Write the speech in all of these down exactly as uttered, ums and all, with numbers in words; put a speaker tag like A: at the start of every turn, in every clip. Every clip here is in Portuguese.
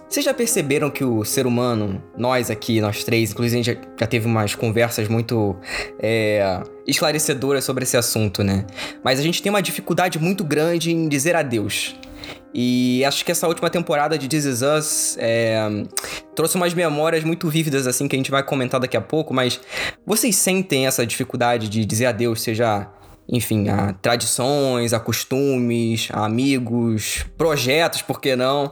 A: Vocês já perceberam que o ser humano, nós aqui, nós três, inclusive a gente já, já teve umas conversas muito é, esclarecedoras sobre esse assunto, né? Mas a gente tem uma dificuldade muito grande em dizer adeus. E acho que essa última temporada de This Is Us é, trouxe umas memórias muito vívidas, assim, que a gente vai comentar daqui a pouco, mas vocês sentem essa dificuldade de dizer adeus, seja, enfim, a tradições, a costumes, a amigos, projetos, por que não?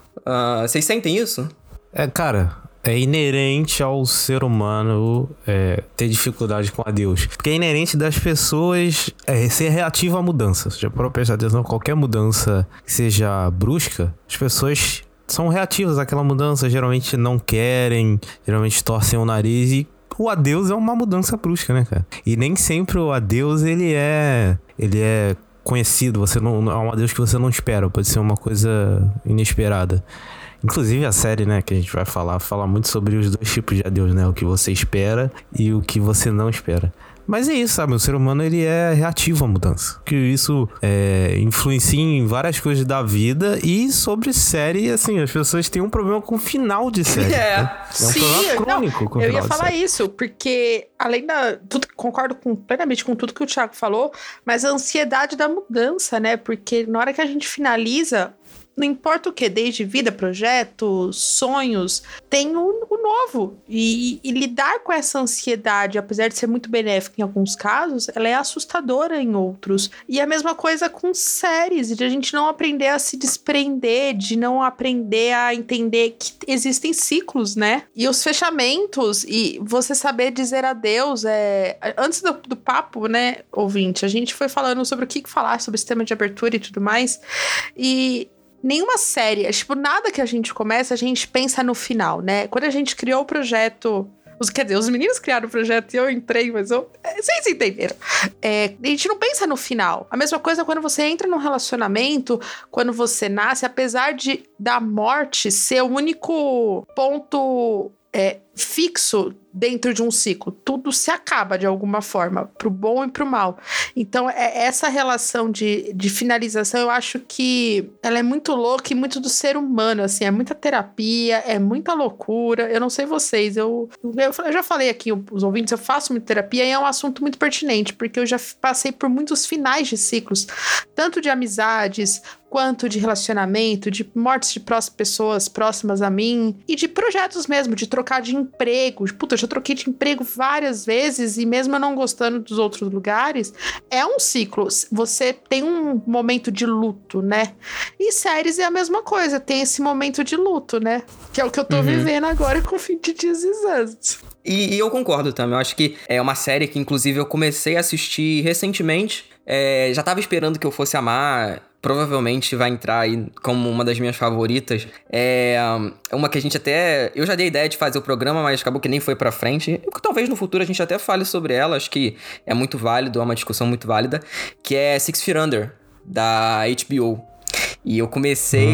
A: Uh, vocês sentem isso?
B: É, cara, é inerente ao ser humano é, ter dificuldade com adeus. Porque é inerente das pessoas é, ser reativo a mudanças. Já para prestar atenção, qualquer mudança que seja brusca, as pessoas são reativas àquela mudança, geralmente não querem, geralmente torcem o nariz e o adeus é uma mudança brusca, né, cara? E nem sempre o adeus, ele é... Ele é conhecido, você não, é um adeus que você não espera, pode ser uma coisa inesperada. Inclusive a série, né, que a gente vai falar, fala muito sobre os dois tipos de adeus, né, o que você espera e o que você não espera. Mas é isso, sabe, o ser humano, ele é reativo à mudança, que isso é, influencia em várias coisas da vida. E sobre série, assim, as pessoas têm um problema com o final de série.
C: É,
B: né? É um
C: sim,
B: problema crônico
C: não,
B: com o
C: eu
B: final
C: ia falar
B: de série.
C: isso, porque além da... Tudo, concordo com, plenamente com tudo que o Thiago falou, mas a ansiedade da mudança, né, porque na hora que a gente finaliza... Não importa o que, desde vida, projetos, sonhos, tem o, o novo. E, e lidar com essa ansiedade, apesar de ser muito benéfica em alguns casos, ela é assustadora em outros. E a mesma coisa com séries, de a gente não aprender a se desprender, de não aprender a entender que existem ciclos, né? E os fechamentos, e você saber dizer adeus, é... Antes do, do papo, né, ouvinte, a gente foi falando sobre o que falar, sobre o sistema de abertura e tudo mais, e... Nenhuma série, tipo, nada que a gente começa, a gente pensa no final, né? Quando a gente criou o projeto... Os, quer dizer, os meninos criaram o projeto e eu entrei, mas eu... Vocês entenderam. É, a gente não pensa no final. A mesma coisa quando você entra num relacionamento, quando você nasce, apesar de da morte ser o único ponto... É, fixo dentro de um ciclo. Tudo se acaba de alguma forma, pro bom e pro mal. Então, é, essa relação de, de finalização, eu acho que ela é muito louca e muito do ser humano, assim, é muita terapia, é muita loucura. Eu não sei vocês, eu, eu, eu já falei aqui, os ouvintes, eu faço muita terapia e é um assunto muito pertinente, porque eu já passei por muitos finais de ciclos, tanto de amizades, quanto de relacionamento, de mortes de próximas pessoas próximas a mim, e de projetos mesmo, de trocar de emprego. Puta, eu já troquei de emprego várias vezes, e mesmo eu não gostando dos outros lugares, é um ciclo. Você tem um momento de luto, né? E séries é a mesma coisa, tem esse momento de luto, né? Que é o que eu tô uhum. vivendo agora com o fim de This Is Us.
A: E, e eu concordo também, eu acho que é uma série que inclusive eu comecei a assistir recentemente, é, já tava esperando que eu fosse amar, provavelmente vai entrar aí como uma das minhas favoritas. É uma que a gente até... Eu já dei ideia de fazer o programa, mas acabou que nem foi pra frente. Talvez no futuro a gente até fale sobre ela, acho que é muito válido, é uma discussão muito válida, que é Six Feet Under, da H B O. E eu comecei...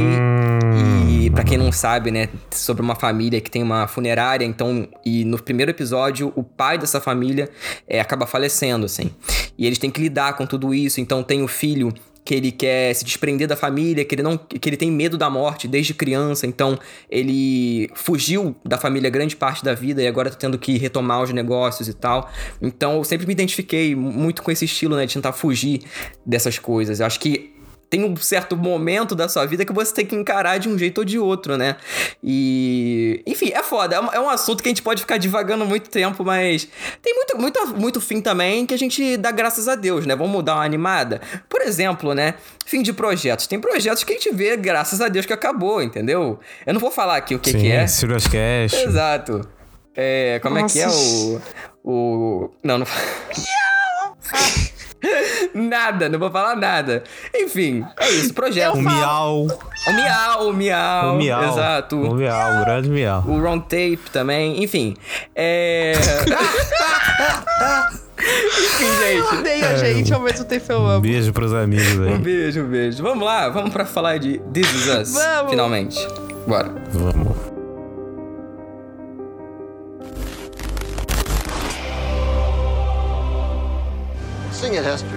A: E pra quem não sabe, né, sobre uma família que tem uma funerária, então, e no primeiro episódio, o pai dessa família é, acaba falecendo, assim. E eles têm que lidar com tudo isso, então tem o filho que ele quer se desprender da família, que ele, não, que ele tem medo da morte desde criança, então ele fugiu da família grande parte da vida e agora tá tendo que retomar os negócios e tal. Então eu sempre me identifiquei muito com esse estilo, né, de tentar fugir dessas coisas. Eu acho que tem um certo momento da sua vida que você tem que encarar de um jeito ou de outro, né? E... Enfim, é foda. É um assunto que a gente pode ficar divagando muito tempo, mas tem muito, muito, muito fim também que a gente dá graças a Deus, né? Vamos dar uma animada? Por exemplo, né? Fim de projetos. Tem projetos que a gente vê, graças a Deus, que acabou, entendeu? Eu não vou falar aqui o que,
B: Sim,
A: que é.
B: Serious Cash.
A: Exato. É, como Nossa. é que é o... o... Não, não... Nada, não vou falar nada. Enfim, é isso, projeto.
B: O Miau.
A: O Miau, o Miau.
B: O Miau.
A: Exato.
B: O Miau, o grande Miau.
A: O Wrong Tape também, enfim. É... Enfim, gente.
C: Eu odeio a gente, ao mesmo tempo eu amo.
B: Um beijo pros amigos aí.
A: Um beijo, um beijo. Vamos lá, vamos pra falar de This Is Us.
C: Vamos.
A: Finalmente. Bora.
B: Vamos.
D: Sing it, Hester.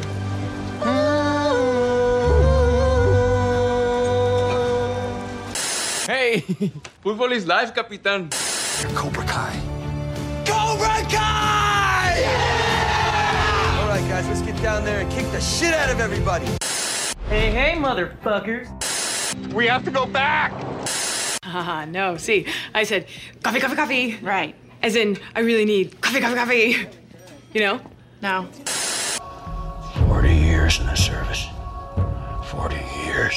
E: Hey, fútbol is life, capitán.
D: You're Cobra Kai.
E: Cobra Kai! Yeah!
F: All right, guys, let's get down there and kick the shit out of everybody.
G: Hey, hey, motherfuckers.
D: We have to go back.
H: Ah, no, see, I said, coffee, coffee, coffee. Right. As in, I really need coffee, coffee, coffee. You know? No.
I: Forty years in the service. Forty years.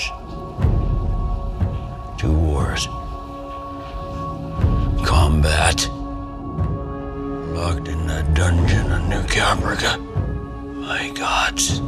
I: Two wars. Combat. Locked in that dungeon of New Caprica. My gods.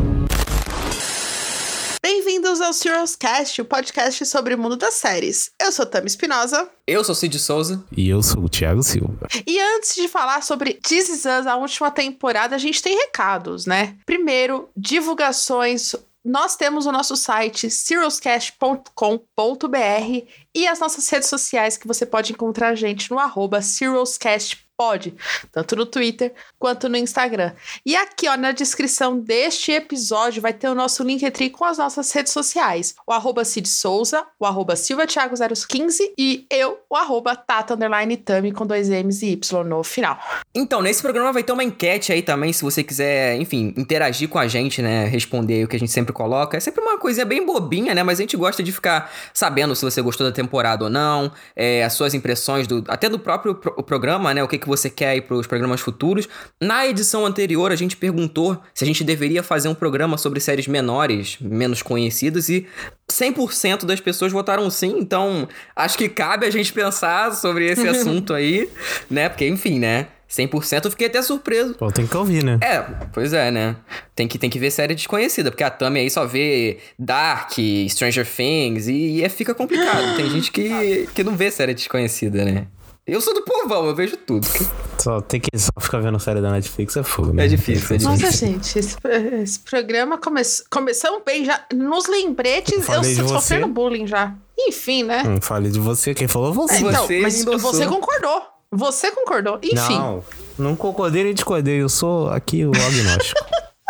C: Bem-vindos ao Serious Cast, o podcast sobre o mundo das séries. Eu sou Tami Espinosa.
A: Eu sou Cid Souza.
B: E eu sou o Thiago Silva.
C: E antes de falar sobre This Is Us, a última temporada, a gente tem recados, né? Primeiro, divulgações. Nós temos o nosso site, serious cast ponto com ponto b r, e as nossas redes sociais que você pode encontrar a gente no arroba SeriousCastPod, tanto no Twitter quanto no Instagram. E aqui, ó, na descrição deste episódio vai ter o nosso Linktree com as nossas redes sociais. O arroba Cid Souza, o arroba Silva Thiago zero quinze e eu, o arroba Tata underline Tami com dois M's e Y no final.
A: Então, nesse programa vai ter uma enquete aí também, se você quiser, enfim, interagir com a gente, né, responder aí o que a gente sempre coloca. É sempre uma coisinha bem bobinha, né, mas a gente gosta de ficar sabendo se você gostou da temporada ou não, é, as suas impressões, do, até do próprio pro, o programa, né, o que, que você quer ir para os programas futuros. Na edição anterior, a gente perguntou se a gente deveria fazer um programa sobre séries menores, menos conhecidas, e cem por cento das pessoas votaram sim, então acho que cabe a gente pensar sobre esse assunto aí, né, porque, enfim, né, cem por cento eu fiquei até surpreso.
B: Pô, tem que ouvir, né?
A: É, pois é, né? Tem que, tem que ver série desconhecida, porque a Tami aí só vê Dark, Stranger Things, e, e fica complicado. Tem gente que, que não vê série desconhecida, né? Eu sou do povão, eu vejo tudo.
B: Só tem que só ficar vendo série da Netflix é fogo, né?
A: É difícil, é difícil.
C: Nossa, gente, esse, esse programa come, começamos bem já. Nos lembretes, eu, eu sofrendo bullying já. Enfim, né?
B: Não falei de você, quem falou você.
C: É, então,
A: você
C: mas
A: endossou.
C: você concordou. Você concordou. Enfim.
B: Não, não concordei nem discordei. Eu sou aqui o agnóstico.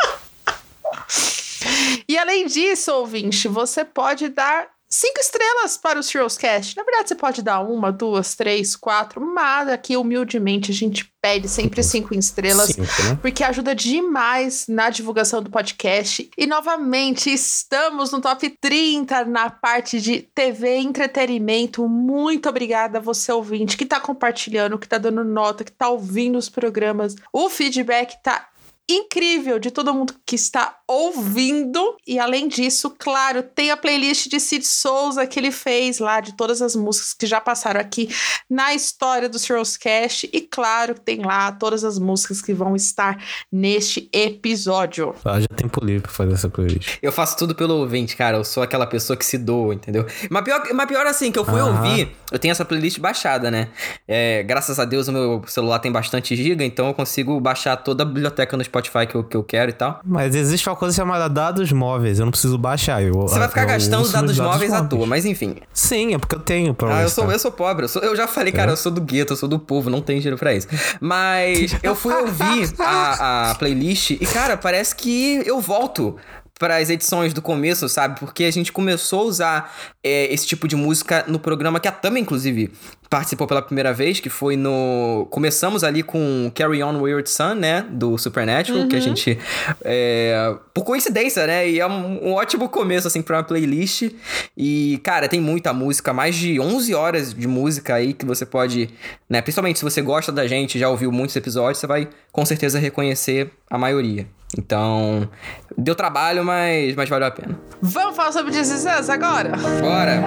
C: E além disso, ouvinte, você pode dar cinco estrelas para o Serious Cast. Na verdade, você pode dar uma, duas, três, quatro, mas aqui, humildemente, a gente pede sempre cinco estrelas,
B: Cinco, né?
C: porque ajuda demais na divulgação do podcast. E, novamente, estamos no top trinta na parte de T V e entretenimento. Muito obrigada a você, ouvinte, que tá compartilhando, que tá dando nota, que tá ouvindo os programas. O feedback tá incrível de todo mundo que está ouvindo. E além disso, claro, tem a playlist de Cid Souza que ele fez lá, de todas as músicas que já passaram aqui na história do Serious Cast. E claro, tem lá todas as músicas que vão estar neste episódio.
B: Ah, já tem tempo livre pra fazer essa playlist.
A: Eu faço tudo pelo ouvinte, cara. Eu sou aquela pessoa que se doa, entendeu? Mas pior, mas pior assim, que eu fui
B: Ah.
A: ouvir, eu tenho essa playlist baixada, né? É, graças a Deus o meu celular tem bastante giga, então eu consigo baixar toda a biblioteca no Spotify que eu, que eu quero e tal.
B: Mas existe uma coisa chamada dados móveis, eu não preciso baixar. Eu,
A: Você vai ficar
B: eu
A: gastando
B: uso
A: dados,
B: nos
A: móveis à toa, mas enfim.
B: Sim, é porque eu tenho pra
A: Ah, eu
B: listar.
A: sou, eu sou pobre. Eu, sou- eu já falei, cara,
B: É?
A: eu sou do gueto, eu sou do povo, não tenho dinheiro pra isso. Mas eu fui ouvir a, a playlist e, cara, parece que eu volto para as edições do começo, sabe? Porque a gente começou a usar é, esse tipo de música no programa que a Tami, inclusive, participou pela primeira vez, que foi no... Começamos ali com Carry On Wayward Son, né? Do Supernatural, que a gente... É, por coincidência, né? E é um, um ótimo começo, assim, pra uma playlist. E, cara, tem muita música, mais de onze horas de música aí que você pode... né? Principalmente se você gosta da gente, já ouviu muitos episódios, você vai com certeza reconhecer a maioria. Então, deu trabalho, mas, mas valeu a pena.
C: Vamos falar sobre This Is Us agora?
A: Bora!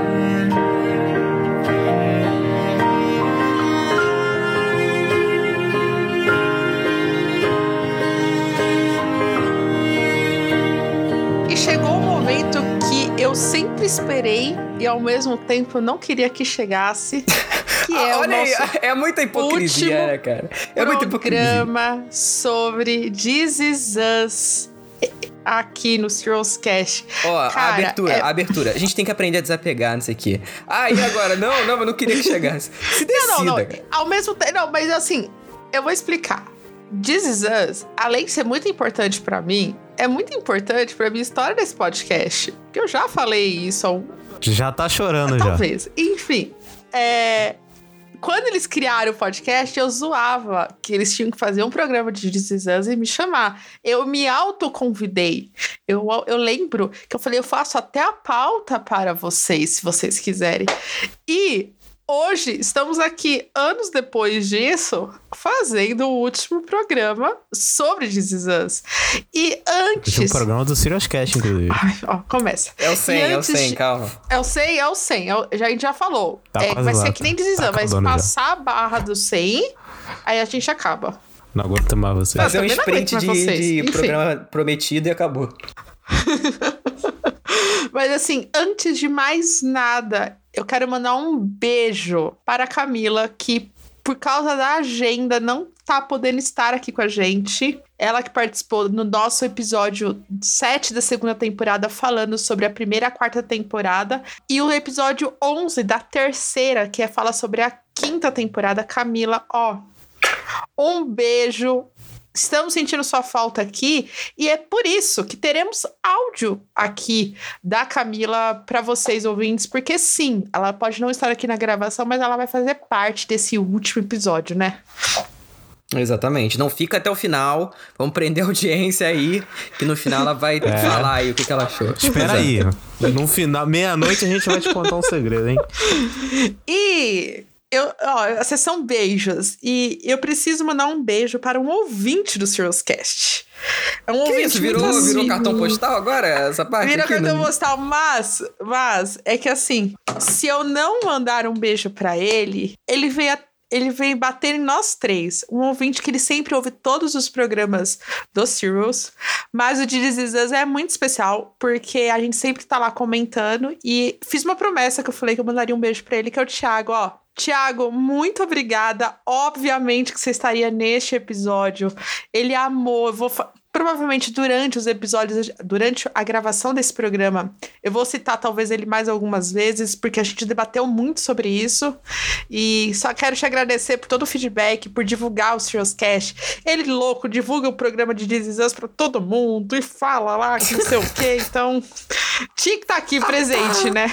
C: E chegou o momento que eu sempre esperei e ao mesmo tempo não queria que chegasse, que é
A: Ah,
C: o
A: olha
C: nosso
A: aí, é muita hipocrisia,
C: último
A: né, cara? É muita hipocrisia.
C: programa sobre This Is Us aqui no Serious Cast.
A: Ó, a
C: Cara,
A: abertura,
C: é-
A: a abertura. A gente tem que aprender a desapegar nisso aqui. Ah, e agora? Não, não, eu não queria que chegasse. Se decida,
C: Não, não, não.
A: cara.
C: Ao mesmo tempo, não, mas assim, eu vou explicar. This Is Us, além de ser muito importante pra mim, é muito importante pra minha história desse podcast. Porque eu já falei isso. Ao...
B: Já tá chorando, já.
C: Talvez. Enfim, é... quando eles criaram o podcast, eu zoava que eles tinham que fazer um programa de This Is Us e me chamar. Eu me autoconvidei. Eu, eu lembro que eu falei, eu faço até a pauta para vocês, se vocês quiserem. E... hoje, estamos aqui, anos depois disso, fazendo o último programa sobre This Is Us. E antes...
B: Esse é um programa do Serious Cast, inclusive.
C: Ai, ó, começa.
A: É o cem, é o cem,
C: de...
A: calma.
C: É o cem, é o cem. É o... Já, a gente já falou.
B: Tá
C: é, vai
B: lá,
C: ser que nem This Is Us.
B: tá
C: Vai passar já. A barra do cem, aí a gente acaba.
B: Não aguento mais você.
A: Fazer um sprint de, de programa prometido e acabou.
C: Mas assim, antes de mais nada, eu quero mandar um beijo para a Camila, que por causa da agenda não tá podendo estar aqui com a gente. Ela que participou no nosso episódio sete da segunda temporada, falando sobre a primeira e a quarta temporada. E o episódio onze da terceira, que é fala sobre a quinta temporada. Camila, ó, um beijo. Estamos sentindo sua falta aqui e é por isso que teremos áudio aqui da Camila para vocês ouvintes, porque sim, ela pode não estar aqui na gravação, mas ela vai fazer parte desse último episódio, né?
A: Exatamente. Não fica até o final, vamos prender a audiência aí, que no final ela vai é. falar aí o que, que ela achou.
B: Espera aí, no final, meia-noite a gente vai te contar um segredo, hein?
C: E... Eu, ó, a sessão beijos. E eu preciso mandar um beijo para um ouvinte do Serious Cast. É um
A: que
C: ouvinte
A: isso? Virou,
C: muito
A: virou cartão postal agora? Essa parte
C: Virou
A: aqui,
C: cartão
A: não...
C: postal, mas, mas é que assim, se eu não mandar um beijo para ele, ele veio a Ele veio bater em nós três. Um ouvinte que ele sempre ouve todos os programas do Serious. Mas o de This Is Us é muito especial, porque a gente sempre tá lá comentando. E fiz uma promessa que eu falei que eu mandaria um beijo pra ele, que é o Thiago, ó. Thiago, muito obrigada. Obviamente que você estaria neste episódio. Ele amou. Eu vou... Fa- Provavelmente durante os episódios, durante a gravação desse programa, eu vou citar talvez ele mais algumas vezes, porque a gente debateu muito sobre isso. E só quero te agradecer por todo o feedback, por divulgar o Serious Cast. Ele, louco, divulga o programa de This Is Us pra todo mundo e fala lá que não sei o quê. Então, tinha que estar aqui presente, né?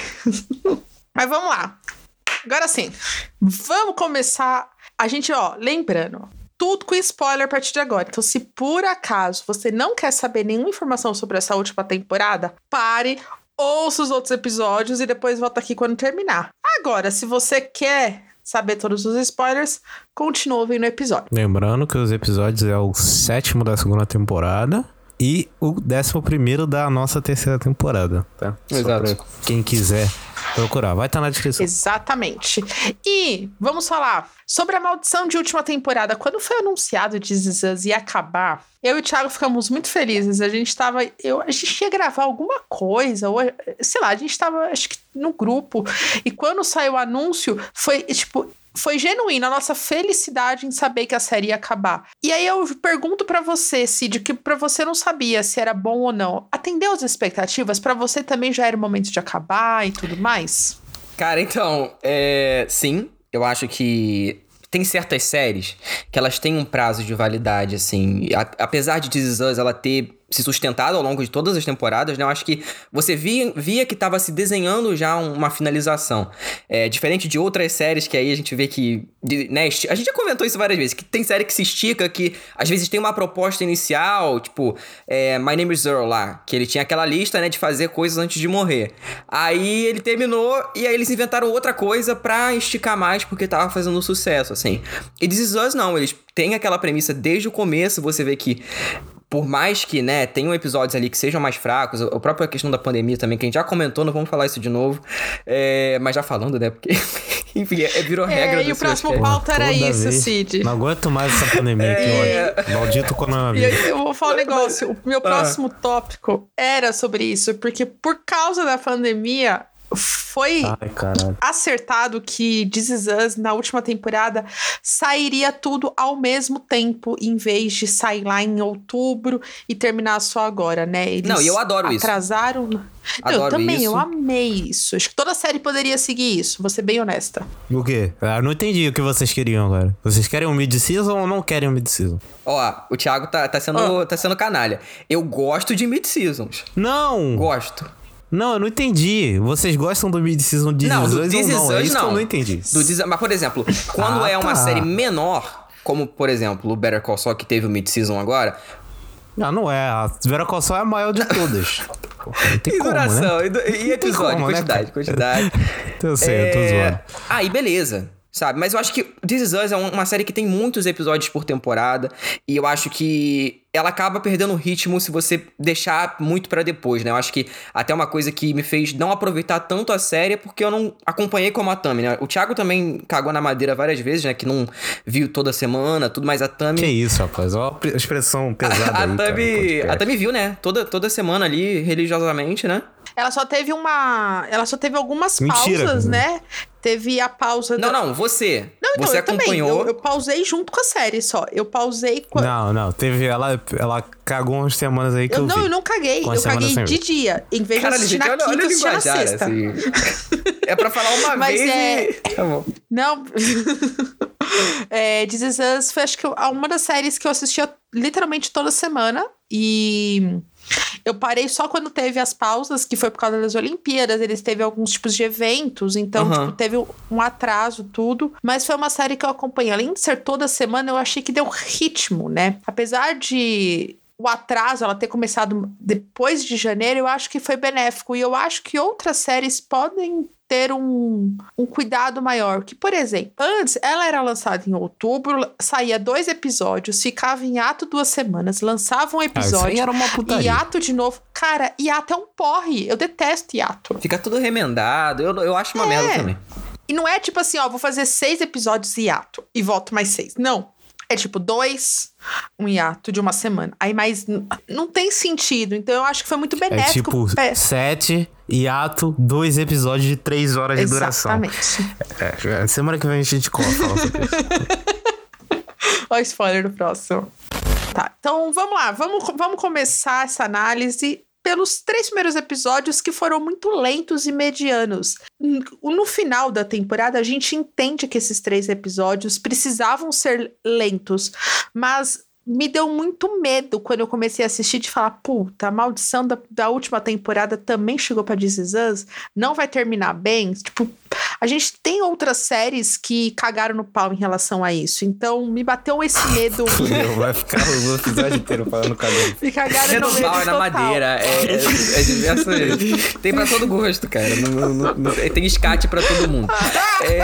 C: Mas vamos lá. Agora sim, vamos começar. A gente, ó, lembrando... tudo com spoiler a partir de agora. Então, se por acaso você não quer saber nenhuma informação sobre essa última temporada, pare, ouça os outros episódios e depois volta aqui quando terminar. Agora, se você quer saber todos os spoilers, continua ouvindo o episódio.
B: Lembrando que os episódios é o sétimo da segunda temporada e o décimo primeiro da nossa terceira temporada, tá?
A: Exato.
B: Só pra quem quiser procurar, vai estar na descrição.
C: Exatamente. E vamos falar sobre a maldição de última temporada. Quando foi anunciado de This Is Us ia acabar, eu e o Thiago ficamos muito felizes. A gente tava... Eu, a gente ia gravar alguma coisa, ou sei lá, a gente tava, acho que no grupo. E quando saiu o anúncio, foi tipo... Foi genuína a nossa felicidade em saber que a série ia acabar. E aí eu pergunto pra você, Cid, que pra você não sabia se era bom ou não. Atendeu as expectativas? Pra você também já era o momento de acabar e tudo mais?
A: Cara, então, é... sim, eu acho que... Tem certas séries que elas têm um prazo de validade, assim. A- apesar de This Is Us ela ter se sustentado ao longo de todas as temporadas, né? Eu acho que você via, via que estava se desenhando já uma finalização. É, diferente de outras séries que aí a gente vê que... Né, esti- a gente já comentou isso várias vezes, que tem série que se estica, que às vezes tem uma proposta inicial, tipo é, My Name is Earl lá, que ele tinha aquela lista, né, de fazer coisas antes de morrer. Aí ele terminou e aí eles inventaram outra coisa pra esticar mais, porque tava fazendo sucesso, assim. E This Is Us não, eles têm aquela premissa desde o começo, você vê que por mais que, né, tenham episódios ali que sejam mais fracos, a própria questão da pandemia também, que a gente já comentou, não vamos falar isso de novo, é, mas já falando, né, porque, enfim, é, virou regra
C: É,
A: do
C: e o próximo
A: Serious
C: pauta era
B: Toda
C: isso,
B: vez.
C: Cid.
B: Não aguento mais essa pandemia
A: É.
B: aqui hoje. Maldito
C: E
B: coronavírus.
C: eu, eu vou falar um negócio, o meu próximo tópico era sobre isso, porque por causa da pandemia, foi
B: Ai, caralho.
C: acertado que This Is Us, na última temporada, sairia tudo ao mesmo tempo, em vez de sair lá em outubro e terminar só agora, né? Eles
A: Não, e eu adoro isso.
C: atrasaram.
A: Adoro
C: eu também,
A: isso.
C: eu amei isso. Acho que toda série poderia seguir isso, vou ser bem honesta.
B: O quê? Eu não entendi o que vocês queriam agora. Vocês querem um mid-season ou não querem um mid-season?
A: Ó, o Thiago tá, tá, sendo,
C: Oh.
A: tá sendo canalha. Eu gosto de mid-seasons.
B: Não!
A: Gosto.
B: Não, eu não entendi. Vocês gostam do mid-season de
A: Não, do
B: This
A: This
B: Is
A: Is
B: ou não? É
A: Us,
B: isso que eu
A: não.
B: não entendi.
A: Do This- Mas, por exemplo, quando
B: Ah,
A: é uma
B: tá.
A: série menor, como, por exemplo, o Better Call Saul, que teve o mid-season agora...
B: Ah, não é. A Vera Call Saul é a maior de todas. Não tem
A: E
B: como,
A: duração,
B: né?
A: e, du- e episódio,
B: como, né,
A: quantidade,
B: cara?
A: quantidade.
B: Eu sei, eu tô zoando.
A: Aí, beleza. Sabe? Mas eu acho que This Is Us é um- uma série que tem muitos episódios por temporada. E eu acho que ela acaba perdendo o ritmo se você deixar muito pra depois, né? Eu acho que até uma coisa que me fez não aproveitar tanto a série é porque eu não acompanhei como a Tami, né? O Thiago também cagou na madeira várias vezes, né? Que não viu toda semana, tudo, mas a Tami...
B: Que isso, rapaz. Olha a expressão pesada
A: A,
B: aí, cara,
A: Tami,
B: podcast.
A: a Tami viu, né? Toda, toda semana ali, religiosamente, né?
C: Ela só teve uma. Ela só teve algumas
B: Mentira.
C: pausas, né? Teve a pausa.
A: Não,
C: da...
A: não, você.
C: Não, então,
A: você
C: eu também.
A: acompanhou...
C: Eu, eu pausei junto com a série só. Eu pausei quando.
B: Não, não. Teve... Ela, ela cagou umas semanas aí que eu,
C: Eu, não,
B: vi.
C: eu não caguei.
B: Com a
C: Eu
B: semana
C: caguei
B: sem
C: de
B: ver.
C: dia. Em vez de
A: Caralho,
C: assistir
A: gente,
C: na
A: olha, olha
C: quinta,
A: o
C: eu assisti na
A: linguajar,
C: sexta.
A: assim. É pra falar uma
C: Mas
A: vez
C: é-
A: e... Tá bom.
C: Não. é, This Is Us foi, acho que, uma das séries que eu assistia literalmente toda semana. E eu parei só quando teve as pausas, que foi por causa das Olimpíadas. Eles teve alguns tipos de eventos, então
A: Aham.
C: tipo, teve um atraso, tudo. Mas foi uma série que eu acompanhei. Além de ser toda semana, eu achei que deu ritmo, né? Apesar de o atraso, ela ter começado depois de janeiro, eu acho que foi benéfico. E eu acho que outras séries podem ter um, um cuidado maior. Que, por exemplo, antes ela era lançada em outubro, saía dois episódios, ficava em ato duas semanas, lançava um
B: Ah, isso
C: episódio,
B: aí era uma putaria.
C: hiato de novo. Cara, hiato é um porre. Eu detesto hiato.
A: Fica tudo remendado. Eu, eu acho uma merda também.
C: E não é tipo assim, ó, vou fazer seis episódios hiato e volto mais seis. Não. É tipo dois, um hiato de uma semana. Aí mais... n- Não tem sentido. Então eu acho que foi muito
B: É
C: benéfico.
B: tipo
C: É,
B: sete, hiato, dois episódios de três horas de duração.
C: exatamente.
B: É, semana que vem a gente coloca. fala sobre isso.
C: Ó, spoiler do próximo. Tá, então vamos lá. Vamos, vamos começar essa análise pelos três primeiros episódios que foram muito lentos e medianos. No final da temporada, a gente entende que esses três episódios precisavam ser lentos, mas me deu muito medo quando eu comecei a assistir de falar, puta, a maldição da, da última temporada também chegou pra This Is Us, não vai terminar bem. Tipo, a gente tem outras séries que cagaram no pau em relação a isso, então me bateu esse medo.
B: Vai ficar o episódio inteiro falando cabelo.
C: Me cagaram
A: É
C: no
A: no
C: medo
A: pau, é na
C: total.
A: madeira. É, é, é diversas... Tem pra todo gosto, cara. Não- não- não- não- tem escate pra todo mundo. É,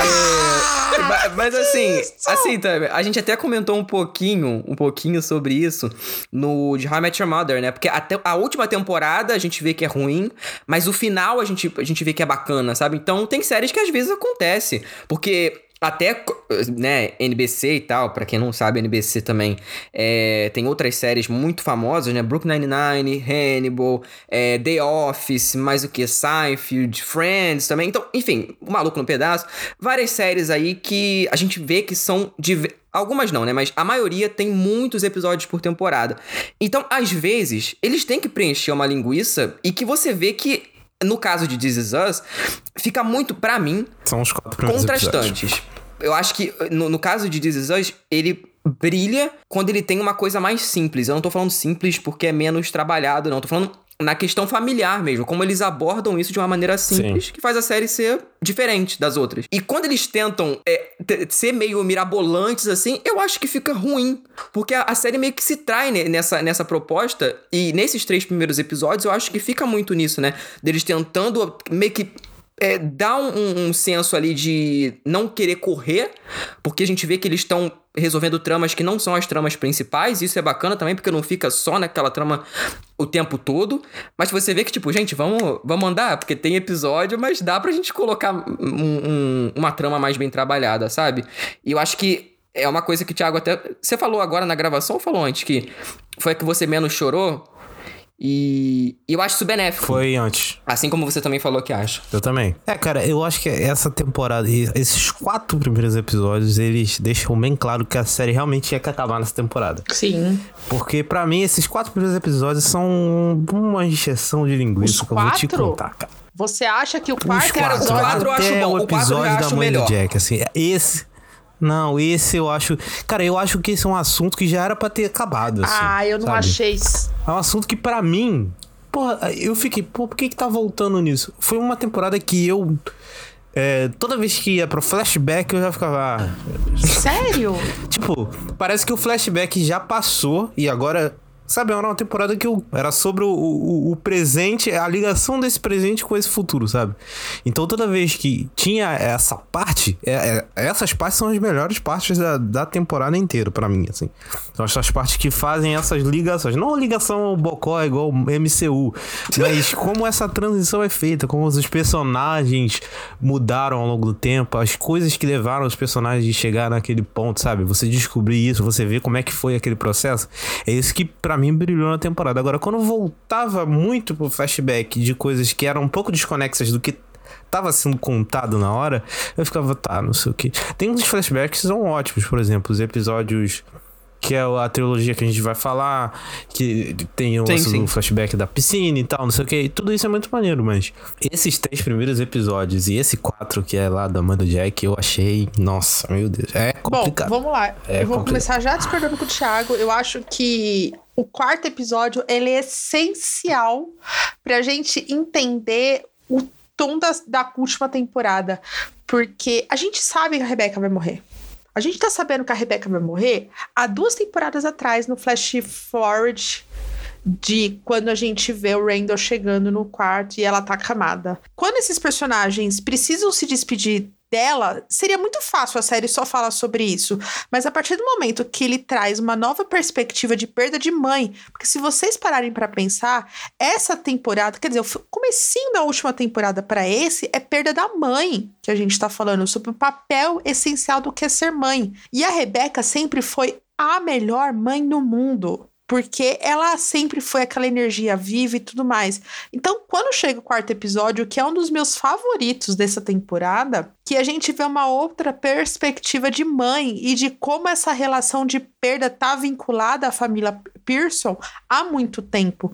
A: ma- mas assim, assim, tá, a gente até comentou um pouquinho, um pouquinho sobre isso no de How I Met Your Mother, né? Porque até a última temporada a gente vê que é ruim, mas o final a gente, a gente vê que é bacana, sabe? Então tem séries que às vezes acontece, porque até, né, N B C e tal, pra quem não sabe, N B C também é, tem outras séries muito famosas, né? Brooklyn Nine-Nine, Hannibal, é, The Office, mais o que? Seinfeld, Friends também. Então, enfim, O Maluco no Pedaço. Várias séries aí que a gente vê que são... Diver... Algumas não, né? Mas a maioria tem muitos episódios por temporada. Então, às vezes, eles têm que preencher uma linguiça e que você vê que, no caso de This Is Us, fica muito, pra mim,
B: São os quatro primeiros
A: contrastantes.
B: episódios.
A: Eu acho que, no, no caso de This Is Us, ele brilha quando ele tem uma coisa mais simples. Eu não tô falando simples porque é menos trabalhado, não. Eu tô falando na questão familiar mesmo. Como eles abordam isso de uma maneira simples,
B: Sim.
A: que faz a série ser diferente das outras. E quando eles tentam é, t- ser meio mirabolantes, assim, eu acho que fica ruim. Porque a, a série meio que se trai ne- nessa, nessa proposta. E nesses três primeiros episódios, eu acho que fica muito nisso, né? Deles tentando meio que... É, dá um, um senso ali de não querer correr, porque a gente vê que eles estão resolvendo tramas que não são as tramas principais. Isso é bacana também, porque não fica só naquela trama o tempo todo. Mas você vê que, tipo, gente, vamos, vamos andar, porque tem episódio, mas dá pra gente colocar um, um, uma trama mais bem trabalhada, sabe? E eu acho que é uma coisa que o Thiago até... Você falou agora na gravação ou falou antes que foi a que você menos chorou? E eu acho isso benéfico.
B: Foi antes.
A: Assim como você também falou que acha.
B: Eu também. É, cara, eu acho que essa temporada, esses quatro primeiros episódios, eles deixam bem claro que a série realmente tinha que acabar nessa temporada.
C: Sim.
B: Porque pra mim, esses quatro primeiros episódios são uma injeção de linguiça
C: Os
B: que eu vou te
C: quatro?
B: contar, cara.
C: Você acha que o quarto
B: Os quatro,
C: episódio...
A: quatro eu acho
B: até
A: bom,
B: o
A: o quatro eu
B: episódio
A: já
B: da
A: acho
B: mãe
A: melhor.
B: do Jack, assim, esse... Não, esse eu acho... Cara, eu acho que esse é um assunto que já era pra ter acabado, assim.
C: Ah, eu não
B: sabe?
C: achei isso.
B: É um assunto que pra mim... Porra, eu fiquei... Pô, por que que tá voltando nisso? Foi uma temporada que eu... É, toda vez que ia pro flashback, eu já ficava... Ah,
C: Sério?
B: tipo, parece que o flashback já passou e agora... Sabe, era uma temporada que eu... Era sobre o, o, o presente, a ligação desse presente com esse futuro, sabe? Então toda vez que tinha essa parte... É, é, essas partes são as melhores partes da, da temporada inteira, pra mim, assim. São essas partes que fazem essas ligações. Não ligação ao Bocó igual o M C U, mas como essa transição é feita, como os personagens mudaram ao longo do tempo, as coisas que levaram os personagens a chegar naquele ponto, sabe? Você descobrir isso, você ver como é que foi aquele processo. É isso que, pra mim, brilhou na temporada. Agora, quando voltava muito pro flashback de coisas que eram um pouco desconexas do que tava sendo contado na hora, eu ficava, tá, não sei o que. Tem uns flashbacks que são ótimos, por exemplo, os episódios que é a trilogia que a gente vai falar, que tem o
A: Sim,
B: nosso
A: sim.
B: flashback da piscina e tal, não sei o que, tudo isso é muito maneiro, mas esses três primeiros episódios e esse quatro que é lá da mãe do Jack, eu achei, nossa, meu Deus, é complicado.
C: Bom, vamos lá.
B: É
C: eu vou
B: complicado.
C: começar já discordando com o Thiago. Eu acho que o quarto episódio, ele é essencial pra gente entender o tom da, da última temporada. Porque a gente sabe que a Rebecca vai morrer. A gente tá sabendo que a Rebecca vai morrer há duas temporadas atrás, no Flash Forward, de quando a gente vê o Randall chegando no quarto e ela tá acamada. Quando esses personagens precisam se despedir dela, seria muito fácil a série só falar sobre isso. Mas a partir do momento que ele traz uma nova perspectiva de perda de mãe, porque se vocês pararem pra pensar, essa temporada, quer dizer, o comecinho da última temporada pra esse é perda da mãe, que a gente tá falando sobre o papel essencial do que é ser mãe. E a Rebecca sempre foi a melhor mãe do mundo, porque ela sempre foi aquela energia viva e tudo mais. Então, quando chega o quarto episódio, que é um dos meus favoritos dessa temporada, que a gente vê uma outra perspectiva de mãe e de como essa relação de perda tá vinculada à família Pearson há muito tempo.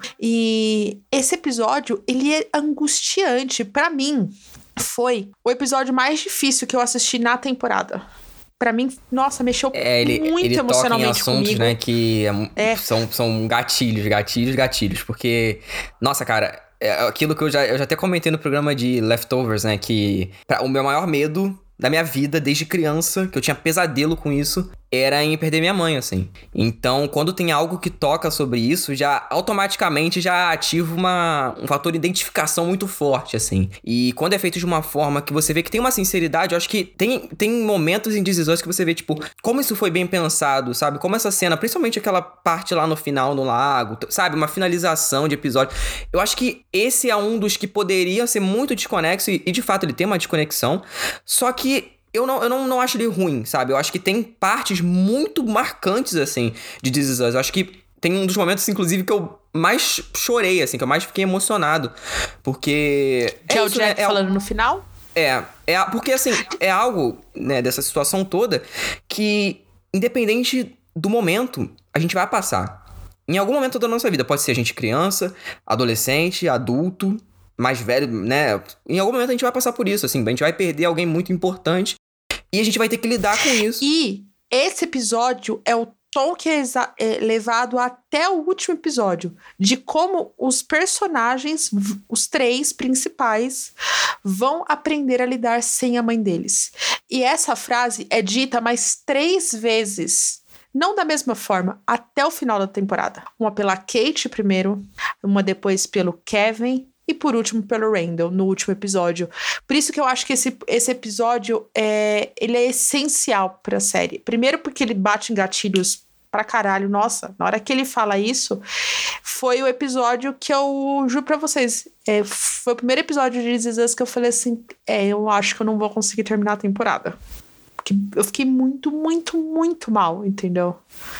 C: E esse episódio, ele é angustiante. Pra mim, foi o episódio mais difícil que eu assisti na temporada. Pra mim, nossa, mexeu
A: É, ele,
C: muito
A: ele
C: emocionalmente
A: toca em assuntos,
C: comigo.
A: né, que é-
C: É.
A: São, são gatilhos, gatilhos, gatilhos. Porque, nossa, cara, é aquilo que eu já, eu já até comentei no programa de Leftovers, né, que pra- o meu maior medo da minha vida, desde criança, que eu tinha pesadelo com isso, era em perder minha mãe, assim. Então, quando tem algo que toca sobre isso, já automaticamente já ativa uma, um fator de identificação muito forte, assim. E quando é feito de uma forma que você vê que tem uma sinceridade, eu acho que tem, tem momentos em This Is Us que você vê, tipo, como isso foi bem pensado, sabe? Como essa cena, principalmente aquela parte lá no final, no lago, t- sabe? Uma finalização de episódio. Eu acho que esse é um dos que poderia ser muito desconexo, e, e de fato ele tem uma desconexão, só que Eu, não, eu não, não acho ele ruim, sabe? Eu acho que tem partes muito marcantes, assim, de This Is Us. Eu acho que tem um dos momentos, inclusive, que eu mais chorei, assim, que eu mais fiquei emocionado. Porque...
C: Que é, o
A: isso,
C: Jack
A: né? É
C: falando no final?
A: É, é, a- porque assim, é algo, né, dessa situação toda que, independente do momento, a gente vai passar. Em algum momento da nossa vida, pode ser a gente criança, adolescente, adulto, mais velho, né? Em algum momento a gente vai passar por isso, assim, a gente vai perder alguém muito importante e a gente vai ter que lidar com isso.
C: E esse episódio é o tom que é, exa- é levado até o último episódio, de como os personagens, v- os três principais, vão aprender a lidar sem a mãe deles. E essa frase é dita mais três vezes, não da mesma forma, até o final da temporada. Uma pela Kate primeiro, uma depois pelo Kevin e por último pelo Randall, no último episódio. Por isso que eu acho que esse, esse episódio é, ele é essencial pra série. Primeiro porque ele bate em gatilhos pra caralho. Nossa, na hora que ele fala isso, foi o episódio que eu juro pra vocês, é, foi o primeiro episódio de This Is Us que eu falei assim, é, eu acho que eu não vou conseguir terminar a temporada. Porque eu fiquei muito, muito, muito mal, entendeu?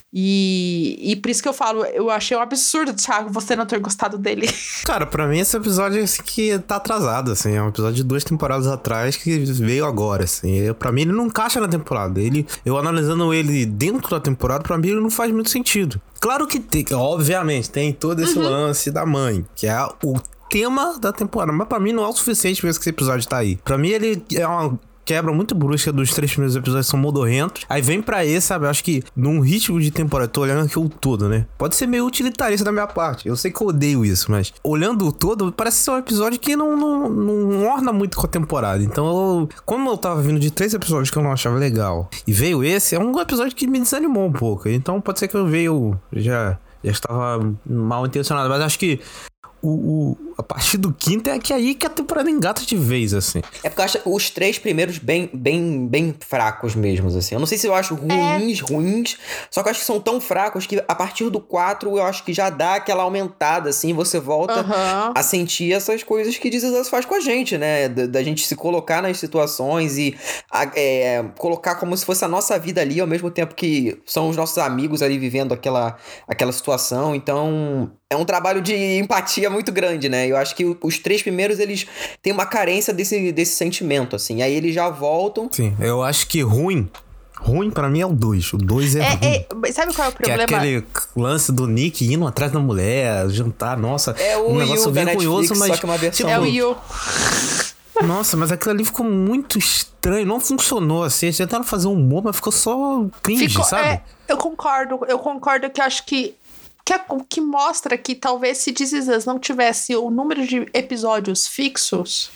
C: E, e por isso que eu falo, eu achei um absurdo, Thiago, você não ter gostado dele.
B: Cara, pra mim esse episódio assim, que tá atrasado, assim. É um episódio de duas temporadas atrás que veio agora, assim. Eu, pra mim ele não encaixa na temporada. Ele, eu analisando ele dentro da temporada, pra mim ele não faz muito sentido. Claro que tem, obviamente, tem todo esse uhum. lance da mãe, que é o tema da temporada. Mas pra mim não é o suficiente mesmo que esse episódio tá aí. Pra mim ele é uma quebra muito brusca dos três primeiros episódios, são modorrentos. Aí vem pra esse, sabe? Eu acho que num ritmo de temporada, eu tô olhando aqui o todo, né? Pode ser meio utilitarista da minha parte. Eu sei que eu odeio isso, mas olhando o todo, parece ser um episódio que não, não, não orna muito com a temporada. Então, eu, como eu tava vindo de três episódios que eu não achava legal, e veio esse, é um episódio que me desanimou um pouco. Então, pode ser que eu veio já, já estava mal intencionado, mas acho que O, o, a partir do quinto é que aí que a temporada engata de vez, assim.
A: É porque eu acho os três primeiros bem, bem, bem fracos mesmo, assim. Eu não sei se eu acho ruins, é. ruins, só que eu acho que são tão fracos que a partir do quatro eu acho que já dá aquela aumentada, assim, você volta uhum. a sentir essas coisas que This Is Us faz com a gente, né? Da, da gente se colocar nas situações e a, é, colocar como se fosse a nossa vida ali, ao mesmo tempo que são os nossos amigos ali vivendo aquela, aquela situação. Então, é um trabalho de empatia muito grande, né? Eu acho que os três primeiros, eles têm uma carência desse, desse sentimento, assim. Aí eles já voltam...
B: Sim, eu acho que ruim... Ruim pra mim é o dois. O dois é, é ruim.
C: É, sabe qual é o problema?
B: Que é aquele lance do Nick indo atrás da mulher, jantar, nossa.
A: É o
B: um negócio
A: Yu
B: bem
A: da
B: curioso,
A: Netflix,
B: mas...
A: só que é uma versão...
C: Tipo, é o Yu.
B: Nossa, mas aquilo ali ficou muito estranho. Não funcionou, assim. Eles tentaram fazer um humor, mas ficou só cringe,
C: ficou,
B: sabe?
C: É, eu concordo. Eu concordo que acho que... Que, é, que mostra que talvez se This Is Us não tivesse o número de episódios fixos,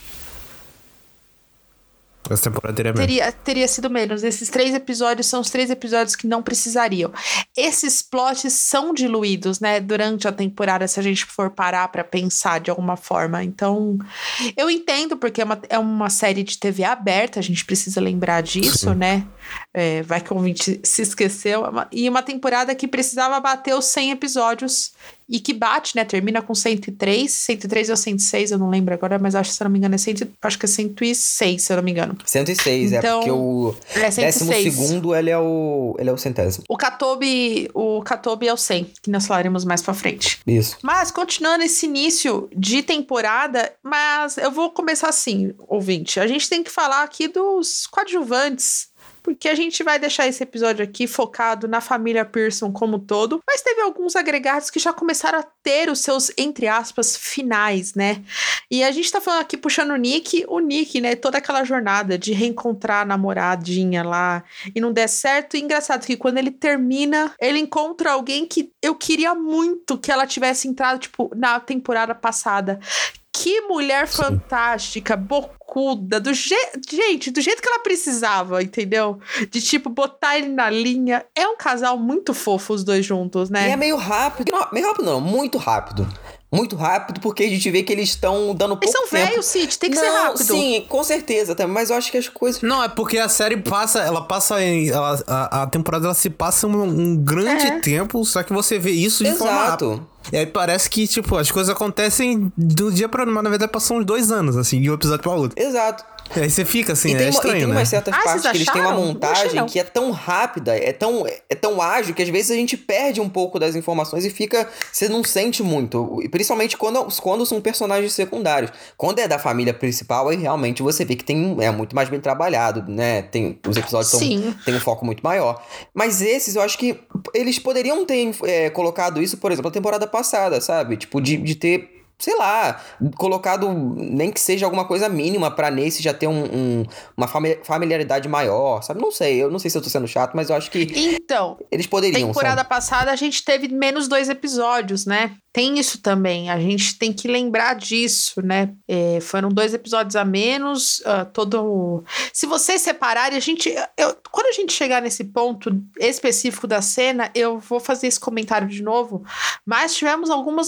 B: essa temporada teria menos.
C: Teria, teria sido menos. Esses três episódios são os três episódios que não precisariam. Esses plots são diluídos, né? Durante a temporada, se a gente for parar pra pensar de alguma forma. Então, eu entendo, porque é uma, é uma série de T V aberta, a gente precisa lembrar disso, Sim. né? É, vai que o ouvinte se esqueceu. E uma temporada que precisava bater os cem episódios. E que bate, né? Termina com cento e três. cento e três ou cento e seis, eu não lembro agora, mas acho que, se eu não me engano, é cem, acho que é cento e seis, se eu não me engano.
A: cento e seis, então, é porque o
C: é
A: décimo segundo, ele é o, ele é o centésimo.
C: O Katobi, o Katobi é o cem, que nós falaremos mais pra frente.
A: Isso.
C: Mas, continuando esse início de temporada, mas eu vou começar assim, ouvinte. A gente tem que falar aqui dos coadjuvantes, porque a gente vai deixar esse episódio aqui focado na família Pearson como um todo, mas teve alguns agregados que já começaram a ter os seus, entre aspas, finais, né? E a gente tá falando aqui, puxando o Nick, o Nick, né, toda aquela jornada de reencontrar a namoradinha lá e não der certo. E engraçado que quando ele termina, ele encontra alguém que eu queria muito que ela tivesse entrado, tipo, na temporada passada. Que mulher Sim. fantástica, bocuda, do je... gente, do jeito que ela precisava, entendeu? De, tipo, botar ele na linha. É um casal muito fofo, os dois juntos, né?
A: E é meio rápido. Não, meio rápido não, muito rápido. Muito rápido, porque a gente vê que eles estão dando pouco
C: tempo. Eles são velhos, Cid, tem que não, ser rápido.
A: Sim, com certeza, também, mas eu acho que as coisas...
B: Não, é porque a série passa, ela passa em... Ela, a, a temporada, ela se passa um, um grande é. tempo, só que você vê isso de
A: Exato.
B: forma rápida. E aí parece que, tipo, as coisas acontecem do dia pra... Mas na verdade passam uns dois anos, assim, de um episódio pra outro.
A: Exato.
B: E aí você fica assim,
A: e tem,
B: é estranho,
A: e tem
B: né?
A: umas certas
C: ah,
A: partes que eles têm uma montagem que é tão rápida, é tão, é tão ágil, que às vezes a gente perde um pouco das informações e fica... Você não sente muito. E principalmente quando, quando são personagens secundários. Quando é da família principal, aí realmente você vê que tem, é muito mais bem trabalhado, né? Tem, os episódios são, tem um foco muito maior. Mas esses, eu acho que eles poderiam ter é, colocado isso, por exemplo, na temporada passada, sabe? Tipo, de, de ter... sei lá, colocado nem que seja alguma coisa mínima pra nesse já ter um, um, uma familiaridade maior, sabe? Não sei, eu não sei se eu tô sendo chato, mas eu acho que
C: então,
A: eles poderiam,
C: temporada
A: sabe?
C: passada a gente teve menos dois episódios, né? Tem isso também, a gente tem que lembrar disso, né? É, foram dois episódios a menos, uh, todo... Se vocês separarem, a gente... Eu, quando a gente chegar nesse ponto específico da cena, eu vou fazer esse comentário de novo, mas tivemos algumas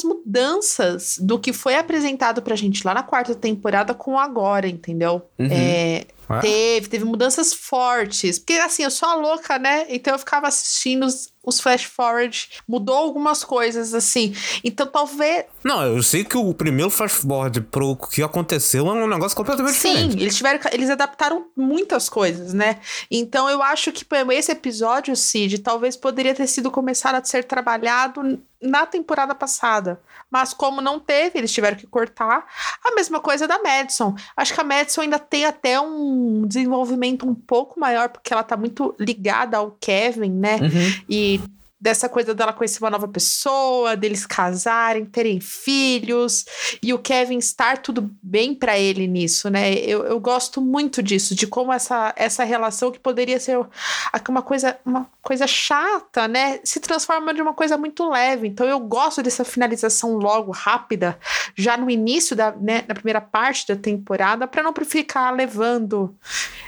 C: mudanças do que foi apresentado pra gente lá na quarta temporada com agora, entendeu?
A: Uhum.
C: É...
B: É?
C: Teve, teve mudanças fortes. Porque assim, eu sou a louca, né? Então eu ficava assistindo os, os flash forward. Mudou algumas coisas, assim. Então talvez...
B: Não, eu sei que o primeiro flash forward pro que aconteceu é um negócio completamente
C: Sim,
B: diferente.
C: Sim, eles tiveram, eles adaptaram muitas coisas, né? Então eu acho que por exemplo, esse episódio, Cid, talvez poderia ter sido começado a ser trabalhado na temporada passada. Mas como não teve, eles tiveram que cortar. A mesma coisa da Madison. Acho que a Madison ainda tem até um desenvolvimento um pouco maior, porque ela tá muito ligada ao Kevin, né? Uhum. E dessa coisa dela conhecer uma nova pessoa, deles casarem, terem filhos, e o Kevin estar tudo bem pra ele nisso, né? Eu, eu gosto muito disso, de como essa, essa relação que poderia ser uma coisa, uma coisa chata, né? Se transforma de uma coisa muito leve. Então eu gosto dessa finalização logo, rápida, já no início da, né, na primeira parte da temporada, pra não ficar levando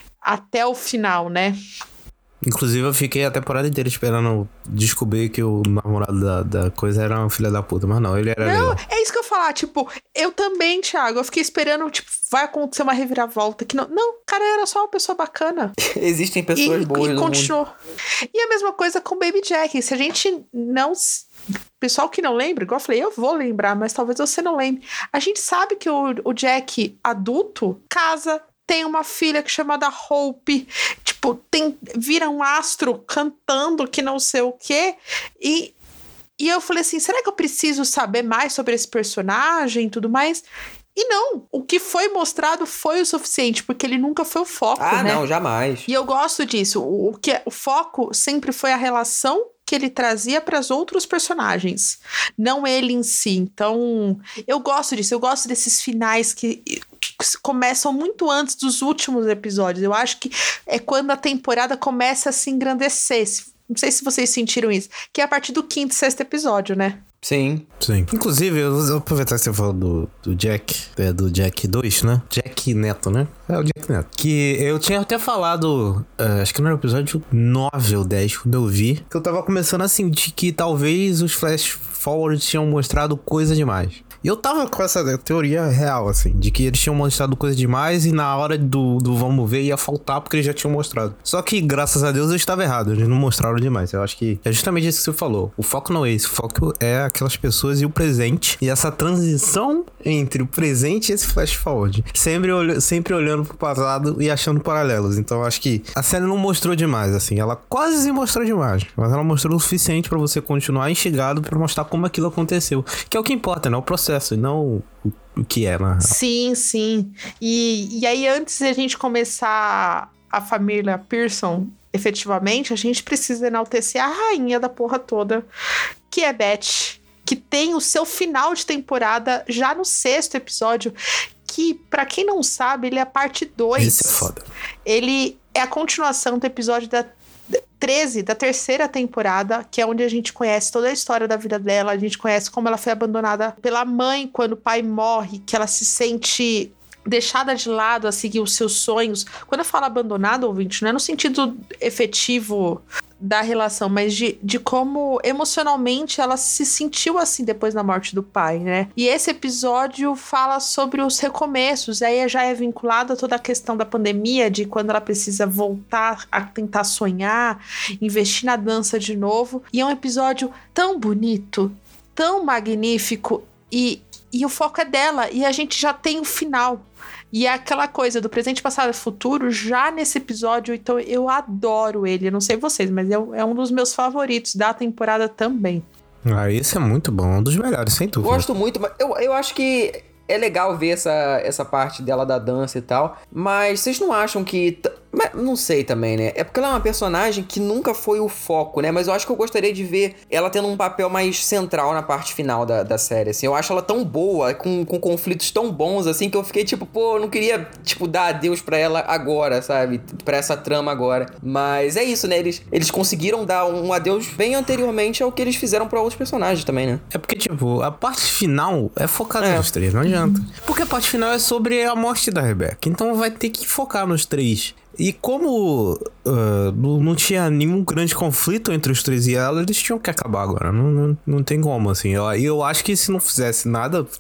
C: até o final, né?
B: Inclusive, eu fiquei a temporada inteira esperando descobrir que o namorado da, da coisa era uma filha da puta, mas não, ele era
C: Não,
B: legal.
C: É isso que eu ia falar, tipo, eu também, Thiago, eu fiquei esperando, tipo, vai acontecer uma reviravolta, que não, não, cara, era só uma pessoa bacana.
A: Existem pessoas
C: e,
A: boas
C: e
A: no
C: continuou.
A: mundo.
C: E a mesma coisa com o Baby Jack, se a gente não... Pessoal que não lembra, igual eu falei, eu vou lembrar, mas talvez você não lembre. A gente sabe que o, o Jack adulto casa, tem uma filha que é chamada Hope, tipo, tem, vira um astro cantando que não sei o quê, e, e eu falei assim, será que eu preciso saber mais sobre esse personagem e tudo mais? E não, o que foi mostrado foi o suficiente, porque ele nunca foi o foco,
A: ah,
C: né?
A: Ah, não, jamais.
C: E eu gosto disso, o, o, que, o foco sempre foi a relação que ele trazia para os outros personagens, não ele em si. Então, eu gosto disso, eu gosto desses finais que começam muito antes dos últimos episódios. Eu acho que é quando a temporada começa a se engrandecer. Não sei se vocês sentiram isso, que é a partir do quinto e sexto episódio, né?
A: Sim.
B: Sim. Inclusive, eu vou aproveitar que você falou do, do Jack, é do Jack dois, né? Jack Neto, né? É o Jack Neto. Que eu tinha até falado, uh, acho que no episódio nove ou dez, quando eu vi, que eu tava começando a sentir que talvez os flash forwards tinham mostrado coisa demais. E eu tava com essa teoria real, assim, de que eles tinham mostrado coisa demais e na hora do, do vamos ver ia faltar porque eles já tinham mostrado. Só que, graças a Deus, eu estava errado. Eles não mostraram demais. Eu acho que é justamente isso que você falou. O foco não é esse. O foco é aquelas pessoas e o presente. E essa transição entre o presente e esse flash forward. Sempre, olh- sempre olhando pro passado e achando paralelos. Então, eu acho que a série não mostrou demais, assim. Ela quase mostrou demais. Mas ela mostrou o suficiente pra você continuar instigado pra mostrar como aquilo aconteceu. Que é o que importa, né? O processo. E não o, o que é, né?
C: Sim, sim. E, e aí, antes de a gente começar a família Pearson, efetivamente, a gente precisa enaltecer a rainha da porra toda, que é Beth, que tem o seu final de temporada já no sexto episódio, que, pra quem não sabe, ele é a parte dois.
B: Esse é foda.
C: Ele é a continuação do episódio da treze da terceira temporada, que é onde a gente conhece toda a história da vida dela, a gente conhece como ela foi abandonada pela mãe quando o pai morre, que ela se sente deixada de lado a seguir os seus sonhos. Quando eu falo abandonada, ouvinte, não é no sentido efetivo da relação, mas de, de como emocionalmente ela se sentiu assim depois da morte do pai, né? E esse episódio fala sobre os recomeços, aí já é vinculado a toda a questão da pandemia, de quando ela precisa voltar a tentar sonhar, investir na dança de novo, e é um episódio tão bonito, tão magnífico, e, e o foco é dela, e a gente já tem o final. E é aquela coisa do presente, passado e futuro já nesse episódio, então eu adoro ele. Eu não sei vocês, mas é, é um dos meus favoritos da temporada também.
B: Ah, esse é muito bom, um dos melhores, sem dúvida.
A: Gosto muito, mas eu, eu acho que é legal ver essa, essa parte dela da dança e tal, mas vocês não acham que... T- mas não sei também, né? É porque ela é uma personagem que nunca foi o foco, né? Mas eu acho que eu gostaria de ver ela tendo um papel mais central na parte final da, da série, assim. Eu acho ela tão boa, com, com conflitos tão bons, assim, que eu fiquei tipo, pô, eu não queria, tipo, dar adeus pra ela agora, sabe? Pra essa trama agora. Mas é isso, né? Eles, eles conseguiram dar um adeus bem anteriormente ao que eles fizeram pra outros personagens também, né?
B: É porque, tipo, a parte final é focada é. nos três, não adianta. Porque a parte final é sobre a morte da Rebecca. Então vai ter que focar nos três. E como uh, não, não tinha nenhum grande conflito entre os três e ela, eles tinham que acabar agora. Não, não, não tem como, assim. Eu, eu acho que se não fizesse nada,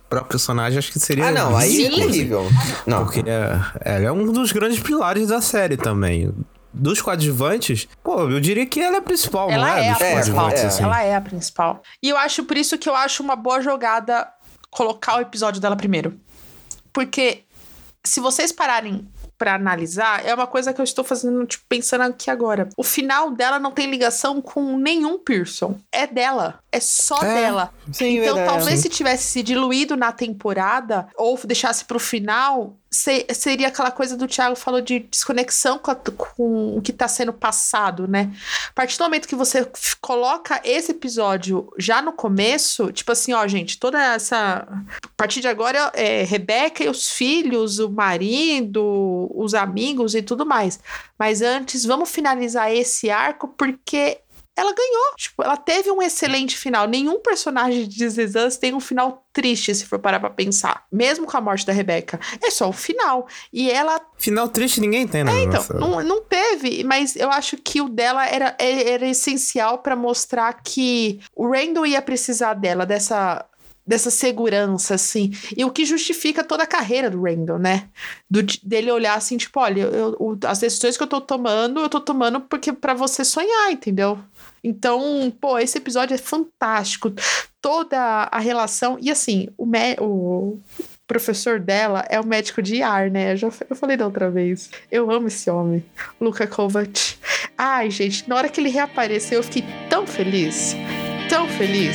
B: pra personagem, acho que seria...
A: Ah, não, aí é
B: ridículo,
A: incrível. Não.
B: Porque é, ela é um dos grandes pilares da série também. Dos coadjuvantes, pô, eu diria que ela é a principal,
C: ela
B: não é?
C: é a
B: Dos
C: principal.
B: coadjuvantes,
C: É.
B: assim.
C: Ela é a principal. E eu acho por isso que eu acho uma boa jogada colocar o episódio dela primeiro. Porque se vocês pararem pra analisar, é uma coisa que eu estou fazendo, tipo, pensando aqui agora. O final dela não tem ligação com nenhum Pearson. É dela. É só
A: É,
C: dela.
A: sim,
C: então,
A: verdade.
C: talvez se tivesse se diluído na temporada, ou deixasse pro final, se, seria aquela coisa do Thiago falou de desconexão com, a, com o que tá sendo passado, né? A partir do momento que você f- coloca esse episódio já no começo, tipo assim, ó, gente, toda essa... A partir de agora, é Rebeca e os filhos, o marido, os amigos e tudo mais. Mas antes, vamos finalizar esse arco porque... ela ganhou. Tipo, ela teve um excelente final. Nenhum personagem de This Is Us tem um final triste, se for parar pra pensar. Mesmo com a morte da Rebeca. É só o final. E ela...
B: Final triste ninguém tem, né?
C: É, então,
B: Nossa.
C: não, não teve. Mas eu acho que o dela era, era essencial pra mostrar que o Randall ia precisar dela, dessa... dessa segurança, assim. E o que justifica toda a carreira do Randall, né? Do, dele olhar assim, tipo, olha, eu, eu, as decisões que eu tô tomando, eu tô tomando porque pra você sonhar, entendeu? Então, pô, esse episódio é fantástico. Toda a relação... E assim, o, me, o professor dela é o médico de I R, né? Eu, já, eu falei da outra vez. Eu amo esse homem. Luka Kovac. Ai, gente, na hora que ele reapareceu, eu fiquei tão feliz. Tão feliz.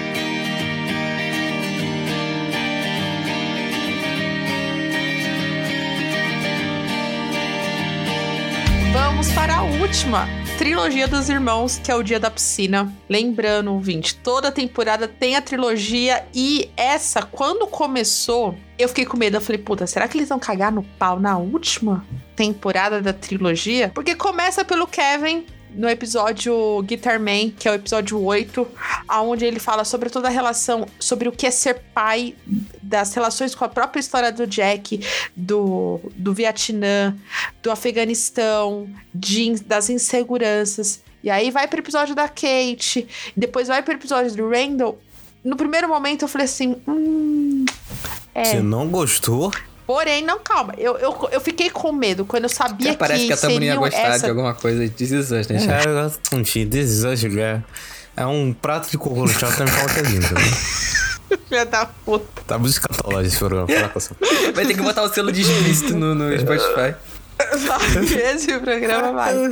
C: Vamos para a última trilogia dos irmãos, que é o Dia da Piscina. Lembrando, ouvinte, toda temporada tem a trilogia e essa, quando começou, eu fiquei com medo. Eu falei, puta, será que eles vão cagar no pau na última temporada da trilogia? Porque começa pelo Kevin... no episódio Guitar Man, que é o episódio oito, onde ele fala sobre toda a relação, sobre o que é ser pai, das relações com a própria história do Jack, do, do Vietnã, do Afeganistão, de, das inseguranças. E aí vai pro episódio da Kate, depois vai pro episódio do Randall. No primeiro momento eu falei assim... Hum, é.
B: Você não gostou?
C: Porém, não, calma. Eu, eu, eu fiquei com medo quando eu sabia que
A: parece que a Tamara ia gostar
C: essa...
A: de alguma coisa de This Is Us, né?
B: É, eu gosto um This Is Us, é, é um prato de cocô no chão, também fala que é lindo. Né?
C: Filha da puta.
B: Tá muito escatológico esse programa, fala com você.
A: Vai ter que botar o selo de explícito no, no Spotify.
C: Esse programa vai.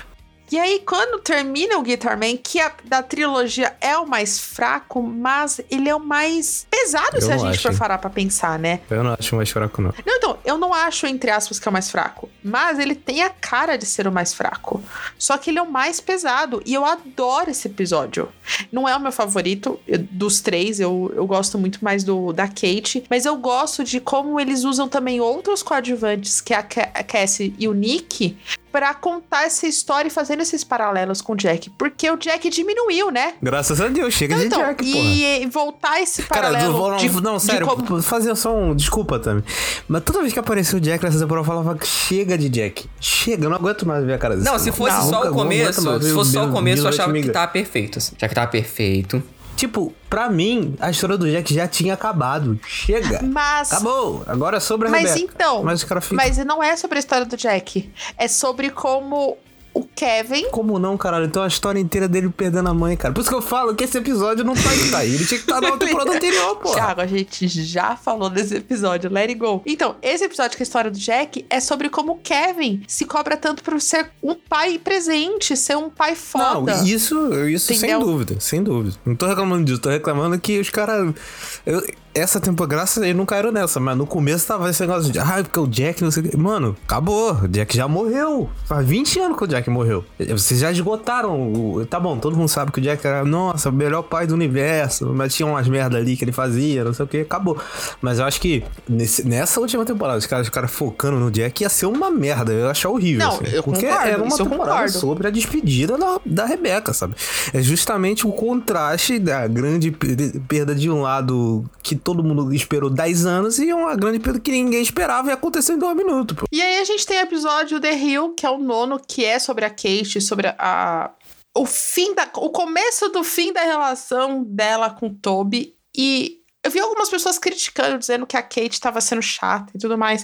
C: E aí, quando termina o Guitar Man, que a, da trilogia é o mais fraco, mas ele é o mais pesado,
B: Eu
C: se a gente
B: acho,
C: for
B: hein?
C: parar pra pensar, né?
B: Eu não acho mais fraco, não.
C: Não, então, eu não acho, entre aspas, que é o mais fraco. Mas ele tem a cara de ser o mais fraco. Só que ele é o mais pesado. E eu adoro esse episódio. Não é o meu favorito eu, dos três. Eu, eu gosto muito mais do da Kate. Mas eu gosto de como eles usam também outros coadjuvantes, que é a, Ca- a Cassie e o Nick, pra contar essa história e fazendo esses paralelos com o Jack. Porque o Jack diminuiu, né?
B: Graças a Deus, chega
C: Não,
B: de
C: então,
B: Jack,
C: e,
B: porra.
C: e voltar esse
B: Cara,
C: paralelo
B: não, não,
C: de,
B: não,
C: de
B: sério,
C: como...
B: fazer só um... Desculpa, Tami. Mas toda vez que apareceu o Jack nessa temporada, eu falava que chega de Jack. Chega, eu não aguento mais ver a cara desse
A: Não,
B: cara.
A: se fosse
B: Não,
A: só
B: nunca-
A: o
B: não aguento
A: começo,
B: mais ver
A: se
B: o
A: fosse só o
B: Bill-
A: começo, eu
B: Bill
A: achava que
B: Ratmiga.
A: tava perfeito. Assim. Já que tava perfeito.
B: Tipo, pra mim, a história do Jack já tinha acabado. Chega.
C: Mas...
B: Acabou. Agora é sobre a
C: Mas
B: Rebeca.
C: então...
B: Mas o cara fica...
C: Mas não é sobre a história do Jack. É sobre como o Kevin...
B: Como não, caralho? Então a história inteira dele perdendo a mãe, cara. Por isso que eu falo que esse episódio não tá aí. Ele tinha que estar na temporada anterior, pô.
C: Thiago, a gente já falou desse episódio, let it go. Então, esse episódio que é a história do Jack é sobre como o Kevin se cobra tanto por ser um pai presente, ser um pai foda.
B: Não, isso, isso sem
C: Entendeu?
B: dúvida, sem dúvida. Não tô reclamando disso, tô reclamando que os caras... Essa temporada, graças a Deus, não caíram nessa, mas no começo tava esse negócio de, ah, porque o Jack não sei o que. Mano, acabou, o Jack já morreu. Faz vinte anos que o Jack morreu. Vocês já esgotaram o... Tá bom, todo mundo sabe que o Jack era, nossa, o melhor pai do universo, mas tinha umas merda ali que ele fazia, não sei o que, acabou. Mas eu acho que nesse, nessa última temporada, os caras, os caras focando no Jack ia ser uma merda, eu ia achar horrível.
C: Não,
B: assim,
C: eu
B: porque
C: concordo,
B: era uma
C: isso eu
B: temporada
C: concordo.
B: sobre a despedida da, da Rebeca, sabe? É justamente o contraste da grande per- perda de um lado que todo mundo esperou dez anos e uma grande perda que ninguém esperava e aconteceu em dois minutos, pô.
C: E aí a gente tem o episódio The Hill, que é o nono, que é sobre a Kate, sobre a... o fim da... o começo do fim da relação dela com o Toby. E Eu vi algumas pessoas criticando, dizendo que a Kate tava sendo chata e tudo mais.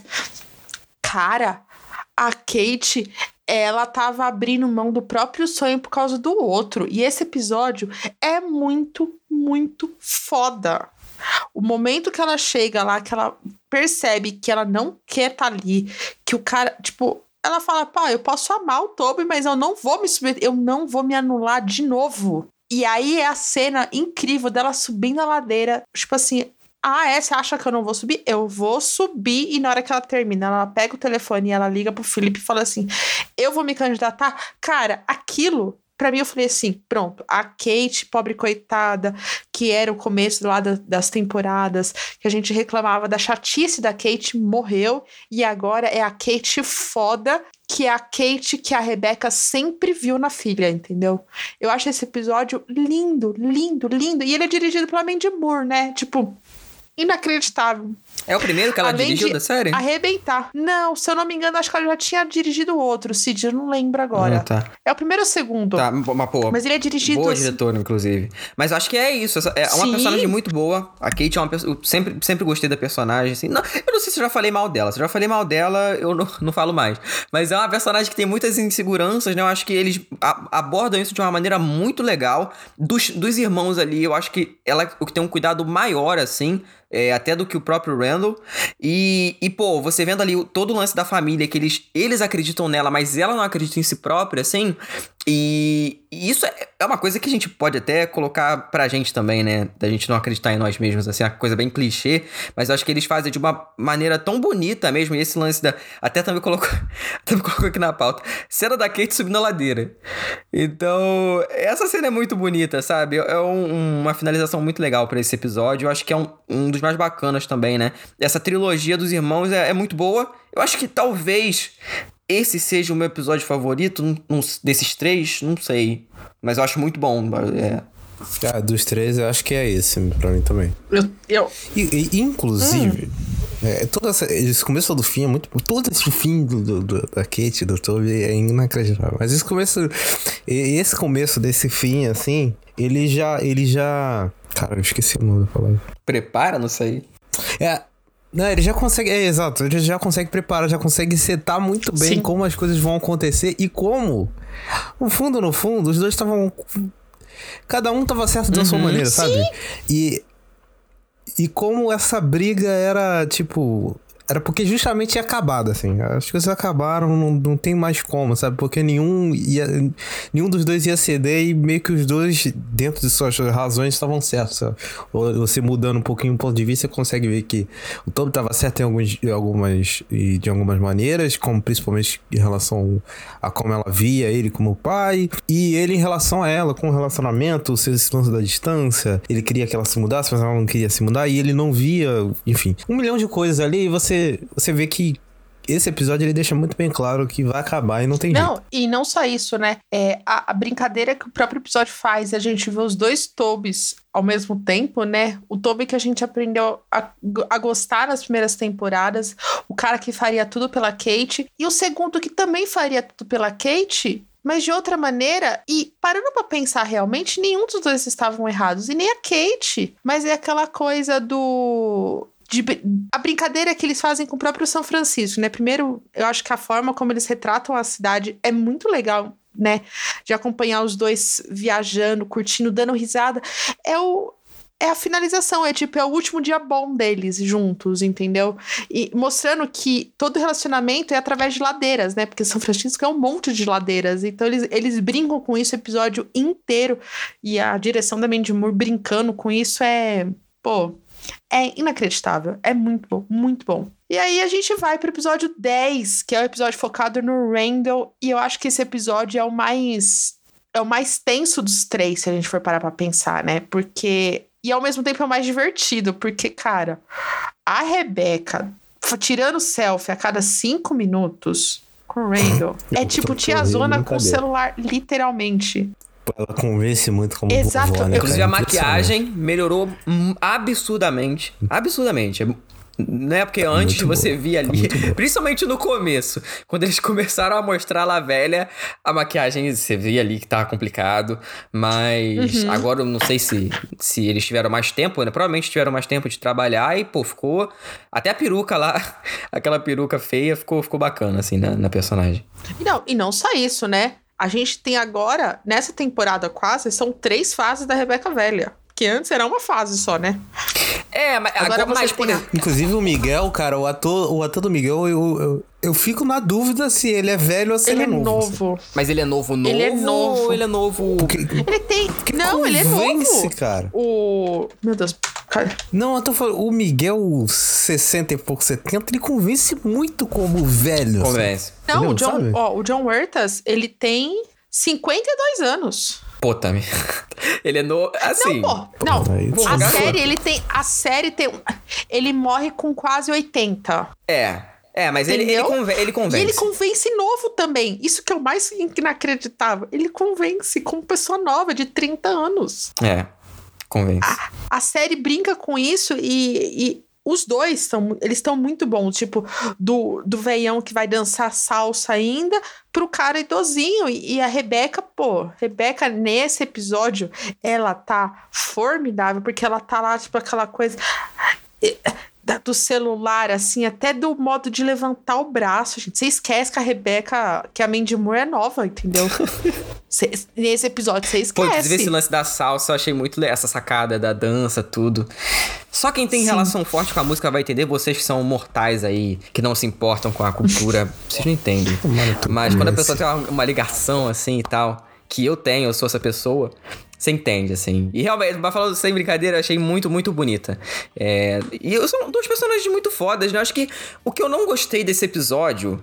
C: Cara, a Kate, ela tava abrindo mão do próprio sonho por causa do outro. E esse episódio é muito, muito foda. O momento que ela chega lá, que ela percebe que ela não quer estar ali, que o cara, tipo, ela fala, pá, eu posso amar o Toby, mas eu não vou me submeter, eu não vou me anular de novo. E aí é a cena incrível dela subindo a ladeira, tipo assim, ah, é? Você acha que eu não vou subir? Eu vou subir. E na hora que ela termina, ela pega o telefone e ela liga pro Felipe e fala assim, eu vou me candidatar? Cara, aquilo, pra mim eu falei assim, pronto, a Kate, pobre coitada, que era o começo lá da, das temporadas, que a gente reclamava da chatice da Kate, morreu. E agora é a Kate foda, que é a Kate que a Rebecca sempre viu na filha, entendeu? Eu acho esse episódio lindo, lindo, lindo. E ele é dirigido pela Mandy Moore, né? Tipo, inacreditável.
A: É o primeiro que ela
C: Além
A: dirigiu
C: de
A: da série?
C: Arrebentar. Não, se eu não me engano, acho que ela já tinha dirigido outro, Cid, eu não lembro agora.
A: Ah, tá.
C: É o primeiro ou o segundo?
A: Tá, mas pô.
C: Mas ele é dirigido...
A: Boa diretora, inclusive. Mas eu acho que é isso. É uma
C: Sim.
A: personagem muito boa. A Kate é uma pessoa... Eu sempre, sempre gostei da personagem, assim. Não, eu não sei se eu já falei mal dela. Se eu já falei mal dela, eu não, não falo mais. Mas é uma personagem que tem muitas inseguranças, né? Eu acho que eles a, abordam isso de uma maneira muito legal. Dos, dos irmãos ali, eu acho que ela tem um cuidado maior, assim... É, até do que o próprio Randall. E, e, pô, você vendo ali todo o lance da família, que eles, eles acreditam nela, mas ela não acredita em si própria, assim. E, e isso é, é uma coisa que a gente pode até colocar pra gente também, né? Da gente não acreditar em nós mesmos, assim, é uma coisa bem clichê. Mas eu acho que eles fazem de uma maneira tão bonita mesmo. E esse lance da... Até também colocou, até me colocou aqui na pauta. Cena da Kate subindo a ladeira. Então, essa cena é muito bonita, sabe? É um, uma finalização muito legal pra esse episódio. Eu acho que é um, um dos mais bacanas também, né? Essa trilogia dos irmãos é, é muito boa. Eu acho que talvez esse seja o meu episódio favorito um, um, desses três, não sei. Mas eu acho muito bom. É.
B: Ah, dos três, eu acho que é esse pra mim também.
C: Eu... eu...
B: E, e, inclusive, hum. é, todo essa, esse começo do fim é muito... Todo esse fim do, do, do, da Kate, do Toby, é inacreditável. Mas esse começo... Esse começo desse fim, assim, ele já... Ele já... Cara, eu esqueci o nome da palavra.
A: Prepara, não sei.
B: É... Não, ele já consegue... É, exato. Ele já consegue preparar, já consegue setar muito bem Sim. como as coisas vão acontecer e como... No fundo, no fundo, os dois estavam... Cada um tava certo da uhum, sua maneira, sim. sabe? E... E como essa briga era, tipo... Era porque justamente tinha acabado, assim. As coisas acabaram, não, não tem mais como, sabe? Porque nenhum ia, nenhum dos dois ia ceder e meio que os dois, dentro de suas razões, estavam certos, sabe? Ou você mudando um pouquinho o ponto de vista, você consegue ver que o Toby estava certo em alguns, algumas, de algumas maneiras, como principalmente em relação a como ela via ele como pai, e ele em relação a ela, com o relacionamento, esse lance da distância, ele queria que ela se mudasse, mas ela não queria se mudar, e ele não via, enfim, um milhão de coisas ali, e você Você vê que esse episódio ele deixa muito bem claro que vai acabar e não tem
C: não,
B: jeito.
C: E não só isso, né? É, a, a brincadeira que o próprio episódio faz, a gente vê os dois Tobys ao mesmo tempo, né? O Toby que a gente aprendeu a, a gostar nas primeiras temporadas, o cara que faria tudo pela Kate, e o segundo que também faria tudo pela Kate, mas de outra maneira, e parando pra pensar realmente, nenhum dos dois estavam errados, e nem a Kate. Mas é aquela coisa do... De, a brincadeira que eles fazem com o próprio São Francisco, né? Primeiro, eu acho que a forma como eles retratam a cidade é muito legal, né? De acompanhar os dois viajando, curtindo, dando risada. É o... É a finalização, é tipo, é o último dia bom deles juntos, entendeu? E mostrando que todo relacionamento é através de ladeiras, né? Porque São Francisco é um monte de ladeiras. Então eles, eles brincam com isso o episódio inteiro. E a direção da Mandy Moore brincando com isso é... Pô... É inacreditável, é muito bom, muito bom. E aí a gente vai pro episódio dez, que é o episódio focado no Randall, e eu acho que esse episódio é o mais é o mais tenso dos três, se a gente for parar pra pensar, né? Porque, e ao mesmo tempo é o mais divertido, porque, cara, a Rebecca tirando selfie a cada cinco minutos com o Randall, é tipo tiazona com o celular, literalmente.
B: Ela convence muito como
C: Exato.
B: vovó, né?
A: Inclusive,
B: cara?
A: a maquiagem melhorou hum, absurdamente. Absurdamente. Não é porque antes
B: muito
A: você
B: boa.
A: via
B: Tá
A: ali,
B: muito boa.
A: principalmente no começo, quando eles começaram a mostrar lá a velha, a maquiagem você via ali que tava complicado, mas
C: Uhum.
A: agora eu não sei se, se eles tiveram mais tempo, né? Provavelmente tiveram mais tempo de trabalhar e, pô, ficou... Até a peruca lá, aquela peruca feia, ficou, ficou bacana, assim, na, na personagem.
C: E não, e não só isso, né? A gente tem agora, nessa temporada quase, são três fases da Rebeca velha. Que antes era uma fase só, né?
A: É, mas
C: Agora
A: agora,
C: você
A: mais,
C: tem
A: por
C: a-
A: exemplo,
B: Inclusive o Miguel, cara, o ator, o ator do Miguel, eu, eu, eu fico na dúvida se ele é velho ou se
C: Ele
B: ele,
C: é
B: novo.
C: novo.
A: mas ele é novo, novo?
C: Ele é novo.
A: Ou ele é novo...
B: Porque,
C: Ele tem.
B: porque
C: Não, ele é
B: convence,
C: novo.
B: cara.
C: O. Meu Deus. Cara,
B: Não, eu tô falando, o Miguel, sessenta e pouco, setenta, ele convence muito como velho. assim.
A: Convence.
C: Não,
B: Entendeu?
C: o John,
B: Sabe?
C: ó, o John Huertas, ele tem cinquenta e dois anos.
A: Pô, tá me... Ele é novo... Assim...
C: Não, pô. Não,
B: aí
A: tu
C: a
A: sabe.
C: série, ele tem. A série tem. Ele morre com quase oitenta.
A: É, é, mas ele, ele,
C: Entendeu?
A: conven- ele convence.
C: E ele convence novo também. Isso que é o mais inacreditável. Ele convence como pessoa nova, de trinta anos.
A: É, convence.
C: A série brinca com isso e, e os dois estão, eles estão muito bons. Tipo, do, do veião que vai dançar salsa ainda pro cara idosinho. E, e a Rebeca, pô, Rebeca nesse episódio, ela tá formidável, porque ela tá lá, tipo, aquela coisa eh, da- do celular, assim, até do modo de levantar o braço, gente. Você esquece que a Rebeca, que a Mandy Moore é nova, entendeu? Cê, nesse episódio, você
A: Pô,
C: esquece.
A: inclusive esse lance da salsa, eu achei muito le- essa sacada da dança, tudo. Só quem tem
C: Sim.
A: relação forte com a música vai entender, vocês que são mortais aí, que não se importam com a cultura, vocês não entendem. Mas quando a pessoa tem uma, uma ligação assim e tal, que eu tenho, eu sou essa pessoa, você entende, assim. E realmente, mas falando sem brincadeira, eu achei muito, muito bonita. É, e eu são dois personagens muito fodas, né? Acho que o que eu não gostei desse episódio,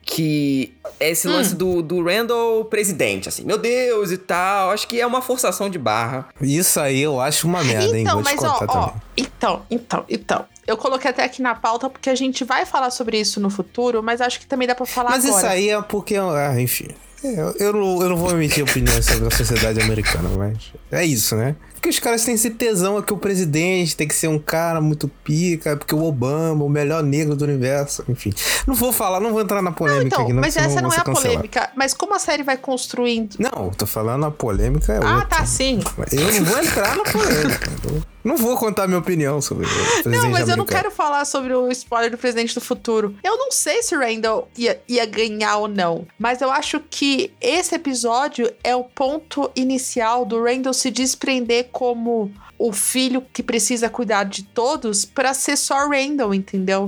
A: que é esse lance do, do Randall presidente, assim. Meu Deus e tal. Acho que é uma forçação de barra.
B: Isso aí eu acho uma merda, hein?
C: Então,
B: Vou te
C: mas ó,
B: contar
C: ó,
B: também.
C: então, então, então. Eu coloquei até aqui na pauta porque a gente vai falar sobre isso no futuro, mas acho que também dá pra falar
B: Mas
C: agora.
B: isso aí é porque, ah, enfim. É, eu, eu não, eu não vou emitir opinião sobre a sociedade americana, mas é isso, né? Porque os caras têm esse tesão aqui, o presidente tem que ser um cara muito pica, porque o Obama, o melhor negro do universo, enfim. Não vou falar, não vou entrar na polêmica
C: Então,
B: aqui, não,
C: mas
B: senão
C: essa
B: eu
C: não
B: vou
C: é
B: ser
C: a
B: cancelado.
C: polêmica. Mas como a série vai construindo.
B: Não, tô falando a polêmica é
C: Ah,
B: outra.
C: tá, sim.
B: Eu não vou entrar na polêmica. Eu não vou contar minha opinião sobre o presidente
C: Não, mas eu não
B: americano.
C: quero falar sobre o spoiler do presidente do futuro. Eu não sei se o Randall ia, ia ganhar ou não. Mas eu acho que esse episódio é o ponto inicial do Randall se desprender como o filho que precisa cuidar de todos pra ser só Randall, entendeu?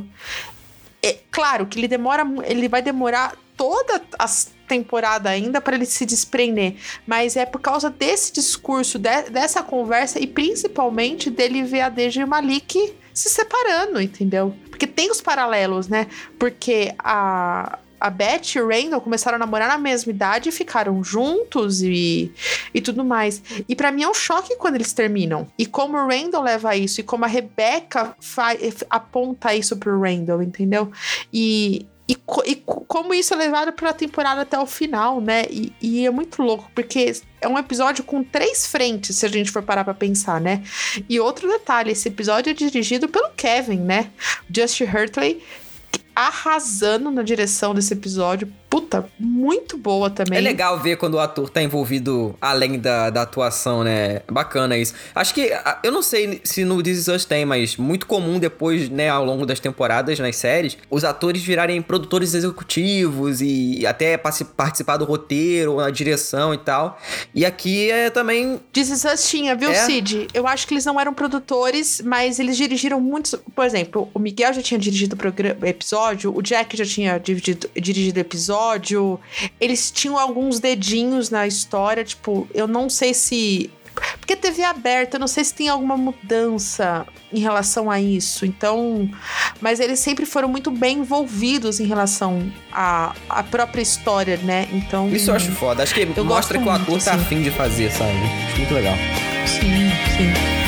C: É claro que ele demora, mu- ele vai demorar toda a temporada ainda para ele se desprender, mas é por causa desse discurso, de- dessa conversa e principalmente dele ver a Deja e o Malik se separando, entendeu? Porque tem os paralelos, né? Porque a A Beth e o Randall começaram a namorar na mesma idade e ficaram juntos e, e tudo mais. E pra mim é um choque quando eles terminam. E como o Randall leva isso, e como a Rebecca fa- aponta isso pro Randall, entendeu? E, e, co- e co- como isso é levado pra temporada até o final, né? E, e é muito louco, porque é um episódio com três frentes, se a gente for parar pra pensar, né? E outro detalhe, esse episódio é dirigido pelo Kevin, né? Justin Hurtley arrasando na direção desse episódio. Puta, muito boa também.
A: É legal ver quando o ator tá envolvido além da, da atuação, né? Bacana isso. Acho que, a- eu não sei se no This Is Us tem, mas muito comum depois, né, ao longo das temporadas, nas séries, os atores virarem produtores executivos e até passi- participar do roteiro, a direção e tal. E aqui é também...
C: This Is Us tinha, viu,
A: É?
C: Cid? Eu acho que eles não eram produtores, mas eles dirigiram muitos... Por exemplo, o Miguel já tinha dirigido o programa, episódio, o Jack já tinha dirigido, dirigido episódio, eles tinham alguns dedinhos na história, tipo, eu não sei se... Porque T V aberta, eu não sei se tem alguma mudança em relação a isso, então... Mas eles sempre foram muito bem envolvidos em relação à, à própria história, né? Então...
A: Isso eu acho foda. Acho que
C: Eu
A: mostra
C: gosto
A: que o ator
C: muito,
A: tá
C: assim.
A: afim de fazer, sabe? Acho muito legal.
C: Sim, sim.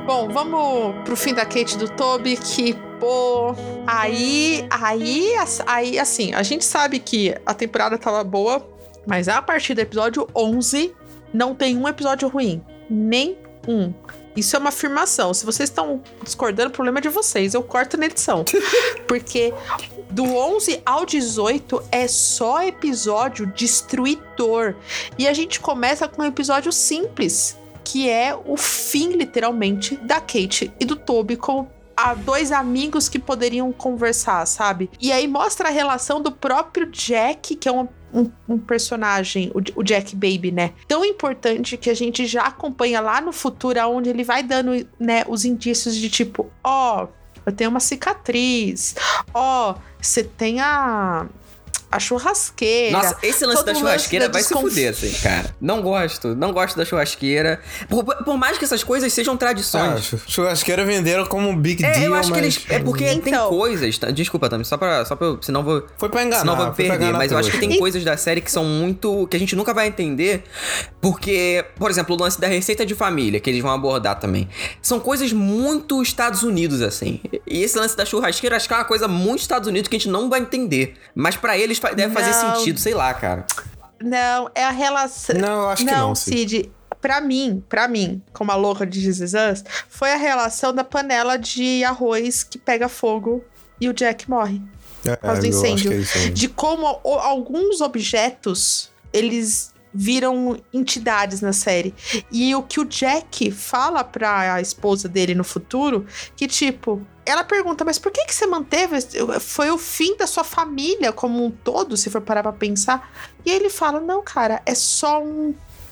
C: Bom, vamos pro fim da Kate e do Toby, que, pô... Aí, aí, aí, assim, a gente sabe que a temporada tava boa, mas a partir do episódio onze, não tem um episódio ruim. Nem um. Isso é uma afirmação. Se vocês estão discordando, o problema é de vocês. Eu corto na edição. Porque do onze ao dezoito é só episódio destruidor. E a gente começa com um episódio simples, que é o fim, literalmente, da Kate e do Toby como a dois amigos que poderiam conversar, sabe? E aí mostra a relação do próprio Jack, que é um, um, um personagem, o, o Jack Baby, né? Tão importante que a gente já acompanha lá no futuro, onde ele vai dando, né, os indícios de tipo, ó, oh, eu tenho uma cicatriz, ó, oh, você tem a... a churrasqueira.
A: Nossa, esse lance da churrasqueira vai
C: desconf...
A: se fuder, assim, cara. Não gosto, não gosto da churrasqueira. Por, por mais que essas coisas sejam tradições.
B: Ah, churrasqueira venderam como um big
A: é,
B: deal,
A: eu acho
B: mas...
A: que eles... É porque
C: então...
A: tem coisas... Tá? Desculpa, Tami, só pra... Só pra senão vou...
B: Foi pra enganar.
A: Senão vou perder, mas eu acho que tem
C: e...
A: coisas da série que são muito... que a gente nunca vai entender, porque... Por exemplo, o lance da receita de família, que eles vão abordar também. São coisas muito Estados Unidos, assim. E esse lance da churrasqueira, acho que é uma coisa muito Estados Unidos que a gente não vai entender. Mas pra eles deve fazer
C: não.
A: sentido, sei lá, cara.
C: Não, é a relação...
B: Não, eu acho
C: não,
B: que não,
C: Cid.
B: Cid.
C: Pra mim, pra mim, como a louca de This Is Us, foi a relação da panela de arroz que pega fogo e o Jack morre.
B: É,
C: por causa do incêndio.
B: É isso,
C: de como o, alguns objetos, eles viram entidades na série. E o que o Jack fala pra esposa dele no futuro, que tipo... Ela pergunta, mas por que que você manteve? Foi o fim da sua família como um todo, se for parar pra pensar. E ele fala, não, cara, é só um...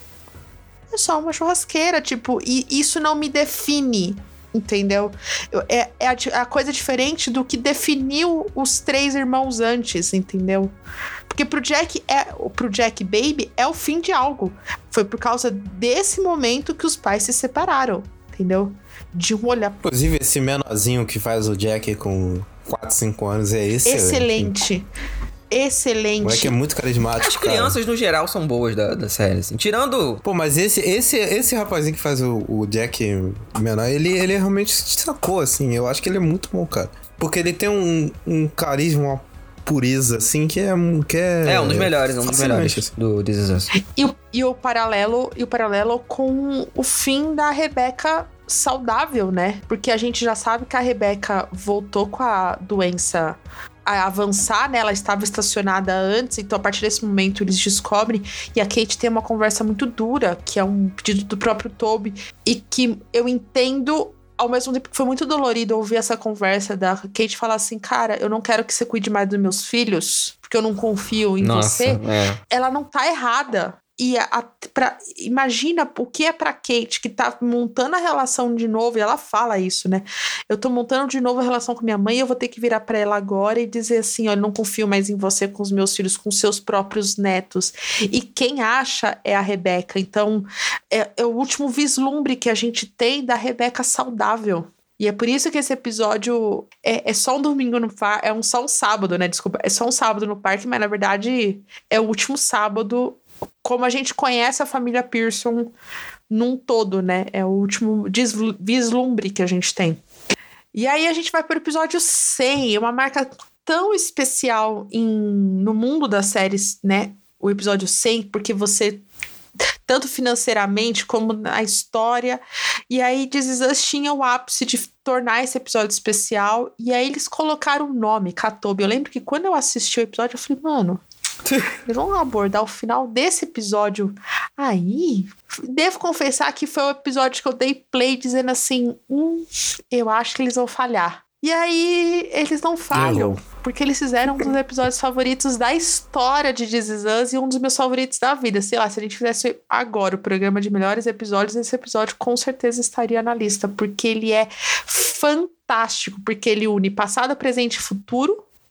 C: É só uma churrasqueira, tipo... E isso não me define, entendeu? É, é a, a coisa diferente do que definiu os três irmãos antes, entendeu? Porque pro Jack, é, pro Jack Baby é o fim de algo. Foi por causa desse momento que os pais se separaram, entendeu? De um olhar...
B: Inclusive, esse menorzinho que faz o Jack com quatro, cinco anos é excelente.
C: Excelente. Excelente.
B: O moleque é muito carismático,
A: As crianças,
B: cara.
A: no geral, são boas da, da série, assim. Tirando...
B: Pô, mas esse, esse, esse rapazinho que faz o, o Jack menor, ele, ele realmente sacou, assim. Eu acho que ele é muito bom, cara. Porque ele tem um, um carisma, uma pureza, assim, que é... Que é,
A: é, um dos melhores, um dos melhores
B: assim.
A: do This Is Us.
C: E, o, e, o paralelo, e o paralelo com o fim da Rebecca saudável, né? Porque a gente já sabe que a Rebecca voltou com a doença a avançar, né? Ela estava estacionada antes, então a partir desse momento eles descobrem, e a Kate tem uma conversa muito dura, que é um pedido do próprio Toby, e que eu entendo, ao mesmo tempo que foi muito dolorido ouvir essa conversa da Kate falar assim, cara, eu não quero que você cuide mais dos meus filhos, porque eu não confio em
A: Nossa,
C: você.
A: É.
C: Ela não tá errada. E a, a, pra, imagina o que é pra Kate, que tá montando a relação de novo, e ela fala isso, né? Eu tô montando de novo a relação com minha mãe, e eu vou ter que virar pra ela agora e dizer assim, ó, eu não confio mais em você com os meus filhos, com seus próprios netos. E quem acha é a Rebecca. Então, é, é o último vislumbre que a gente tem da Rebecca saudável. E é por isso que esse episódio é, é só um domingo no parque, é um, só um sábado, né? Desculpa, é só um sábado no parque, mas na verdade é o último sábado como a gente conhece a família Pearson num todo, né? É o último vislumbre que a gente tem. E aí a gente vai para o episódio cem, uma marca tão especial em, no mundo das séries, né? O episódio cem, porque você... tanto financeiramente como na história. E aí This Is Us tinha o ápice de tornar esse episódio especial. E aí eles colocaram o nome, Katobi. Eu lembro que quando eu assisti o episódio, eu falei, mano... eles vão abordar o final desse episódio. Aí, devo confessar que foi o episódio que eu dei play dizendo assim, hum, eu acho que eles vão falhar. E aí, eles não falham,
B: Errou.
C: porque eles fizeram um dos episódios favoritos da história de This Is Us e um dos meus favoritos da vida. Sei lá, se a gente fizesse agora o programa de melhores episódios, esse episódio com certeza estaria na lista, porque ele é fantástico, porque ele une passado, presente e futuro,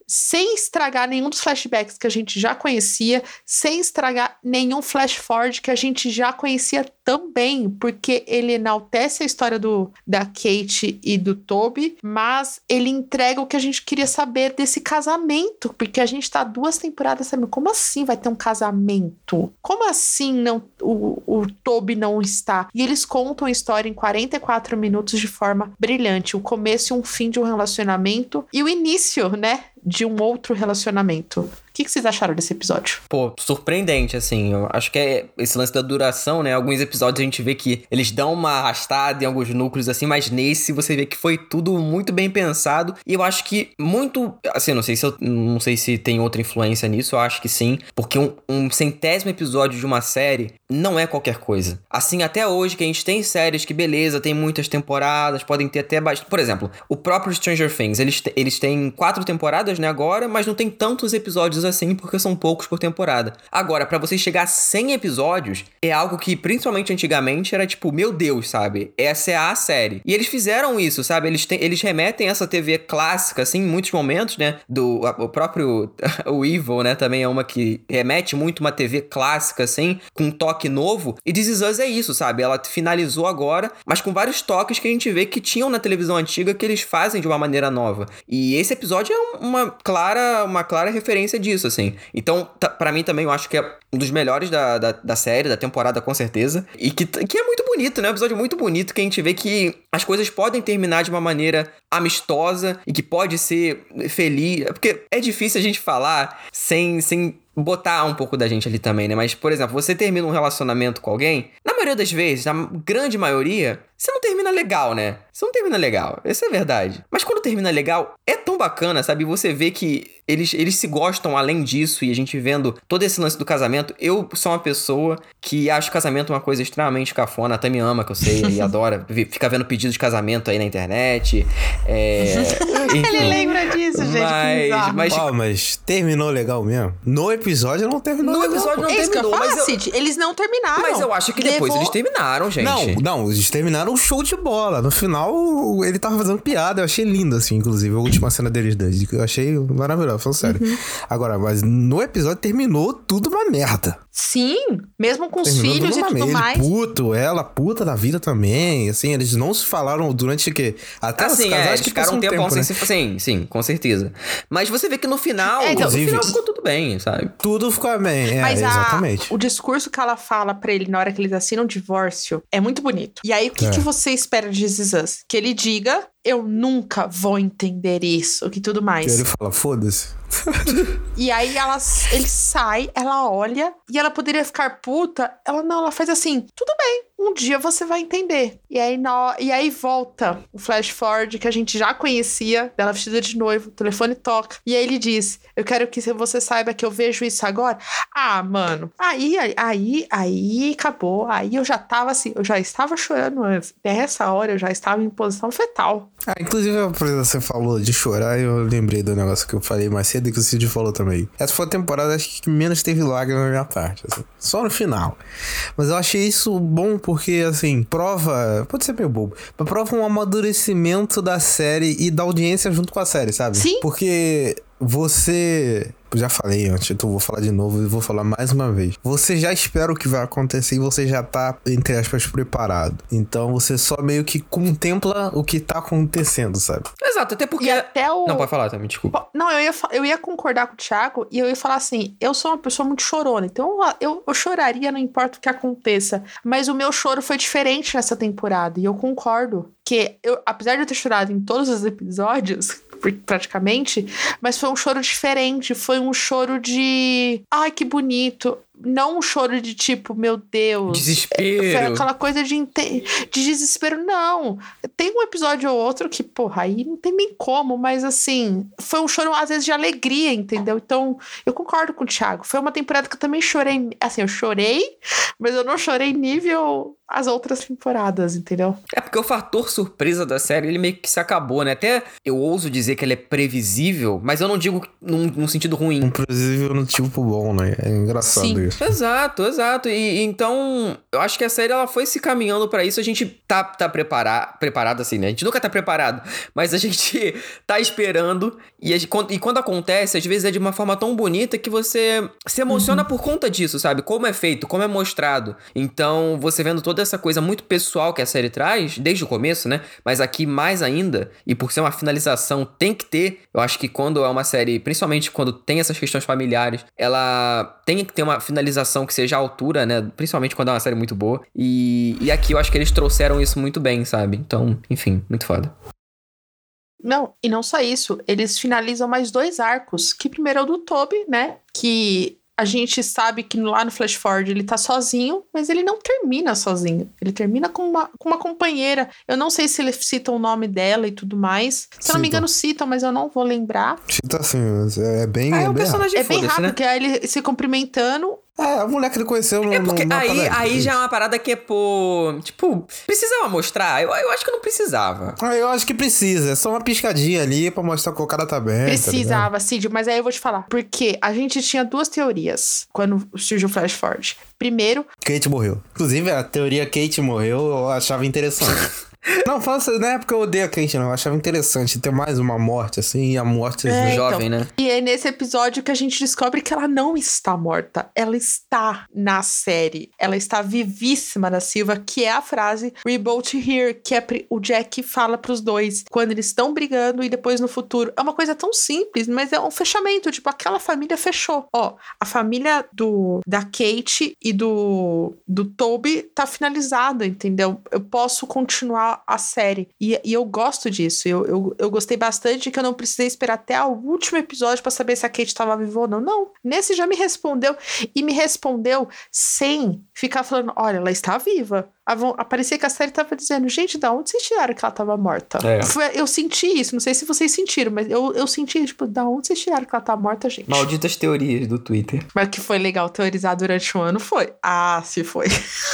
C: sem estragar nenhum dos flashbacks que a gente já conhecia, sem estragar nenhum flash forward que a gente já conhecia também, porque ele enaltece a história do, da Kate e do Toby, mas ele entrega o que a gente queria saber desse casamento, porque a gente tá duas temporadas sabendo, como assim vai ter um casamento? Como assim não, o, o Toby não está? E eles contam a história em quarenta e quatro minutos de forma brilhante, o começo e um fim de um relacionamento e o início, né, de um outro relacionamento. O que, que vocês acharam desse episódio?
A: Pô, surpreendente, assim. Eu acho que é esse lance da duração, né? Alguns episódios a gente vê que eles dão uma arrastada em alguns núcleos, assim, mas nesse você vê que foi tudo muito bem pensado. E eu acho que muito... Assim, não sei se eu não sei se tem outra influência nisso, eu acho que sim. Porque um, um centésimo episódio de uma série não é qualquer coisa. Assim, até hoje, que a gente tem séries que, beleza, tem muitas temporadas, podem ter até bastante... Por exemplo, o próprio Stranger Things, eles, te, eles têm quatro temporadas, né, agora, mas não tem tantos episódios assim, porque são poucos por temporada. Agora, pra você chegar a cem episódios, é algo que, principalmente antigamente, era tipo, meu Deus, sabe? Essa é a série. E eles fizeram isso, sabe? Eles, te, eles remetem essa T V clássica, assim, em muitos momentos, né? Do, a, o próprio... o Evil, né? Também é uma que remete muito uma T V clássica, assim, com um toque novo. E This Is Us é isso, sabe? Ela finalizou agora, mas com vários toques que a gente vê que tinham na televisão antiga que eles fazem de uma maneira nova. E esse episódio é uma clara, uma clara referência disso, assim. Então, t- pra mim também, eu acho que é um dos melhores da, da, da série, da temporada, com certeza. E que, que é muito bonito, né? Um episódio muito bonito, que a gente vê que as coisas podem terminar de uma maneira amistosa e que pode ser feliz. Porque é difícil a gente falar sem... sem botar um pouco da gente ali também, né? Mas, por exemplo, você termina um relacionamento com alguém, na maioria das vezes, na grande maioria, você não termina legal, né? Você não termina legal, essa é a verdade. Mas quando termina legal, é tão bacana, sabe? Você vê que eles, eles se gostam além disso, e a gente vendo todo esse lance do casamento. Eu sou uma pessoa que acho casamento uma coisa extremamente cafona. A Tami ama, que eu sei, e adora ficar vendo pedidos de casamento aí na internet. É...
C: Ele lembra disso, gente.
A: Mas,
B: Mas,
A: mas...
B: oh, mas terminou legal mesmo? No episódio não terminou
A: No
B: legal.
A: episódio não
C: é isso
A: terminou,
C: que eu falo,
A: mas eu...
C: Cid, eles não terminaram.
A: Mas eu acho que depois
C: Levou...
A: eles terminaram, gente.
B: Não, não, eles terminaram o show de bola. No final, ele tava fazendo piada. Eu achei lindo, assim, inclusive. A última cena deles dois. Eu achei maravilhoso, falando sério. Uhum. Agora, mas no episódio terminou tudo uma merda.
C: Sim, mesmo com
B: terminou
C: os filhos e tudo
B: ele
C: mais.
B: Puto, ela puta da vida também. Assim, eles não se falaram durante o quê? Até
A: assim,
B: os casais
A: é, eles
B: que
A: ficaram um tempo,
B: tempo né?
A: sem se... Sim, sim, com certeza. Mas você vê que no final,
C: é, então,
A: no final ficou tudo bem, sabe?
B: Tudo ficou bem, é,
C: Mas a,
B: exatamente.
C: o discurso que ela fala pra ele na hora que eles assinam o divórcio é muito bonito. E aí, o que, é. que você espera de This Is Us? Que ele diga, eu nunca vou entender isso, que tudo mais.
B: E ele fala, foda-se.
C: E aí ela, ele sai, ela olha, e ela poderia ficar puta. Ela não, ela faz assim, tudo bem, um dia você vai entender. E aí, no, e aí volta o flash forward que a gente já conhecia, dela vestida de noivo, o telefone toca. E aí ele diz, eu quero que você saiba que eu vejo isso agora. Ah, mano, aí, aí, aí acabou. Aí eu já tava assim, eu já estava chorando antes. Nessa hora eu já estava em posição fetal.
B: Ah, inclusive, você falou de chorar, eu lembrei do negócio que eu falei mais cedo e que o Cid falou também. Essa foi a temporada acho que menos teve lágrima na minha parte, assim, só no final. Mas eu achei isso bom porque, assim, prova, pode ser meio bobo, mas prova um amadurecimento da série e da audiência junto com a série, sabe?
C: Sim.
B: Porque você... Já falei antes, então vou falar de novo e vou falar mais uma vez. Você já espera o que vai acontecer e você já tá, entre aspas, preparado. Então você só meio que contempla o que tá acontecendo, sabe?
A: Exato, até porque...
C: E até o...
A: Não, pode falar, tá? Me desculpa.
C: Não, eu ia, eu ia concordar com o Thiago e eu ia falar assim, eu sou uma pessoa muito chorona, então eu, eu choraria, não importa o que aconteça. Mas o meu choro foi diferente nessa temporada e eu concordo que, eu, apesar de eu ter chorado em todos os episódios... praticamente, mas foi um choro diferente, foi um choro de ai, que bonito, não um choro de tipo, meu Deus,
A: desespero,
C: foi aquela coisa de, de desespero, não, tem um episódio ou outro que, porra, aí não tem nem como, mas assim, foi um choro às vezes de alegria, entendeu? Então, eu concordo com o Thiago, foi uma temporada que eu também chorei, assim, eu chorei, mas eu não chorei nível as outras temporadas, entendeu?
A: É porque o fator surpresa da série, ele meio que se acabou, né? Até eu ouso dizer que ele é previsível, mas eu não digo num, num sentido ruim.
B: Um previsível no tipo bom, né? É engraçado. Sim. isso.
A: Exato, exato. E, e então, eu acho que a série ela foi se caminhando pra isso. A gente tá, tá preparado, preparado assim, né? A gente nunca tá preparado, mas a gente tá esperando. E, a gente, e quando acontece, às vezes é de uma forma tão bonita que você se emociona uhum. por conta disso, sabe? Como é feito, como é mostrado. Então, você vendo toda essa coisa muito pessoal que a série traz, desde o começo, né? Mas aqui mais ainda, e por ser uma finalização, tem que ter. Eu acho que quando é uma série, principalmente quando tem essas questões familiares, ela tem que ter uma finalização que seja à altura, né? Principalmente quando é uma série muito boa. E, e aqui eu acho que eles trouxeram isso muito bem, sabe? Então, enfim, muito foda.
C: Não, e não só isso, eles finalizam mais dois arcos, que primeiro é o do Toby, né? Que a gente sabe que lá no Flash Forward ele tá sozinho, mas ele não termina sozinho. Ele termina com uma, com uma companheira. Eu não sei se eles citam o nome dela e tudo mais. Se eu não me engano, citam, mas eu não vou lembrar.
B: Cita sim, é bem...
A: Ah, é
B: um
A: personagem
C: É bem rápido,
A: né?
C: porque aí ele se cumprimentando...
B: É, a mulher que ele conheceu no,
A: É porque
B: no,
A: aí, aí já é uma parada que é por... Tipo, precisava mostrar? Eu, eu acho que não precisava.
B: Ah, eu acho que precisa. É só uma piscadinha ali pra mostrar que o cara tá bem.
C: Precisava,
B: tá
C: Cid, mas aí eu vou te falar. Porque a gente tinha duas teorias quando surgiu o Flash Forward. Primeiro...
B: Kate morreu. Inclusive, a teoria Kate morreu eu achava interessante. Não, fala assim, não é porque eu odeio a Kate, não. Eu achava interessante ter mais uma morte, assim, e a morte
C: é,
A: jovem,
C: então,
A: né?
C: E é nesse episódio que a gente descobre que ela não está morta. Ela está na série. Ela está vivíssima na Silva, que é a frase "We both here", que é o Jack fala pros dois quando eles estão brigando e depois no futuro. É uma coisa tão simples, mas é um fechamento. Tipo, aquela família fechou. Ó, a família do da Kate e do, do Toby tá finalizada, entendeu? Eu posso continuar a série. E, e eu gosto disso. Eu, eu, eu gostei bastante que eu não precisei esperar até o último episódio pra saber se a Kate tava viva ou não. Não. Nesse já me respondeu. E me respondeu sem ficar falando, olha, ela está viva. Parecia que a série tava dizendo, gente, da onde vocês tiraram que ela tava morta?
A: É.
C: Foi, eu senti isso. Não sei se vocês sentiram, mas eu, eu senti, tipo, da onde vocês tiraram que ela tá morta, gente?
A: Malditas teorias do Twitter.
C: Mas que foi legal teorizar durante um ano, foi. Ah, se foi.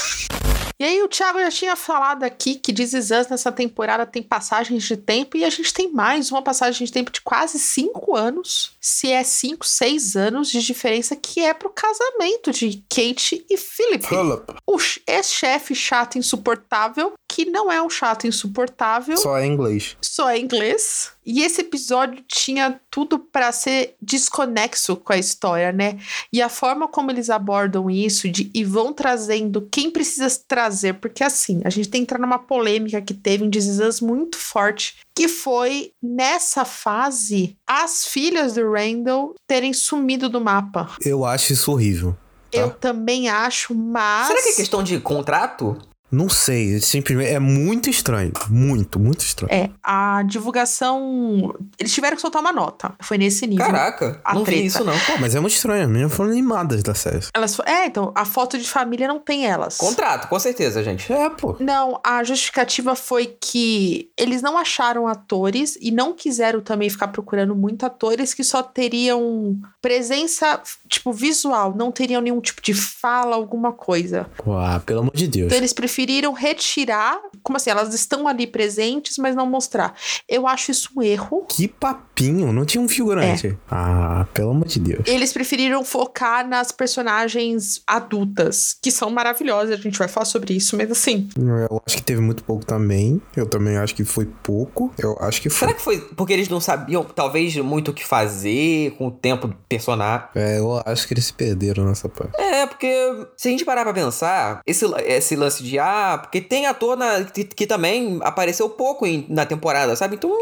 C: E aí o Thiago já tinha falado aqui que This Is Us nessa temporada tem passagens de tempo e a gente tem mais uma passagem de tempo de quase cinco anos, se é cinco, seis anos de diferença, que é pro casamento de Kate e Philip.
B: Philip.
C: O ex-chefe chato insuportável, que não é um chato insuportável.
B: Só é inglês.
C: Só é inglês. E esse episódio tinha tudo pra ser desconexo com a história, né? E a forma como eles abordam isso de, e vão trazendo quem precisa trazer, porque assim, a gente tem que entrar numa polêmica que teve em This Is Us muito forte, que foi nessa fase as filhas do Randall terem sumido do mapa.
B: Eu acho isso horrível. Tá?
C: Eu também acho, mas...
A: Será que é questão de contrato?
B: Não sei, simplesmente é muito estranho, muito, muito estranho.
C: É, a divulgação, eles tiveram que soltar uma nota, foi nesse nível.
A: Caraca, não
C: treta.
A: vi isso não.
B: Pô, mas é muito estranho, as meninas foram limadas da série.
C: Elas, é, então, a foto de família não tem elas.
A: Contrato, com certeza, gente.
B: É, pô.
C: Não, a justificativa foi que eles não acharam atores e não quiseram também ficar procurando muito atores que só teriam presença, tipo, visual, não teriam nenhum tipo de fala, alguma coisa.
B: Uau, pelo amor de Deus.
C: Então eles preferiram retirar, como assim, elas estão ali presentes, mas não mostrar. Eu acho isso um erro.
B: Que papinho, não tinha um figurante. É. Ah, pelo amor de Deus.
C: Eles preferiram focar nas personagens adultas, que são maravilhosas, a gente vai falar sobre isso, mas assim...
B: Eu acho que teve muito pouco também, eu também acho que foi pouco, eu acho que foi.
A: Será que foi porque eles não sabiam, talvez, muito o que fazer com o tempo do personagem?
B: É, eu acho que eles se perderam nessa parte.
A: É, porque se a gente parar pra pensar, esse, esse lance de, ah, porque tem ator na, que, que também apareceu pouco em, na temporada, sabe? Então,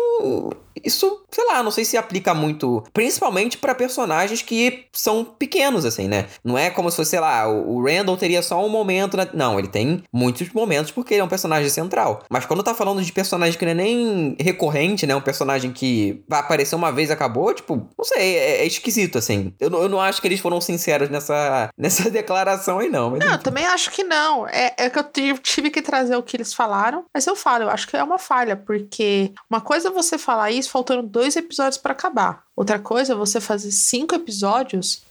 A: isso, sei lá, não sei se aplica muito, principalmente pra personagens que são pequenos, assim, né? Não é como se fosse, sei lá, o, o Randall teria só um momento, na... não, ele tem muitos momentos porque ele é um personagem central. Mas quando tá falando de personagem que não é nem recorrente, né? Um personagem que vai aparecer uma vez e acabou, tipo, não sei, é, é esquisito, assim. Eu, eu não acho que eles foram sinceros nessa, nessa declaração aí, não. Mas...
C: Não, eu também acho que não. É, é que eu tive, tive que trazer o que eles falaram, mas eu falo, eu acho que é uma falha, porque uma coisa é você falar isso faltando dois episódios pra acabar. Outra coisa é você fazer cinco episódios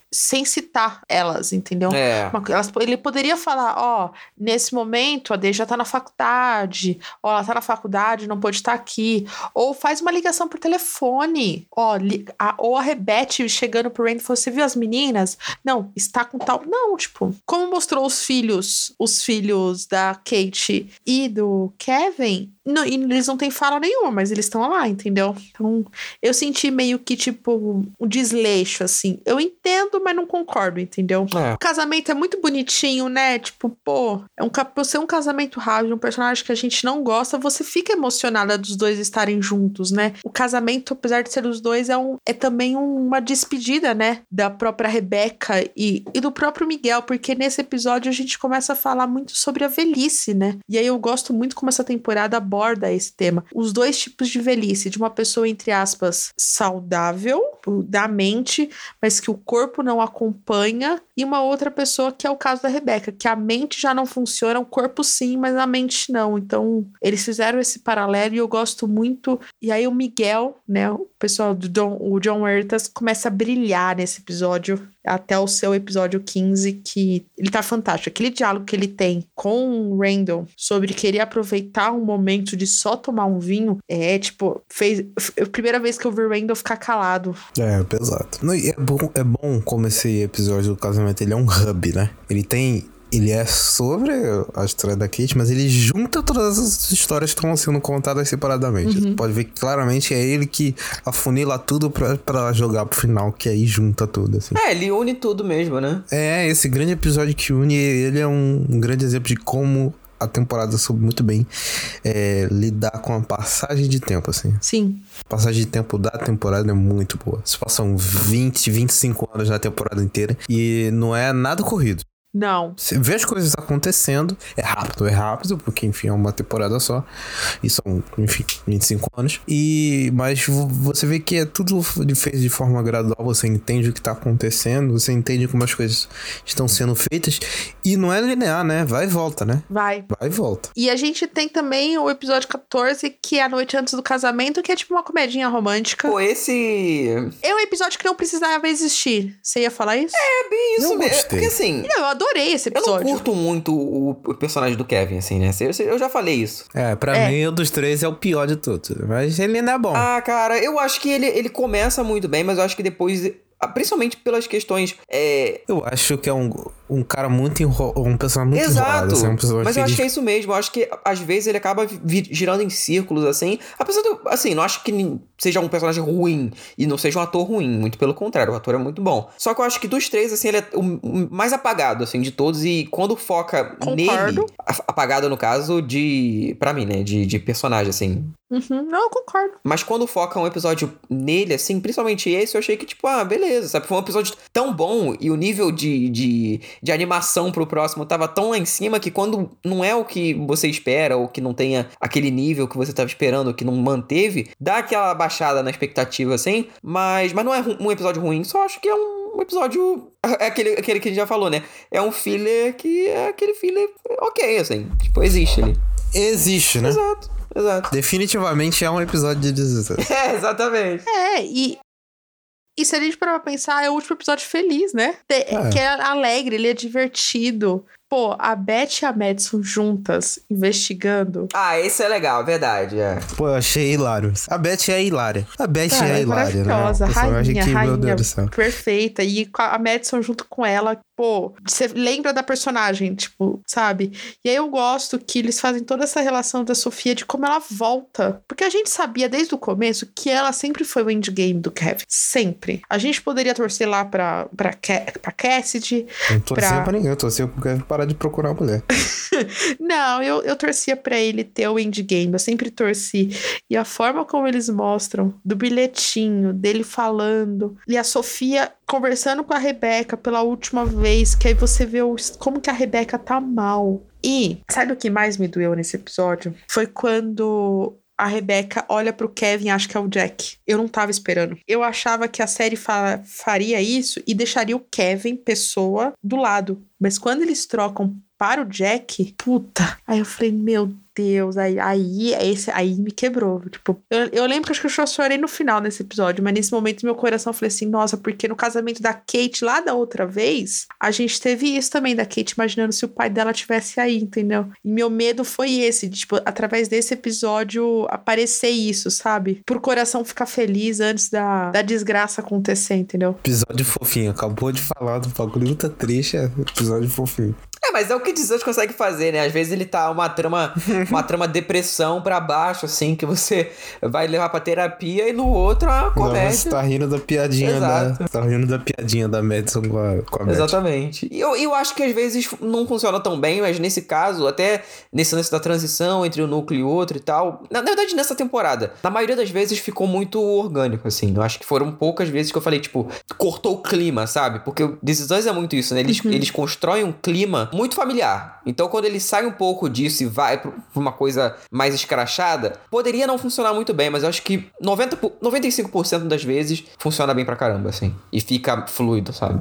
C: sem citar elas, entendeu?
A: É.
C: Uma- elas- ele poderia falar, ó, nesse momento a Dê já tá na faculdade, ó, ela tá na faculdade, não pode estar aqui, ou faz uma ligação por telefone, ó, li- a- ou a Rebete chegando pro Randall e falou, você viu as meninas? Não, está com tal... Não, tipo, como mostrou os filhos, os filhos da Kate e do Kevin, não, e eles não têm fala nenhuma, mas eles estão lá, entendeu? Então, eu senti meio que, tipo, um desleixo, assim. Eu entendo, mas não concordo, entendeu?
A: É.
C: O casamento é muito bonitinho, né? Tipo, pô, é um, ca- por ser um casamento rápido, um personagem que a gente não gosta, você fica emocionada dos dois estarem juntos, né? O casamento, apesar de ser os dois, é, um, é também um- uma despedida, né? Da própria Rebecca e, e do próprio Miguel, porque nesse episódio a gente começa a falar muito sobre a velhice, né? E aí eu gosto muito como essa temporada aborda esse tema. Os dois tipos de velhice, de uma pessoa, entre aspas, saudável, da mente, mas que o corpo não acompanha, e uma outra pessoa que é o caso da Rebecca, que a mente já não funciona, o corpo sim, mas a mente não. Então, eles fizeram esse paralelo e eu gosto muito. E aí o Miguel, né, o pessoal do John, o John Huertas começa a brilhar nesse episódio, até o seu episódio quinze, que ele tá fantástico. Aquele diálogo que ele tem com o Randall sobre querer aproveitar um momento de só tomar um vinho, é tipo, fez é a primeira vez que eu vi o Randall ficar calado.
B: É, pesado. Não, e é bom, é bom como esse episódio do casamento, ele é um hub, né? Ele tem... Ele é sobre a história da Kate, mas ele junta todas as histórias que estão sendo contadas separadamente.
C: Uhum.
B: Você pode ver que claramente é ele que afunila tudo pra, pra jogar pro final, que aí junta tudo, assim.
A: É, ele une tudo mesmo, né?
B: É, esse grande episódio que une, ele é um, um grande exemplo de como a temporada soube muito bem é, lidar com a passagem de tempo, assim.
C: Sim.
B: A passagem de tempo da temporada é muito boa. Se passam vinte, vinte e cinco anos na temporada inteira e não é nada corrido.
C: Não.
B: Você vê as coisas acontecendo, é rápido, é rápido, porque enfim é uma temporada só, e são, enfim, vinte e cinco anos, e, mas você vê que é tudo feito de forma gradual, você entende o que tá acontecendo, você entende como as coisas estão sendo feitas, e não é linear, né? Vai e volta, né?
C: Vai.
B: Vai e volta.
C: E a gente tem também o episódio catorze, que é a noite antes do casamento, que é tipo uma comedinha romântica.
A: Pô, esse...
C: É um episódio que não precisava existir. Você ia falar isso?
A: É bem isso
B: Eu
A: mesmo.
B: gostei.
A: Porque assim...
C: Não, eu adorei esse
A: Eu não
C: episódio.
A: curto muito o, o personagem do Kevin, assim, né? Eu, eu já falei isso.
B: É, pra
C: É.
B: mim, o dos três é o pior de todos, mas ele ainda é bom.
A: Ah, cara, eu acho que ele, ele começa muito bem, mas eu acho que depois... Principalmente pelas questões... É...
B: Eu acho que é um, um cara muito enro... um personagem muito
A: Exato,
B: enrolado, assim, um personagem
A: mas eu
B: ele-
A: acho que é isso mesmo. Eu acho que às vezes ele acaba vi- girando em círculos, assim. Apesar de, eu, assim, não acho que nin- seja um personagem ruim e não seja um ator ruim, muito pelo contrário, o ator é muito bom. Só que eu acho que dos três, assim, ele é o, o mais apagado, assim, de todos, e quando foca
C: Concordo.
A: nele, a- apagado no caso de, pra mim, né, de, de personagem, assim.
C: Uhum, não, eu concordo.
A: Mas quando foca um episódio nele, assim, principalmente esse, eu achei que, tipo, ah, beleza, sabe? Foi um episódio tão bom e o nível de, de, de animação pro próximo tava tão lá em cima que quando não é o que você espera ou que não tenha aquele nível que você tava esperando, que não manteve, dá aquela baixada na expectativa, assim, mas, mas não é ru- um episódio ruim, só acho que é um episódio... É aquele, aquele que a gente já falou, né? É um filler que é aquele filler ok, assim, tipo, existe ali.
B: Existe, né?
A: Exato, exato.
B: Definitivamente é um episódio de desastre.
A: É, exatamente.
C: É, e... E se a gente parar pra pensar, é o último episódio feliz, né? Te-
B: É.
C: Que é alegre, ele é divertido. Pô, a Beth e a Madison juntas, investigando.
A: Ah, esse é legal, verdade, é.
B: Pô, eu achei hilário. A Beth é hilária. A Beth
C: Cara,
B: é
C: é
B: hilária, né?
C: maravilhosa.
B: Um personagem
C: Rainha,
B: que,
C: rainha,
B: meu Deus do céu.
C: perfeita. E com a Madison junto com ela, pô, você lembra da personagem, tipo, sabe? E aí eu gosto que eles fazem toda essa relação da Sofia, de como ela volta. Porque a gente sabia desde o começo que ela sempre foi o endgame do Kevin. Sempre. A gente poderia torcer lá pra, pra, Ca- pra Cassidy.
B: Não torcia
C: pra-
B: pra ninguém, eu torcia pro Kevin parar de procurar a mulher.
C: Não, eu, eu torcia pra ele ter o endgame, eu sempre torci. E a forma como eles mostram, do bilhetinho, dele falando, e a Sofia conversando com a Rebecca pela última vez, que aí você vê o, como que a Rebecca tá mal. E sabe o que mais me doeu nesse episódio? Foi quando a Rebecca olha pro Kevin e acha que é o Jack. Eu não tava esperando. Eu achava que a série fa- faria isso e deixaria o Kevin, pessoa, do lado. Mas quando eles trocam para o Jack, puta. Aí eu falei, meu Deus, aí, aí, esse, aí me quebrou. Tipo, eu, eu lembro que acho que eu chorei no final desse episódio, mas nesse momento meu coração eu falei assim, nossa, porque no casamento da Kate lá da outra vez, a gente teve isso também, da Kate imaginando se o pai dela tivesse aí, entendeu? E meu medo foi esse, de, tipo, através desse episódio aparecer isso, sabe? Pro coração ficar feliz antes da, da desgraça acontecer, entendeu?
B: Episódio fofinho, acabou de falar do bagulho tá triste, é episódio fofinho.
A: É, mas é o que Deus consegue fazer, né? Às vezes ele tá uma trama, uma trama depressão pra baixo, assim, que você vai levar pra terapia, e no outro a comédia.
B: Não, você tá rindo da piadinha Exato. da... Tá rindo da piadinha da Madison com a, com a Beth.
A: Exatamente. E eu, eu acho que às vezes não funciona tão bem, mas nesse caso, até nesse lance da transição entre um núcleo e outro e tal, na, na verdade nessa temporada, na maioria das vezes ficou muito orgânico, assim. Eu acho que foram poucas vezes que eu falei, tipo, cortou o clima, sabe? Porque o This Is Us é muito isso, né? Eles, uhum. eles constroem um clima muito familiar. Então, quando ele sai um pouco disso e vai pra uma coisa mais escrachada, poderia não funcionar muito bem, mas eu acho que noventa, noventa e cinco por cento das vezes funciona bem pra caramba, assim. E fica fluido, sabe?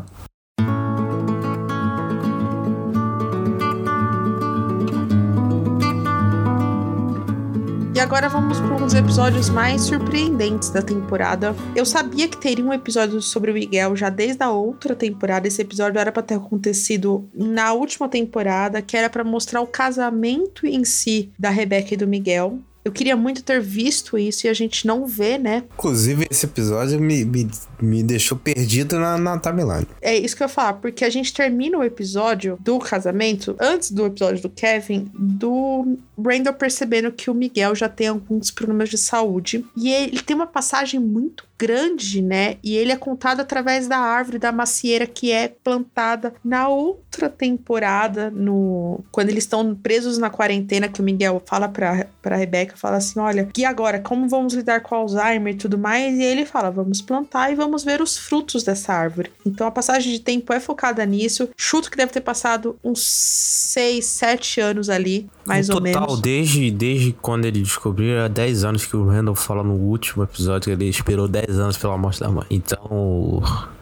C: E agora vamos para um dos episódios mais surpreendentes da temporada. Eu sabia que teria um episódio sobre o Miguel já desde a outra temporada. Esse episódio era para ter acontecido na última temporada, que era para mostrar o casamento em si da Rebecca e do Miguel. Eu queria muito ter visto isso e a gente não vê, né?
B: Inclusive, esse episódio me, me, me deixou perdido na, na timeline.
C: É isso que eu ia falar, porque a gente termina o episódio do casamento, antes do episódio do Kevin, do Randall percebendo que o Miguel já tem alguns problemas de saúde. E ele tem uma passagem muito grande, né? E ele é contado através da árvore da macieira que é plantada na outra temporada, no quando eles estão presos na quarentena, que o Miguel fala pra, pra Rebecca, fala assim, olha, e agora, como vamos lidar com Alzheimer e tudo mais? E ele fala, vamos plantar e vamos ver os frutos dessa árvore. Então a passagem de tempo é focada nisso. Chuto que deve ter passado uns seis, sete anos ali, mais
B: no
C: ou
B: total,
C: menos.
B: Desde, desde quando ele descobriu, era dez anos que o Randall fala no último episódio, que ele esperou dez anos pela morte da mãe. Então,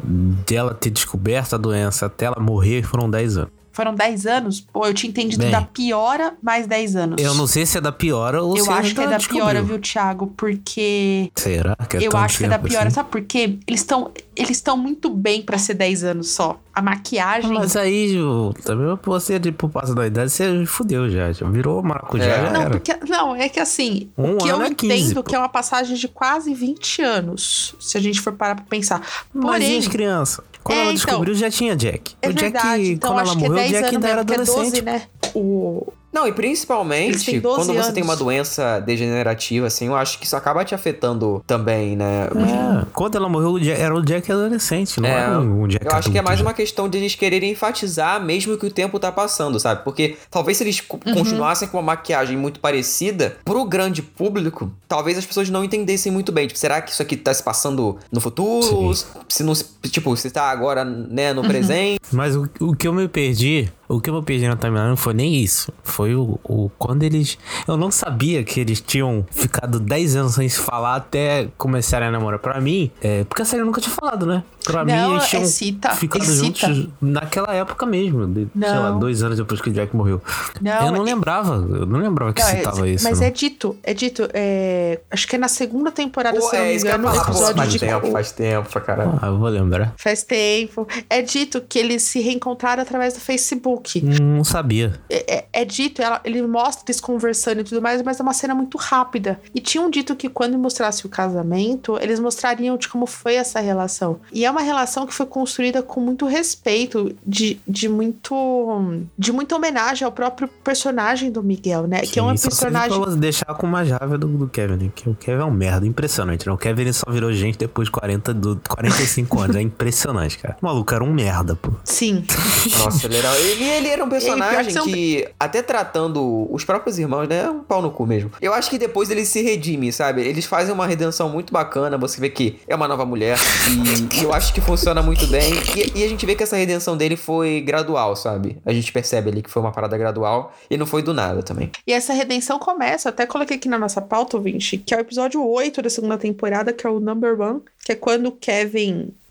B: dela ter descoberto a doença até ela morrer, foram dez anos.
C: Foram dez anos? Pô, eu tinha entendido
B: Bem,
C: da piora mais dez anos.
B: Eu não sei se é da piora ou
C: eu
B: se é da
C: Eu acho que é da
B: descobriu.
C: piora, viu, Thiago? Porque...
B: Será que é
C: Eu acho que é da piora.
B: Assim?
C: Sabe por quê? Eles estão eles estão muito bem pra ser dez anos só. A maquiagem...
B: Mas aí, Ju, também você, tipo, passa da idade, você fudeu já. Já virou maracujá,
C: é.
B: já
C: não,
B: era.
C: Porque, não, é que assim...
B: Um
C: o que eu
B: é
C: entendo
B: quinze,
C: que é uma passagem de quase vinte anos. Se a gente for parar pra pensar. Porém,
B: mas e as crianças? Quando
C: é,
B: ela
C: então,
B: descobriu, já tinha Jack.
C: É
B: o Jack,
C: verdade. Então,
B: quando
C: acho
B: ela
C: que
B: morreu,
C: é
B: o Jack ainda era
C: mesmo,
B: adolescente.
C: doze, né? O...
A: Não, e principalmente quando você
C: anos.
A: tem uma doença degenerativa, assim, eu acho que isso acaba te afetando também, né?
B: É. Quando ela morreu, era o Jack adolescente, não
A: é,
B: era um Jack
A: Eu acho
B: adulto,
A: que é mais
B: já.
A: uma questão de eles quererem enfatizar mesmo que o tempo tá passando, sabe? Porque talvez se eles uhum. continuassem com uma maquiagem muito parecida, pro grande público, talvez as pessoas não entendessem muito bem. Tipo, será que isso aqui tá se passando no futuro? Sim. Se não, tipo, se tá agora, né, no uhum. presente?
B: Mas o, o que eu me perdi... O que eu me perdi na timeline não foi nem isso. Foi o, o... Quando eles... Eu não sabia que eles tinham ficado dez anos sem se falar até começarem a namorar. Pra mim... É, porque a série nunca tinha falado, né? Pra
C: não,
B: mim, eles tinham
C: é cita,
B: ficado
C: é
B: juntos
C: cita.
B: naquela época mesmo. De,
C: não.
B: Sei lá, dois anos depois que o Jack morreu.
C: Não,
B: eu não
C: é...
B: lembrava. Eu não lembrava que
C: não,
B: citava
C: é,
B: isso.
C: Mas
B: não.
C: é dito. É dito. É... Acho que é na segunda temporada,
A: Pô,
C: se eu não
A: é,
C: me engano, no episódio
A: faz
C: de...
A: tempo, faz tempo pra caralho.
B: Ah, eu vou lembrar.
C: Faz tempo. É dito que eles se reencontraram através do Facebook.
B: Não sabia.
C: É, é, é dito, ela, ele mostra eles conversando e tudo mais, mas é uma cena muito rápida. E tinham dito que quando mostrasse o casamento, eles mostrariam de como foi essa relação. E é uma relação que foi construída com muito respeito, de, de muito de muita homenagem ao próprio personagem do Miguel, né?
B: Sim,
C: que é um
B: só
C: personagem...
B: Pra deixar com uma chave do, do Kevin, né? Que o Kevin é um merda, impressionante, né? O Kevin ele só virou gente depois de quarenta, do, quarenta e cinco anos, é impressionante, cara. O maluco era um merda, pô.
C: Sim.
A: Nossa, ele era, ele, ele era um personagem
C: ele,
A: que, até tratando os próprios irmãos, né? É um pau no cu mesmo. Eu acho que depois ele se redime, sabe? Eles fazem uma redenção muito bacana, você vê que é uma nova mulher, e, e eu acho que funciona muito bem. E, e a gente vê que essa redenção dele foi gradual, sabe? A gente percebe ali que foi uma parada gradual e não foi do nada também.
C: E essa redenção começa, até coloquei aqui na nossa pauta, ouvinte, que é o episódio oito da segunda temporada, que é o Number One, que é quando o Kevin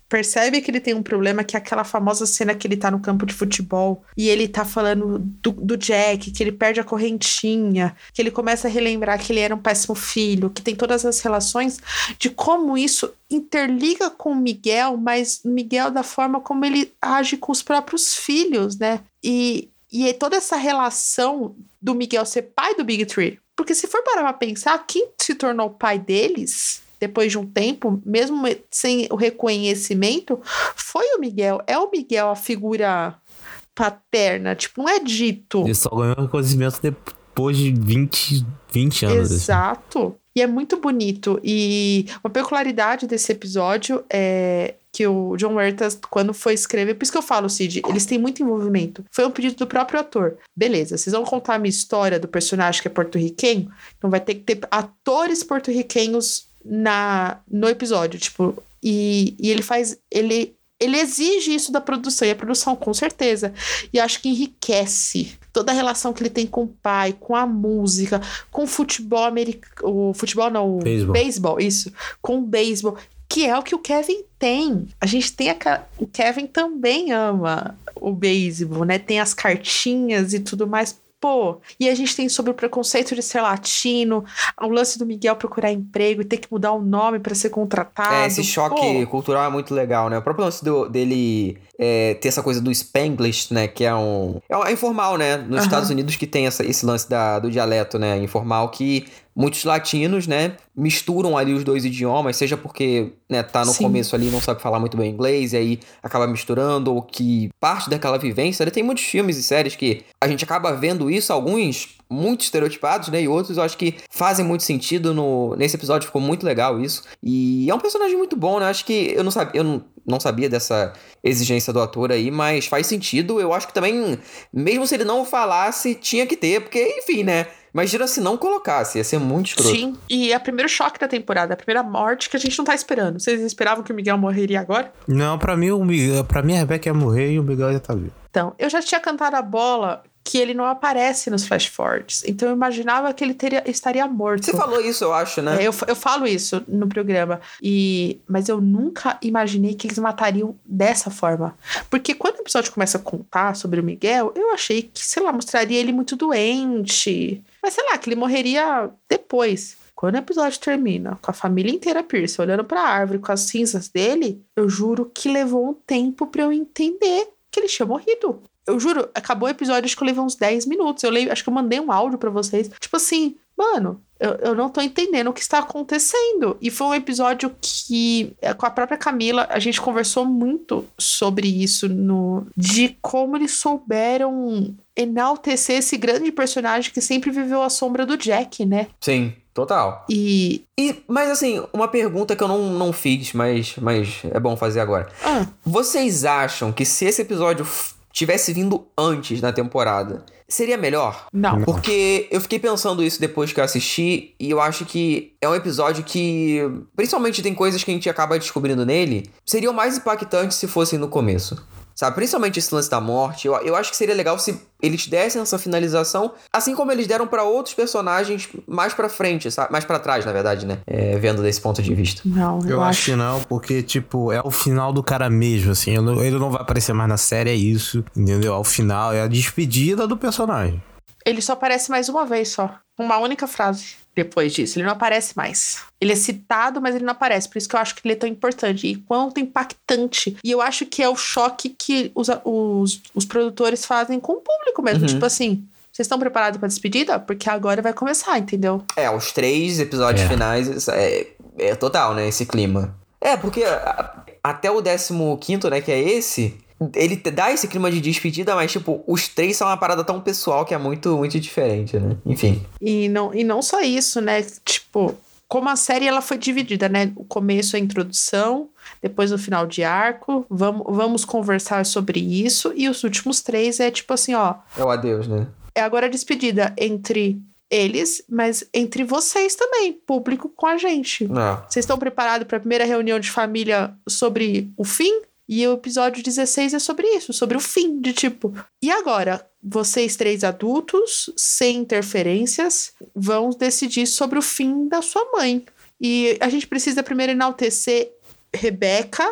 C: percebe que ele tem um problema, que é aquela famosa cena que ele tá no campo de futebol e ele tá falando do, do Jack, que ele perde a correntinha, que ele começa a relembrar que ele era um péssimo filho, que tem todas as relações de como isso interliga com o Miguel, mas Miguel da forma como ele age com os próprios filhos, né? E, e é toda essa relação do Miguel ser pai do Big Three. Porque se for parar pra pensar, quem se tornou pai deles depois de um tempo, mesmo sem o reconhecimento, foi o Miguel. É o Miguel a figura paterna, tipo, não é dito.
B: Ele só ganhou reconhecimento depois de vinte, vinte anos.
C: Exato. Assim. E é muito bonito. E uma peculiaridade desse episódio é que o John Huertas, quando foi escrever, por isso que eu falo, Cid, eles têm muito envolvimento. Foi um pedido do próprio ator. Beleza, vocês vão contar a minha história do personagem que é porto-riquenho? Então vai ter que ter atores porto-riquenhos na, no episódio, tipo, e, e ele faz, ele, ele exige isso da produção, e a produção, com certeza, e acho que enriquece toda a relação que ele tem com o pai, com a música, com o futebol americano, o futebol não, o beisebol, isso, com o beisebol, que é o que o Kevin tem. A gente tem a, o Kevin também ama o beisebol, né, tem as cartinhas e tudo mais. Pô, e a gente tem sobre o preconceito de ser latino, o lance do Miguel procurar emprego e ter que mudar o nome pra ser contratado.
A: É, esse choque Pô. cultural é muito legal, né? O próprio lance do, dele é, ter essa coisa do Spanglish, né? Que é um... É informal, né? Nos uh-huh. Estados Unidos que tem essa, esse lance da, do dialeto, né? Informal, que muitos latinos, né? Misturam ali os dois idiomas, seja porque, né, tá no Sim. começo ali e não sabe falar muito bem inglês, e aí acaba misturando, ou que parte daquela vivência. Ele tem muitos filmes e séries que a gente acaba vendo isso, alguns muito estereotipados, né, e outros eu acho que fazem muito sentido. No, nesse episódio ficou muito legal isso, e é um personagem muito bom, né, acho que eu não sabia, eu não, não sabia dessa exigência do ator aí, mas faz sentido. Eu acho que também, mesmo se ele não falasse, tinha que ter, porque, enfim, né, imagina se não colocasse, ia ser muito escroto.
C: Sim, e é o primeiro choque da temporada, a primeira morte que a gente não tá esperando. Vocês esperavam que o Miguel morreria agora?
B: Não, pra mim, o Miguel, pra mim a Rebeca ia morrer e o Miguel já tá vivo.
C: Então, eu já tinha cantado a bola que ele não aparece nos flash forwards. Então eu imaginava que ele teria, estaria morto.
A: Você falou isso, eu acho, né?
C: É, eu, eu falo isso no programa. E, mas eu nunca imaginei que eles matariam dessa forma. Porque quando o episódio começa a contar sobre o Miguel, eu achei que, sei lá, mostraria ele muito doente. Mas sei lá, que ele morreria depois. Quando o episódio termina com a família inteira Pierce olhando pra árvore com as cinzas dele, eu juro que levou um tempo pra eu entender que ele tinha morrido. Eu juro, acabou o episódio, acho que eu levei uns dez minutos. Eu leio, acho que eu mandei um áudio pra vocês. Tipo assim, mano, eu, eu não tô entendendo o que está acontecendo. E foi um episódio que, com a própria Camila, a gente conversou muito sobre isso, no, de como eles souberam enaltecer esse grande personagem que sempre viveu à sombra do Jack, né?
A: Sim. Total.
C: E...
A: e... Mas assim, uma pergunta que eu não, não fiz, mas, mas é bom fazer agora.
C: Ah.
A: Vocês acham que se esse episódio tivesse vindo antes na temporada, seria melhor?
C: Não.
A: Porque eu fiquei pensando isso depois que eu assisti, e eu acho que é um episódio que, principalmente tem coisas que a gente acaba descobrindo nele, seriam mais impactantes se fossem no começo. Sabe, principalmente esse lance da morte, eu, eu acho que seria legal se eles dessem essa finalização, assim como eles deram pra outros personagens mais pra frente, sabe? Mais pra trás, na verdade, né? É, vendo desse ponto de vista.
C: Não, eu,
B: eu
C: acho...
B: acho que não, porque, tipo, é o final do cara mesmo, assim. Ele não vai aparecer mais na série, é isso, entendeu? Ao final, é a despedida do personagem.
C: Ele só aparece mais uma vez, só. Uma única frase. Depois disso, ele não aparece mais. Ele é citado, mas ele não aparece. Por isso que eu acho que ele é tão importante. E quanto impactante. E eu acho que é o choque que os, os, os produtores fazem com o público mesmo. Uhum. Tipo assim, vocês estão preparados pra despedida? Porque agora vai começar, entendeu?
A: É, os três episódios é. finais, é, é total, né? Esse clima. É, porque a, até o décimo quinto, né? Que é esse... Ele dá esse clima de despedida, mas, tipo, os três são uma parada tão pessoal que é muito, muito diferente, né? Enfim.
C: E não, e não só isso, né? Tipo, como a série ela foi dividida, né? O começo é a introdução, depois o final de arco, vamos, vamos conversar sobre isso, e os últimos três é tipo assim, ó...
A: É o adeus, né?
C: É agora a despedida entre eles, mas entre vocês também, público com a gente.
A: Não.
C: Vocês estão preparados para a primeira reunião de família sobre o fim? E o episódio dezesseis é sobre isso, sobre o fim, de tipo... E agora, vocês três adultos, sem interferências, vão decidir sobre o fim da sua mãe. E a gente precisa primeiro enaltecer Rebeca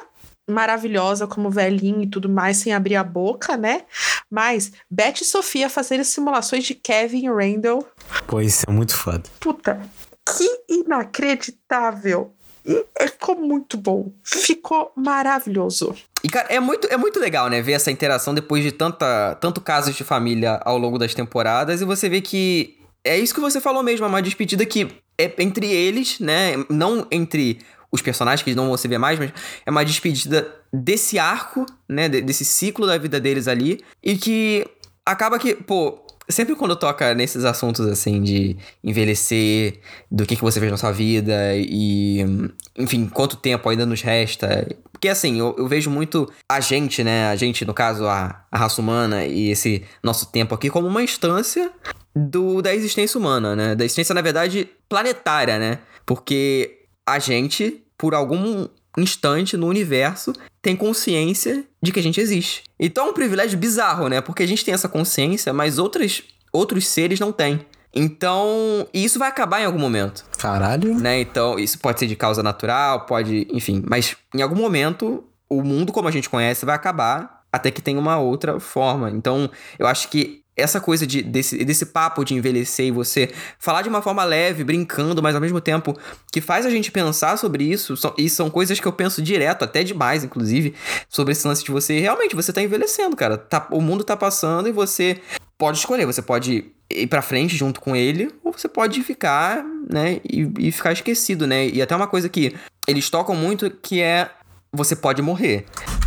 C: maravilhosa como velhinha e tudo mais, sem abrir a boca, né? Mas Beth e Sofia fazendo simulações de Kevin e Randall.
B: Pô, isso é muito foda.
C: Puta, que inacreditável. E ficou muito bom. Ficou maravilhoso.
A: E, cara, é muito, é muito legal, né? Ver essa interação depois de tanta, tanto casos de família ao longo das temporadas. E você vê que é isso que você falou mesmo. É uma despedida que é entre eles, né? Não entre os personagens, que não vão se ver mais, mas é uma despedida desse arco, né? Desse ciclo da vida deles ali. E que acaba que, pô... Sempre quando toca nesses assuntos, assim, de envelhecer, do que, que você fez na sua vida e, enfim, quanto tempo ainda nos resta. Porque, assim, eu, eu vejo muito a gente, né, a gente, no caso, a, a raça humana e esse nosso tempo aqui como uma instância do, da existência humana, né? Da existência, na verdade, planetária, né? Porque a gente, por algum instante no universo, tem consciência de que a gente existe. Então é um privilégio bizarro, né? Porque a gente tem essa consciência, mas outras, outros seres não têm. Então, e isso vai acabar em algum momento.
B: Caralho.
A: Né? Então, isso pode ser de causa natural, pode... Enfim, mas em algum momento, o mundo como a gente conhece vai acabar até que tenha uma outra forma. Então, eu acho que essa coisa de, desse, desse papo de envelhecer e você falar de uma forma leve, brincando, mas ao mesmo tempo que faz a gente pensar sobre isso, são, e são coisas que eu penso direto, até demais, inclusive, sobre esse lance de você, realmente, você tá envelhecendo, cara. Tá, o mundo tá passando e você pode escolher, você pode ir pra frente junto com ele, ou você pode ficar, né, e, e ficar esquecido, né. E até uma coisa que eles tocam muito, que é, você pode morrer,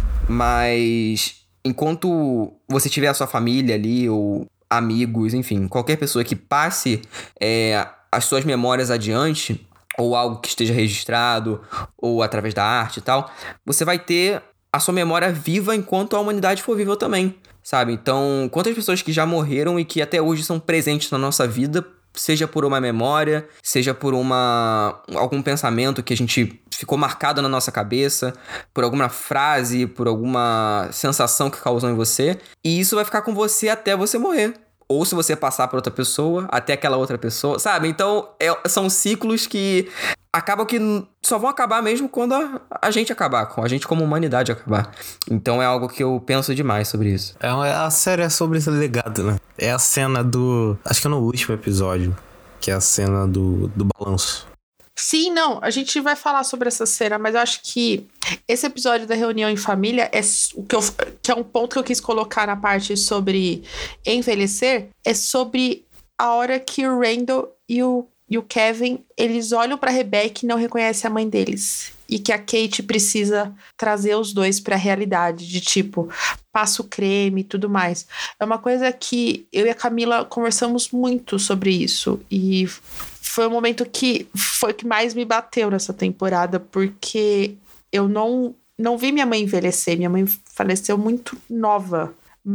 A: mas... Enquanto você tiver a sua família ali, ou amigos, enfim, qualquer pessoa que passe é, as suas memórias adiante, ou algo que esteja registrado, ou através da arte e tal, você vai ter a sua memória viva enquanto a humanidade for viva também, sabe? Então, quantas pessoas que já morreram e que até hoje são presentes na nossa vida, seja por uma memória, seja por uma algum pensamento que a gente ficou marcado na nossa cabeça, por alguma frase, por alguma sensação que causou em você, e isso vai ficar com você até você morrer. Ou se você passar por outra pessoa, até aquela outra pessoa, sabe? Então, é, são ciclos que acabam que só vão acabar mesmo quando a, a gente acabar, com a gente como humanidade acabar. Então, é algo que eu penso demais sobre isso.
B: É, a série é sobre esse legado, né? É a cena do... Acho que é no último episódio, que é a cena do, do balanço.
C: Sim, não, a gente vai falar sobre essa cena, mas eu acho que esse episódio da reunião em família é o que, eu, que é um ponto que eu quis colocar na parte sobre envelhecer, é sobre a hora que o Randall e o, e o Kevin, eles olham pra Rebecca e não reconhecem a mãe deles. E que a Kate precisa trazer os dois pra realidade, de tipo, passa o creme e tudo mais. É uma coisa que eu e a Camila conversamos muito sobre isso, e foi um momento que foi o que mais me bateu nessa temporada, porque eu não, não vi minha mãe envelhecer. Minha mãe faleceu muito nova,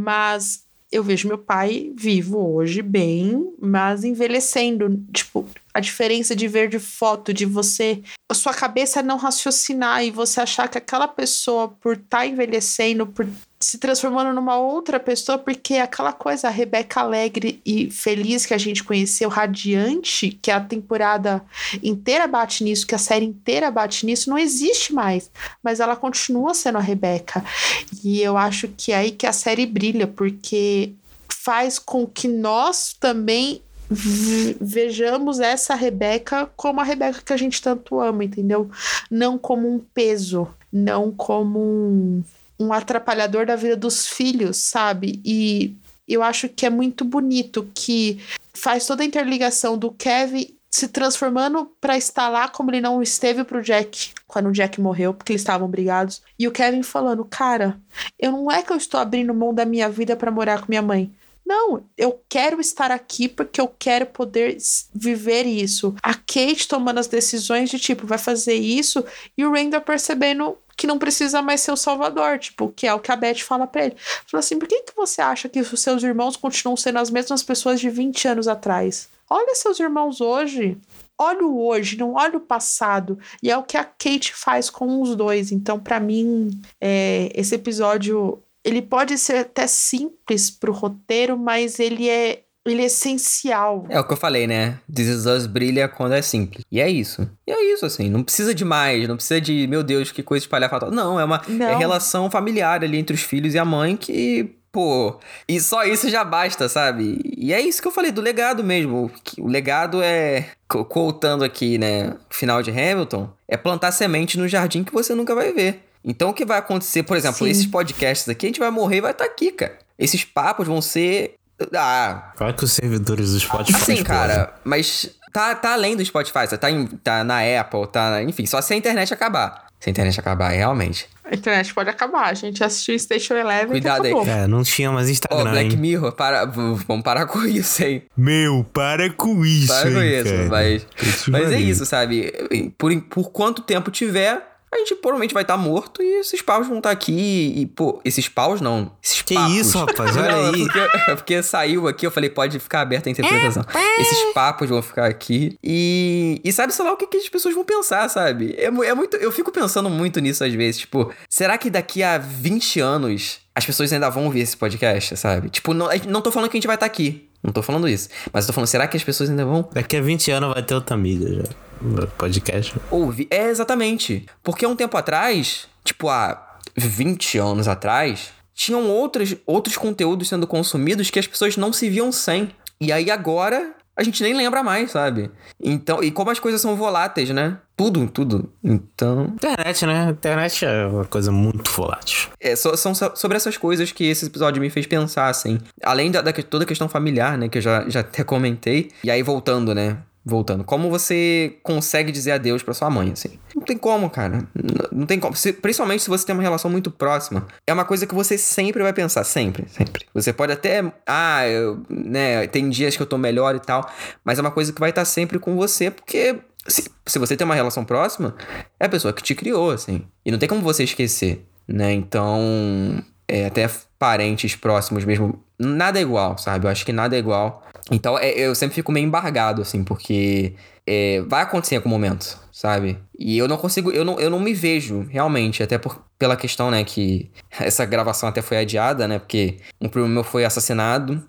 C: mas eu vejo meu pai vivo hoje, bem, mas envelhecendo. Tipo, a diferença de ver de foto, de você... A sua cabeça não raciocinar e você achar que aquela pessoa, por estar tá envelhecendo, por se transformando numa outra pessoa, porque aquela coisa, a Rebecca alegre e feliz que a gente conheceu, radiante, que a temporada inteira bate nisso, que a série inteira bate nisso, não existe mais. Mas ela continua sendo a Rebecca. E eu acho que é aí que a série brilha, porque faz com que nós também vejamos essa Rebecca como a Rebecca que a gente tanto ama, entendeu? Não como um peso, não como um, um atrapalhador da vida dos filhos, sabe? E eu acho que é muito bonito que faz toda a interligação do Kevin se transformando pra estar lá como ele não esteve pro Jack, quando o Jack morreu, porque eles estavam brigados, e o Kevin falando, cara, eu não é que eu estou abrindo mão da minha vida pra morar com minha mãe. Não, eu quero estar aqui porque eu quero poder viver isso. A Kate tomando as decisões de tipo, vai fazer isso, e o Randall percebendo que não precisa mais ser o salvador, tipo, que é o que a Beth fala pra ele. Fala assim, por que, que você acha que os seus irmãos continuam sendo as mesmas pessoas de vinte anos atrás? Olha seus irmãos hoje. Olha o hoje, não olha o passado. E é o que a Kate faz com os dois. Então, pra mim, é, esse episódio... Ele pode ser até simples pro roteiro, mas ele é ele é essencial.
A: É o que eu falei, né? This Is Us brilha quando é simples. E é isso. E é isso, assim. Não precisa de mais. Não precisa de, meu Deus, que coisa espalhafatosa. Não, é uma
C: Não.
A: É relação familiar ali entre os filhos e a mãe que... Pô, e só isso já basta, sabe? E é isso que eu falei, do legado mesmo. O legado é, contando aqui, né, o final de Hamilton, é plantar semente no jardim que você nunca vai ver. Então o que vai acontecer, por exemplo, Sim. esses podcasts aqui, a gente vai morrer e vai estar aqui, cara. Esses papos vão ser... Ah...
B: Qual é que os servidores do Spotify...
A: Assim, cara, mas tá, tá além do Spotify, tá, em, tá na Apple, tá... Enfim, só se a internet acabar. Se a internet acabar, realmente...
C: A internet pode acabar. A gente assistiu Station Eleven.
A: Cuidado aí.
B: É, não tinha mais Instagram.
A: Ó, oh, Black
B: hein?
A: Mirror, para, vamos parar com isso aí.
B: Meu, para com isso,
A: Para com
B: hein,
A: isso,
B: cara.
A: mas, mas é isso, sabe? Por, por quanto tempo tiver, a gente provavelmente vai estar morto e esses paus vão estar aqui. E, pô, esses paus não. Esses
B: que
A: papos.
B: isso, rapaz? Olha
A: não,
B: aí.
A: É porque, é porque saiu aqui, eu falei, pode ficar aberta a interpretação. Esses papos vão ficar aqui. E, e sabe, sei lá, o que, que as pessoas vão pensar, sabe? É, é muito, eu fico pensando muito nisso às vezes. Tipo, será que daqui a vinte anos as pessoas ainda vão ouvir esse podcast, sabe? Tipo, não, não tô falando que a gente vai estar aqui. Não tô falando isso. Mas eu tô falando, será que as pessoas ainda vão...
B: Daqui a vinte anos vai ter outra mídia já. Podcast.
A: Ouvir. É, exatamente. Porque um tempo atrás, tipo, há vinte anos atrás, tinham outros, outros conteúdos sendo consumidos que as pessoas não se viam sem. E aí agora... a gente nem lembra mais, sabe? Então, e como as coisas são voláteis, né? Tudo, tudo. Então...
B: Internet, né? Internet é uma coisa muito volátil.
A: É, so, são so, sobre essas coisas que esse episódio me fez pensar, assim. Além da, da toda a questão familiar, né? Que eu já, já até comentei. E aí, voltando, né? Voltando. Como você consegue dizer adeus pra sua mãe, assim? Não tem como, cara. Não, não tem como. Se, principalmente se você tem uma relação muito próxima. É uma coisa que você sempre vai pensar. Sempre, sempre. Você pode até... Ah, eu, né? Tem dias que eu tô melhor e tal. Mas é uma coisa que vai estar sempre com você. Porque se, se você tem uma relação próxima, é a pessoa que te criou, assim. E não tem como você esquecer, né? Então... É, até parentes próximos mesmo. Nada é igual, sabe? Eu acho que nada é igual. Então, é, eu sempre fico meio embargado, assim, porque é, vai acontecer em algum momento, sabe? E eu não consigo, eu não, eu não me vejo, realmente, até por, pela questão, né, que essa gravação até foi adiada, né, porque um primo meu foi assassinado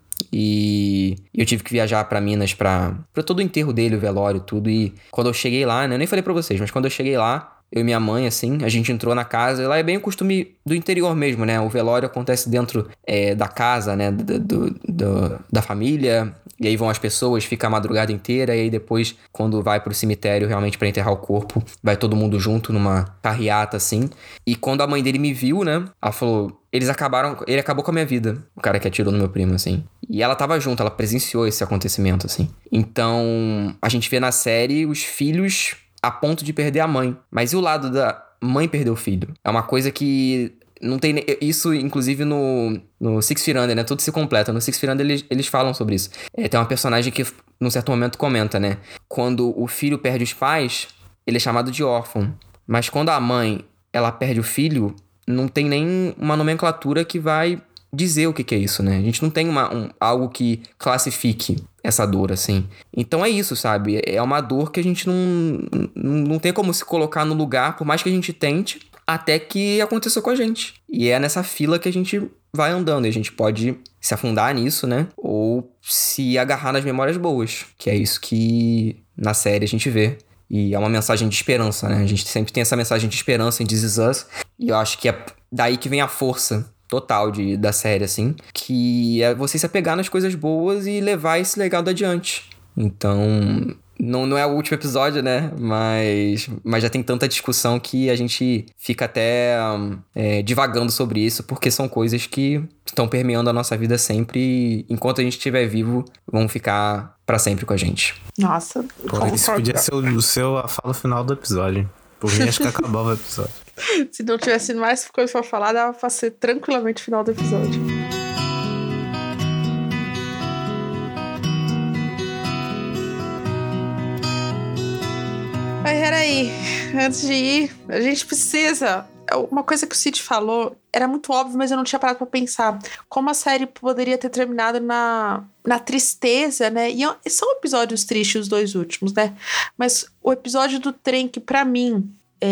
A: e eu tive que viajar pra Minas pra, pra todo o enterro dele, o velório, tudo, e quando eu cheguei lá, né, eu nem falei pra vocês, mas quando eu cheguei lá, eu e minha mãe, assim, a gente entrou na casa, e lá é bem o costume do interior mesmo, né? O velório acontece dentro é, da casa, né? Do, do, do, da família, e aí vão as pessoas, fica a madrugada inteira, e aí depois, quando vai pro cemitério realmente pra enterrar o corpo, vai todo mundo junto numa carreata, assim. E quando a mãe dele me viu, né? Ela falou... Eles acabaram... Ele acabou com a minha vida, o cara que atirou no meu primo, assim. E ela tava junto, ela presenciou esse acontecimento, assim. Então, a gente vê na série os filhos... a ponto de perder a mãe. Mas e o lado da mãe perder o filho? É uma coisa que não tem... Isso, inclusive, no, no Six Feet Under, né? Tudo se completa. No Six Feet Under, eles, eles falam sobre isso. É, tem uma personagem que, num certo momento, comenta, né? Quando o filho perde os pais, ele é chamado de órfão. Mas quando a mãe, ela perde o filho, não tem nem uma nomenclatura que vai dizer o que, que é isso, né? A gente não tem uma, um, algo que classifique essa dor, assim. Então é isso, sabe? É uma dor que a gente não, não, não tem como se colocar no lugar, por mais que a gente tente, até que aconteceu com a gente. E é nessa fila que a gente vai andando. E a gente pode se afundar nisso, né? Ou se agarrar nas memórias boas. Que é isso que na série a gente vê. E é uma mensagem de esperança, né? A gente sempre tem essa mensagem de esperança em This Is Us. E eu acho que é daí que vem a força total de, da série, assim, que é você se apegar nas coisas boas e levar esse legado adiante. Então, não, não é o último episódio, né, mas, mas já tem tanta discussão que a gente fica até é, divagando sobre isso, porque são coisas que estão permeando a nossa vida sempre e enquanto a gente estiver vivo, vão ficar pra sempre com a gente.
C: Nossa,
B: Pô, isso podia ser o, o seu a fala final do episódio. Por mim, acho que acabava o episódio.
C: Se não tivesse mais coisa pra falar, dava pra ser tranquilamente o final do episódio. Mas peraí, antes de ir, a gente precisa... Uma coisa que o Cid falou era muito óbvio, mas eu não tinha parado pra pensar. Como a série poderia ter terminado na, na tristeza, né? E são episódios tristes os dois últimos, né? Mas o episódio do trem, que pra mim... É,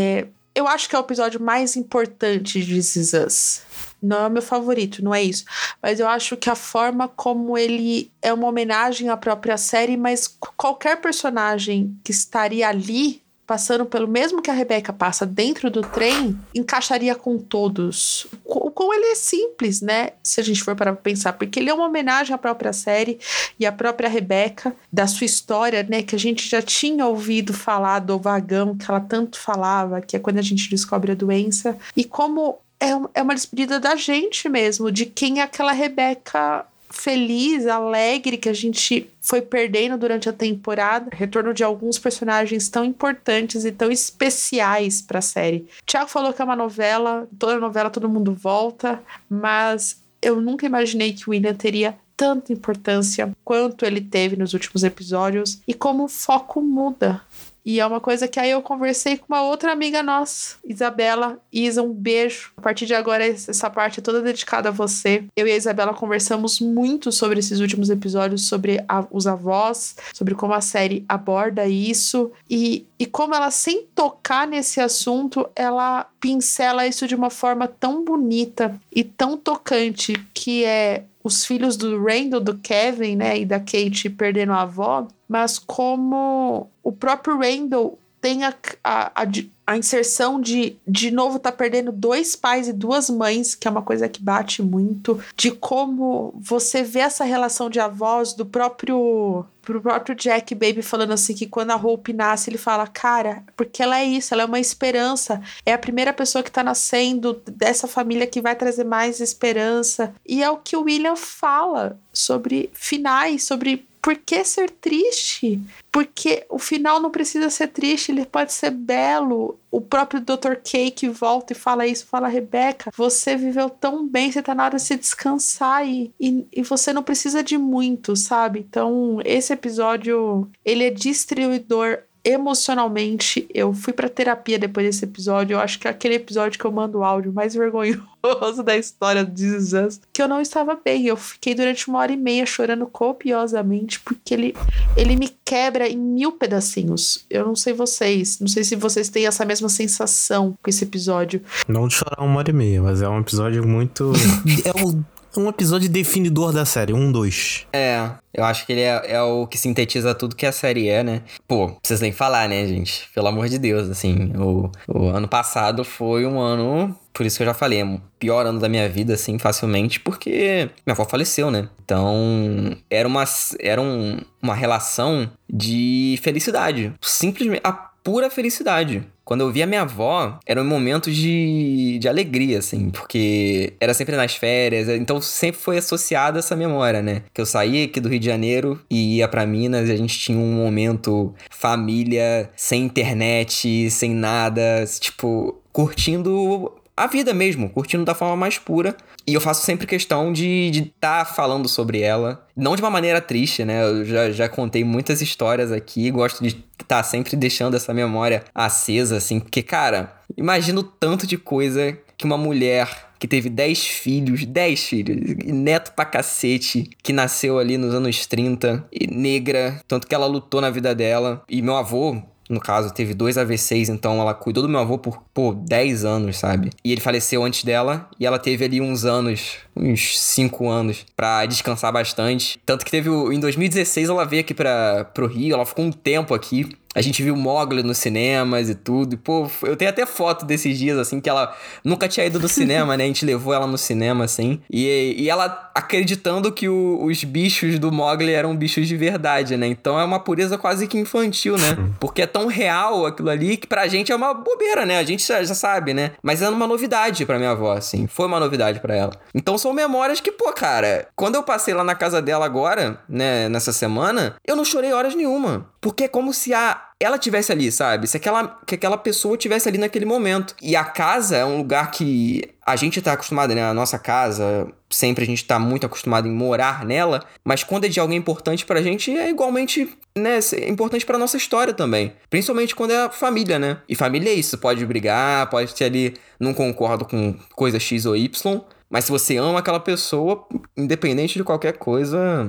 C: eu acho que é o episódio mais importante de This Is Us. Não é o meu favorito, não é isso. Mas eu acho que a forma como ele é uma homenagem à própria série, mas qualquer personagem que estaria ali, passando pelo mesmo que a Rebecca passa dentro do trem, encaixaria com todos. Como ele é simples, né? Se a gente for parar pra pensar. Porque ele é uma homenagem à própria série e à própria Rebecca, da sua história, né? Que a gente já tinha ouvido falar do vagão, que ela tanto falava, que é quando a gente descobre a doença. E como é uma despedida da gente mesmo, de quem é aquela Rebecca feliz, alegre, que a gente foi perdendo durante a temporada. Retorno de alguns personagens tão importantes e tão especiais pra série. O Thiago falou que é uma novela, toda novela todo mundo volta, mas eu nunca imaginei que o William teria tanta importância quanto ele teve nos últimos episódios e como o foco muda. E é uma coisa que aí eu conversei com uma outra amiga nossa, Isabela. Isa, um beijo. A partir de agora, essa parte é toda dedicada a você. Eu e a Isabela conversamos muito sobre esses últimos episódios, sobre a, os avós, sobre como a série aborda isso. E, e como ela, sem tocar nesse assunto, ela pincela isso de uma forma tão bonita e tão tocante, que é os filhos do Randall, do Kevin, né, e da Kate perdendo a avó, mas como o próprio Randall tem a, a, a, a inserção de de novo tá perdendo dois pais e duas mães, que é uma coisa que bate muito, de como você vê essa relação de avós do próprio pro próprio Jack Baby falando assim, que quando a Hope nasce, ele fala, cara, porque ela é isso, ela é uma esperança, é a primeira pessoa que tá nascendo dessa família que vai trazer mais esperança. E é o que o William fala sobre finais, sobre por que ser triste? Porque o final não precisa ser triste, ele pode ser belo. O próprio doutor K que volta e fala isso, fala, Rebecca, você viveu tão bem, você tá na hora de se descansar e, e, e você não precisa de muito, sabe? Então, esse episódio, ele é destruidor emocionalmente. Eu fui pra terapia depois desse episódio. Eu acho que é aquele episódio que eu mando o áudio mais vergonhoso da história do This Is Us, que eu não estava bem. Eu fiquei durante uma hora e meia chorando copiosamente, porque ele, ele me quebra em mil pedacinhos. Eu não sei vocês, não sei se vocês têm essa mesma sensação com esse episódio.
B: Não de chorar uma hora e meia, mas é um episódio muito... é o... um episódio definidor da série, um, dois.
A: É, eu acho que ele é, é o que sintetiza tudo que a série é, né? Pô, precisa nem falar, né, gente? Pelo amor de Deus, assim, o, o ano passado foi um ano, por isso que eu já falei, é o pior ano da minha vida, assim, facilmente, porque minha avó faleceu, né? Então, era uma, era um, uma relação de felicidade, simplesmente, a pura felicidade. Quando eu via minha avó, era um momento de, de alegria, assim, porque era sempre nas férias, então sempre foi associada essa memória, né? Que eu saía aqui do Rio de Janeiro e ia pra Minas e a gente tinha um momento família, sem internet, sem nada, tipo, curtindo a vida mesmo, curtindo da forma mais pura. E eu faço sempre questão de estar tá falando sobre ela, não de uma maneira triste, né? Eu já, já contei muitas histórias aqui, gosto de estar tá sempre deixando essa memória acesa, assim, porque, cara, imagino tanto de coisa que uma mulher que teve dez filhos, dez filhos, neto pra cacete, que nasceu ali nos anos trinta, e negra, tanto que ela lutou na vida dela, e meu avô, no caso, teve dois A V Cs, então ela cuidou do meu avô por, pô, dez anos, sabe? E ele faleceu antes dela, e ela teve ali uns anos, uns cinco anos, pra descansar bastante. Tanto que teve, o, em dois mil e dezesseis, ela veio aqui pra, pro Rio, ela ficou um tempo aqui. A gente viu Mowgli nos cinemas e tudo. E, pô, eu tenho até foto desses dias, assim, que ela nunca tinha ido no cinema, né? A gente levou ela no cinema, assim. E, e ela acreditando que o, os bichos do Mowgli eram bichos de verdade, né? Então é uma pureza quase que infantil, né? Porque é tão real aquilo ali que pra gente é uma bobeira, né? A gente já, já sabe, né? Mas é uma novidade pra minha avó, assim. Foi uma novidade pra ela. Então são memórias que, pô, cara... Quando eu passei lá na casa dela agora, né? Nessa semana, eu não chorei horas nenhuma. Porque é como se a ela tivesse ali, sabe? Se aquela, que aquela pessoa tivesse ali naquele momento. E a casa é um lugar que a gente tá acostumado, né? A nossa casa, sempre a gente tá muito acostumado em morar nela. Mas quando é de alguém importante pra gente, é igualmente, né? É importante pra nossa história também. Principalmente quando é a família, né? E família é isso. Pode brigar, pode ter ali... Não concordo com coisa X ou Y. Mas se você ama aquela pessoa, independente de qualquer coisa...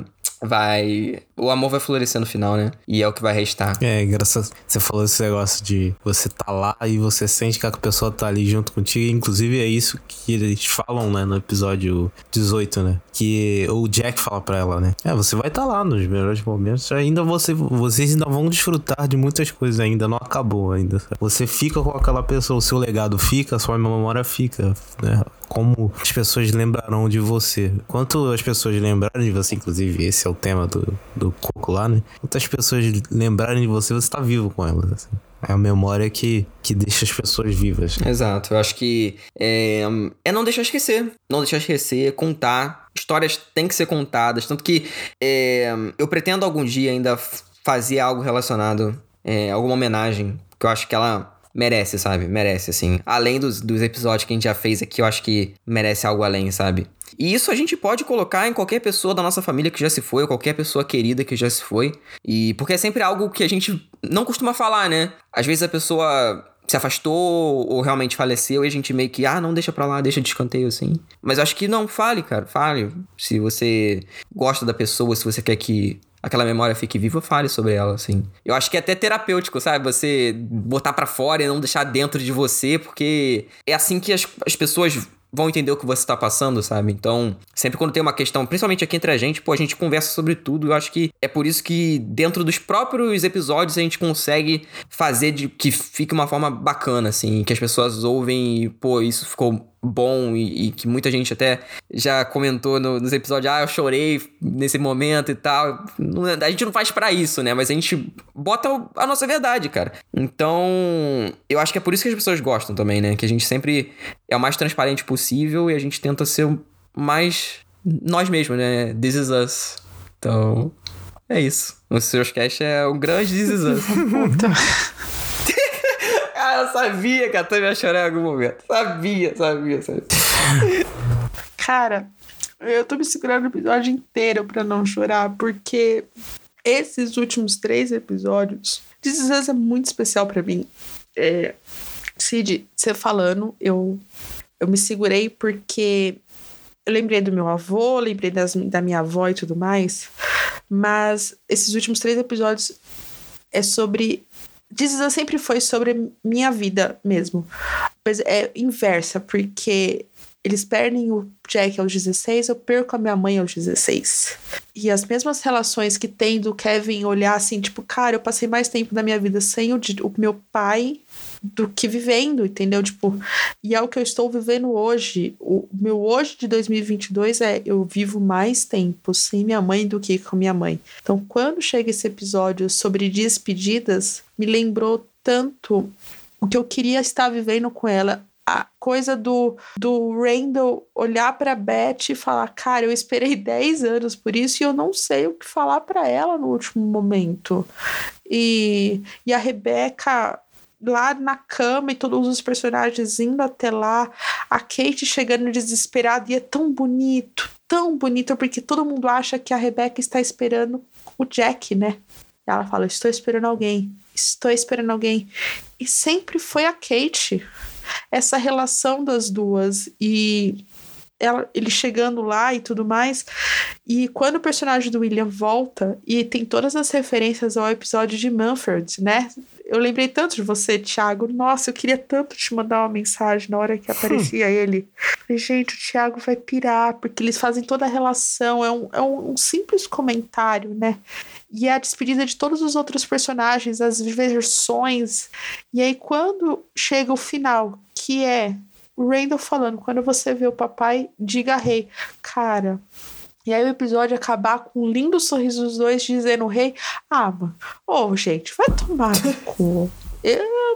A: vai... O amor vai florescer no final, né? E é o que vai restar.
B: É, engraçado. Você falou esse negócio de você tá lá e você sente que a pessoa tá ali junto contigo. Inclusive é isso que eles falam, né? No episódio dezoito, né? Que o Jack fala pra ela, né? É, você vai estar tá lá nos melhores momentos. Ainda você, vocês ainda vão desfrutar de muitas coisas ainda. Não acabou ainda. Você fica com aquela pessoa. O seu legado fica, a sua memória fica, né? Como as pessoas lembrarão de você. Quanto as pessoas lembrarem de você, inclusive esse é o tema do, do Coco lá, né? Quantas pessoas lembrarem de você, você tá vivo com elas, assim. É a memória que, que deixa as pessoas vivas.
A: Exato, eu acho que é, é não deixar esquecer. Não deixar esquecer, contar. Histórias têm que ser contadas. Tanto que é, eu pretendo algum dia ainda fazer algo relacionado, é, alguma homenagem, que eu acho que ela... merece, sabe? Merece, assim. Além dos, dos episódios que a gente já fez aqui, eu acho que merece algo além, sabe? E isso a gente pode colocar em qualquer pessoa da nossa família que já se foi, ou qualquer pessoa querida que já se foi. E porque é sempre algo que a gente não costuma falar, né? Às vezes a pessoa se afastou ou realmente faleceu e a gente meio que, ah, não, deixa pra lá, deixa de escanteio, assim. Mas eu acho que não, fale, cara, fale. Se você gosta da pessoa, se você quer que aquela memória fique viva, fale sobre ela, assim. Eu acho que é até terapêutico, sabe? Você botar pra fora e não deixar dentro de você, porque é assim que as, as pessoas vão entender o que você tá passando, sabe? Então, sempre quando tem uma questão, principalmente aqui entre a gente, pô, a gente conversa sobre tudo. Eu acho que é por isso que dentro dos próprios episódios a gente consegue fazer de que fique uma forma bacana, assim, que as pessoas ouvem e, pô, isso ficou bom e, e que muita gente até já comentou no, nos episódios, ah, eu chorei nesse momento e tal. Não, a gente não faz pra isso, né? Mas a gente bota a nossa verdade, cara. Então, eu acho que é por isso que as pessoas gostam também, né? Que a gente sempre é o mais transparente possível e a gente tenta ser o mais nós mesmos, né? This is us. Então, é isso. O Seus Cast é um grande This is us. Ah, eu sabia que a Tami ia chorar em algum momento. Sabia, sabia, sabia.
C: Cara, eu tô me segurando o episódio inteiro pra não chorar, porque esses últimos três episódios, This Is Us é muito especial pra mim. É, Cid, você falando, eu, eu me segurei porque eu lembrei do meu avô, lembrei das, da minha avó e tudo mais, mas esses últimos três episódios é sobre... This Is Us sempre foi sobre minha vida mesmo. Mas é inversa, porque eles perdem o Jack aos dezesseis, eu perco a minha mãe aos dezesseis. E as mesmas relações que tem do Kevin olhar assim, tipo, cara, eu passei mais tempo da minha vida sem o, o meu pai do que vivendo, entendeu? Tipo, e é o que eu estou vivendo hoje. O meu hoje de dois mil e vinte e dois é, eu vivo mais tempo sem minha mãe do que com minha mãe. Então, quando chega esse episódio sobre despedidas, me lembrou tanto o que eu queria estar vivendo com ela. A coisa do, do Randall olhar pra Beth e falar, cara, eu esperei dez anos por isso e eu não sei o que falar pra ela no último momento. E, e a Rebecca lá na cama e todos os personagens indo até lá, a Kate chegando desesperada, e é tão bonito, tão bonito, porque todo mundo acha que a Rebecca está esperando o Jack, né? E ela fala, estou esperando alguém, estou esperando alguém. E sempre foi a Kate. Essa relação das duas e ela, ele chegando lá e tudo mais. E quando o personagem do William volta e tem todas as referências ao episódio de Mumford, né? Eu lembrei tanto de você, Thiago. Nossa, eu queria tanto te mandar uma mensagem na hora que aparecia hum. ele. Falei, gente, o Thiago vai pirar, porque eles fazem toda a relação. É um, é um, um simples comentário, né? E é a despedida de todos os outros personagens, as versões. E aí, quando chega o final, que é o Randall falando, quando você vê o papai, diga rei. Cara... E aí o episódio acabar com um lindo sorriso dos dois dizendo rei, ah, mano, ô, oh, gente, vai tomar no cu. Eu,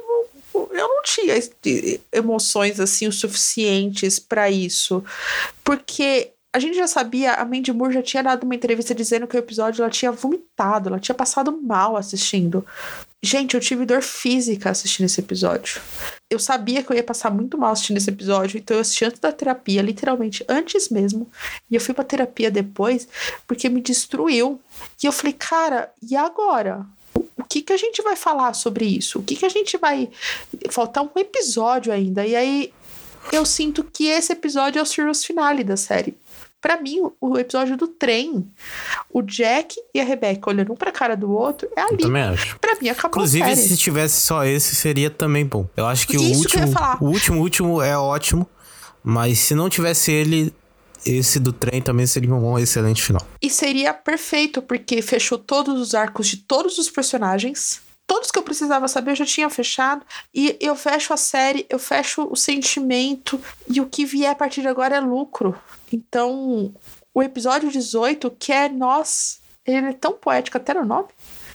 C: eu não tinha emoções assim o suficientes pra isso. Porque a gente já sabia, a Mandy Moore já tinha dado uma entrevista dizendo que o episódio ela tinha vomitado, ela tinha passado mal assistindo. Gente, eu tive dor física assistindo esse episódio. Eu sabia que eu ia passar muito mal assistindo esse episódio, então eu assisti antes da terapia, literalmente antes mesmo, e eu fui pra terapia depois, porque me destruiu. E eu falei, cara, e agora? O que que a gente vai falar sobre isso? O que que a gente vai... Faltar um episódio ainda, e aí eu sinto que esse episódio é o series finale da série. Pra mim, o episódio do trem, o Jack e a Rebecca olhando um pra cara do outro, é ali.
B: Eu também acho.
C: Pra mim, acabou.
B: Inclusive,
C: a série.
B: se tivesse só esse, seria também bom. Eu acho que
C: Isso
B: o
C: que
B: último,
C: eu ia falar.
B: o último, último é ótimo, mas se não tivesse ele, esse do trem também seria um excelente final.
C: E seria perfeito, porque fechou todos os arcos de todos os personagens. Todos que eu precisava saber eu já tinha fechado. E eu fecho a série, eu fecho o sentimento. E o que vier a partir de agora é lucro. Então, o episódio dezoito, que é Nós, ele é tão poético até no nome.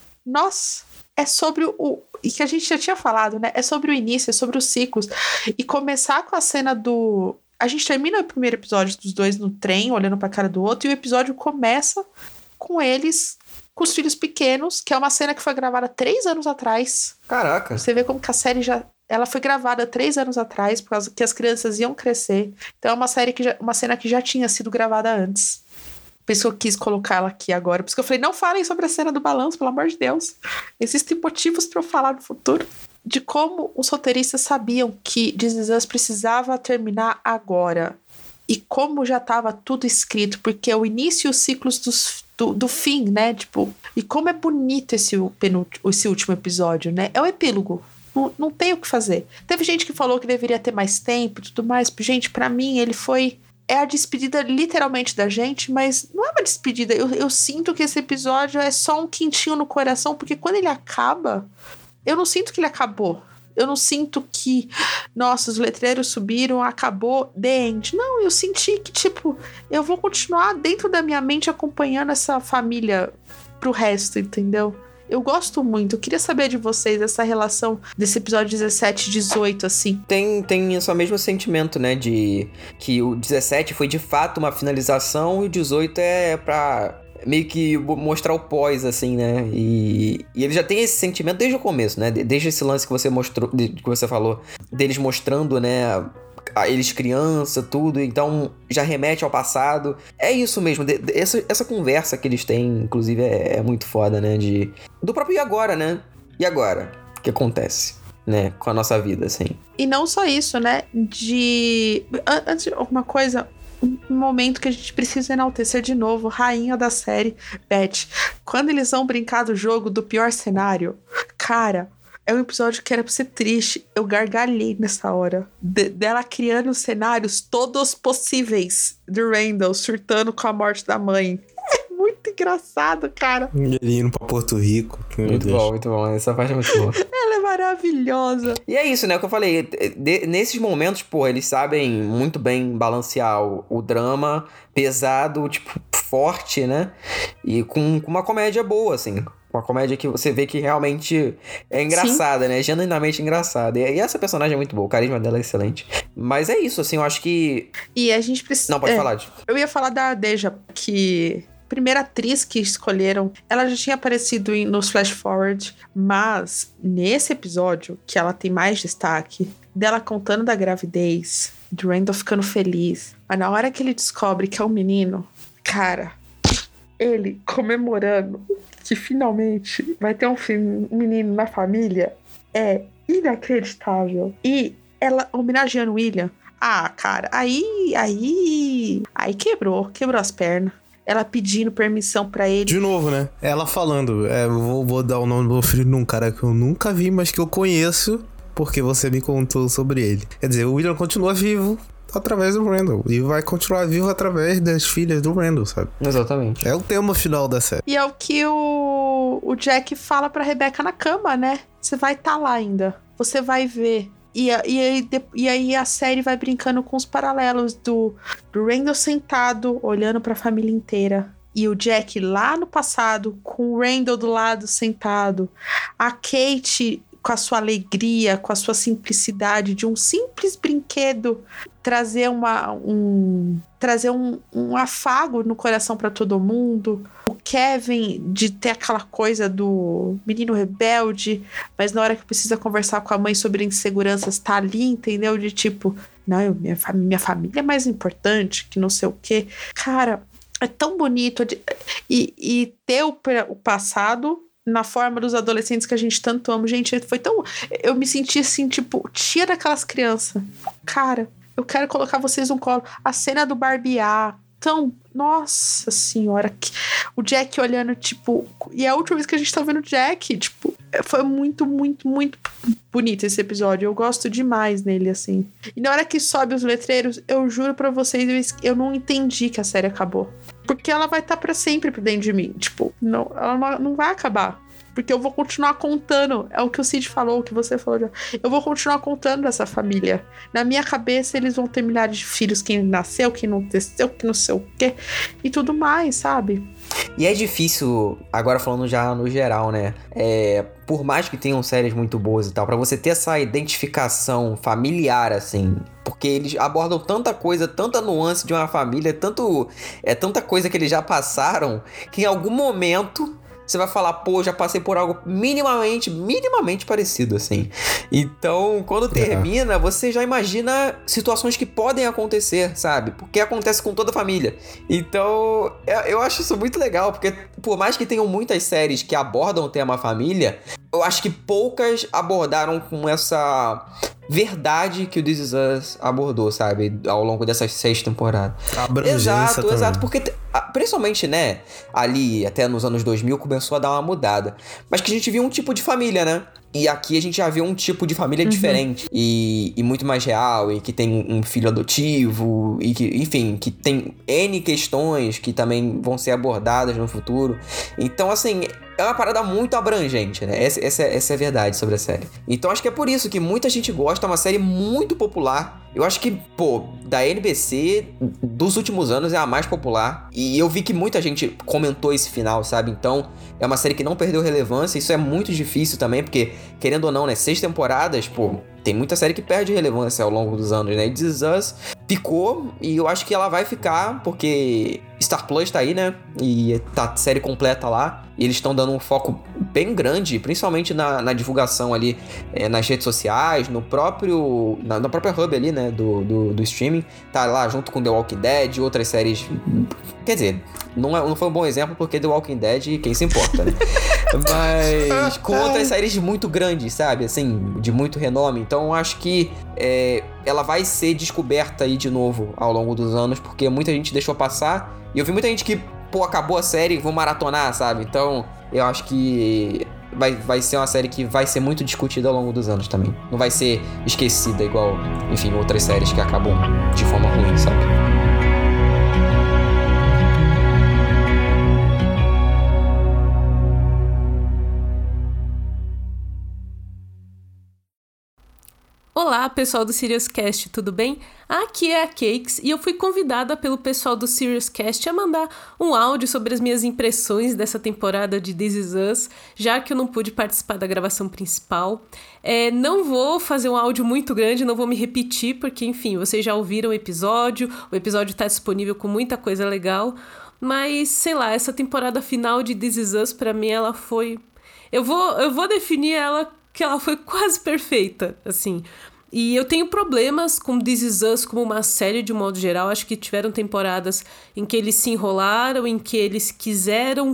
C: Nós é sobre o... E que a gente já tinha falado, né? É sobre o início, é sobre os ciclos. E começar com a cena do... A gente termina o primeiro episódio dos dois no trem, olhando pra cara do outro. E o episódio começa com eles... com os filhos pequenos, que é uma cena que foi gravada três anos atrás.
A: Caraca.
C: Você vê como que a série já... Ela foi gravada três anos atrás, por causa que as crianças iam crescer. Então é uma série que já... uma cena que já tinha sido gravada antes. Por isso que eu quis colocá ela aqui agora. Por isso que eu falei, não falem sobre a cena do balanço, pelo amor de Deus. Existem motivos pra eu falar no futuro. De como os roteiristas sabiam que This Is Us precisava terminar agora. E como já estava tudo escrito, porque o início e os ciclos dos, do, do fim, né? Tipo, e como é bonito esse, penúltimo, esse último episódio, né? É o epílogo. Não, não tem o que fazer. Teve gente que falou que deveria ter mais tempo e tudo mais. Gente, pra mim, ele foi... É a despedida literalmente da gente, mas não é uma despedida. Eu, eu sinto que esse episódio é só um quentinho no coração, porque quando ele acaba, eu não sinto que ele acabou. Eu não sinto que, nossa, os letreiros subiram, acabou, the end. Não, eu senti que, tipo, eu vou continuar dentro da minha mente acompanhando essa família pro resto, entendeu? Eu gosto muito. Eu queria saber de vocês essa relação desse episódio dezessete e dezoito, assim.
A: Tem, tem esse mesmo sentimento, né? De que o dezessete foi de fato uma finalização e o dezoito é pra... meio que mostrar o pós, assim, né? E, e ele já tem esse sentimento desde o começo, né? Desde esse lance que você mostrou, que você falou, deles mostrando, né? Eles criança, tudo, então já remete ao passado. É isso mesmo, de, de, essa, essa conversa que eles têm, inclusive, é, é muito foda, né? De, do próprio e agora, né? E agora? O que acontece, né? Com a nossa vida, assim.
C: E não só isso, né? De... Antes de alguma coisa... Um momento que a gente precisa enaltecer de novo, rainha da série, Beth. Quando eles vão brincar do jogo do pior cenário, cara, é um episódio que era pra ser triste. Eu gargalhei nessa hora. De, dela criando cenários todos possíveis do Randall, surtando com a morte da mãe. É muito engraçado, cara.
B: Ele indo pra Porto Rico.
A: Muito Deus. bom, muito bom. Essa parte é muito boa.
C: Ela é maravilhosa.
A: E é isso, né? O que eu falei. De, nesses momentos, pô, eles sabem muito bem balancear o, o drama pesado, tipo, forte, né? E com, com uma comédia boa, assim. Uma comédia que você vê que realmente é engraçada, Sim. né? Genuinamente engraçada. E, e essa personagem é muito boa. O carisma dela é excelente. Mas é isso, assim, eu acho que...
C: E a gente precisa...
A: Não, pode
C: é,
A: falar. Tipo.
C: Eu ia falar da Deja, que... primeira atriz que escolheram, ela já tinha aparecido em, nos Flash Forward, mas nesse episódio, que ela tem mais destaque, dela contando da gravidez, de Randall ficando feliz, mas na hora que ele descobre que é um menino, cara, ele comemorando que finalmente vai ter um, filho, um menino na família, é inacreditável. E ela homenageando o William, ah, cara, aí, aí, aí quebrou, quebrou as pernas. Ela pedindo permissão pra ele.
B: De novo, né? Ela falando, é, vou, vou dar o nome do meu filho num cara que eu nunca vi, mas que eu conheço, porque você me contou sobre ele. Quer dizer, o William continua vivo através do Randall. E vai continuar vivo através das filhas do Randall, sabe?
A: Exatamente.
B: É o tema final da série.
C: E é o que o, o Jack fala pra Rebecca na cama, né? Você vai estar tá lá ainda. Você vai ver. E, e, aí, e aí a série vai brincando com os paralelos do, do Randall sentado, olhando pra família inteira. E o Jack lá no passado, com o Randall do lado sentado. A Kate com a sua alegria, com a sua simplicidade de um simples brinquedo trazer, uma, um, trazer um, um afago no coração pra todo mundo. O Kevin de ter aquela coisa do menino rebelde, mas na hora que precisa conversar com a mãe sobre inseguranças, tá ali, entendeu? De tipo, não, eu, minha, minha família é mais importante, que não sei o quê. Cara, é tão bonito. De, e, e ter o, o passado na forma dos adolescentes que a gente tanto ama. Gente, foi tão... Eu me senti assim, tipo, tia daquelas crianças. Cara, eu quero colocar vocês no colo. A cena do barbear, tão... Nossa senhora. Que... O Jack olhando, tipo... E é a última vez que a gente tá vendo o Jack, tipo... Foi muito, muito, muito bonito esse episódio. Eu gosto demais nele, assim. E na hora que sobe os letreiros, eu juro pra vocês, eu não entendi que a série acabou. Porque ela vai estar tá pra sempre por dentro de mim. Tipo, não, ela não, não vai acabar. Porque eu vou continuar contando. É o que o Cid falou, o que você falou já. Eu vou continuar contando dessa família. Na minha cabeça, eles vão ter milhares de filhos. Quem nasceu, quem não nasceu, quem não sei o quê. E tudo mais, sabe?
A: E é difícil, agora falando já no geral, né? É, por mais que tenham séries muito boas e tal, pra você ter essa identificação familiar, assim... Porque eles abordam tanta coisa, tanta nuance de uma família, tanto, é tanta coisa que eles já passaram, que em algum momento... Você vai falar, pô, já passei por algo minimamente, minimamente parecido, assim. Então, quando termina, você já imagina situações que podem acontecer, sabe? Porque acontece com toda a família. Então, eu acho isso muito legal, porque por mais que tenham muitas séries que abordam o tema família, eu acho que poucas abordaram com essa... verdade que o This Is Us abordou, sabe? Ao longo dessas seis temporadas.
B: A abrangência
A: Exato,
B: também.
A: exato. Porque, principalmente, né? Ali, até nos anos dois mil, começou a dar uma mudada. Mas que a gente viu um tipo de família, né? E aqui a gente já vê um tipo de família uhum. diferente. E, e muito mais real. E que tem um filho adotivo. E que, enfim, que tem N questões que também vão ser abordadas no futuro. Então, assim... É uma parada muito abrangente, né? Essa, essa, essa é a verdade sobre a série. Então acho que é por isso que muita gente gosta. É uma série muito popular. Eu acho que, pô, da N B C, dos últimos anos, é a mais popular. E eu vi que muita gente comentou esse final, sabe? Então, é uma série que não perdeu relevância. Isso é muito difícil também, porque, querendo ou não, né? Seis temporadas, pô... Tem muita série que perde relevância ao longo dos anos, né? E This Is Us picou e eu acho que ela vai ficar, porque Star Plus tá aí, né? E tá série completa lá. E eles estão dando um foco bem grande, principalmente na, na divulgação ali, é, nas redes sociais, no próprio... Na, na própria hub ali, né? Do, do, do streaming. Tá lá junto com The Walking Dead e outras séries... Quer dizer, não, é, não foi um bom exemplo porque The Walking Dead, quem se importa, né? Mas com outras séries muito grandes, sabe? Assim, de muito renome. Então eu acho que é, ela vai ser descoberta aí de novo ao longo dos anos, porque muita gente deixou passar. E eu vi muita gente que, pô, acabou a série, vou maratonar, sabe? Então eu acho que vai, vai ser uma série que vai ser muito discutida ao longo dos anos também. Não vai ser esquecida igual, enfim, outras séries que acabam de forma ruim, sabe?
J: Olá, pessoal do SiriusCast, tudo bem? Aqui é a Cakes e eu fui convidada pelo pessoal do SiriusCast a mandar um áudio sobre as minhas impressões dessa temporada de This Is Us, já que eu não pude participar da gravação principal. É, não vou fazer um áudio muito grande, não vou me repetir, porque, enfim, vocês já ouviram o episódio, o episódio está disponível com muita coisa legal, mas, sei lá, essa temporada final de This Is Us, pra mim, ela foi... Eu vou, eu vou definir ela que ela foi quase perfeita, assim... E eu tenho problemas com This Is Us como uma série de um modo geral. Acho que tiveram temporadas em que eles se enrolaram, em que eles quiseram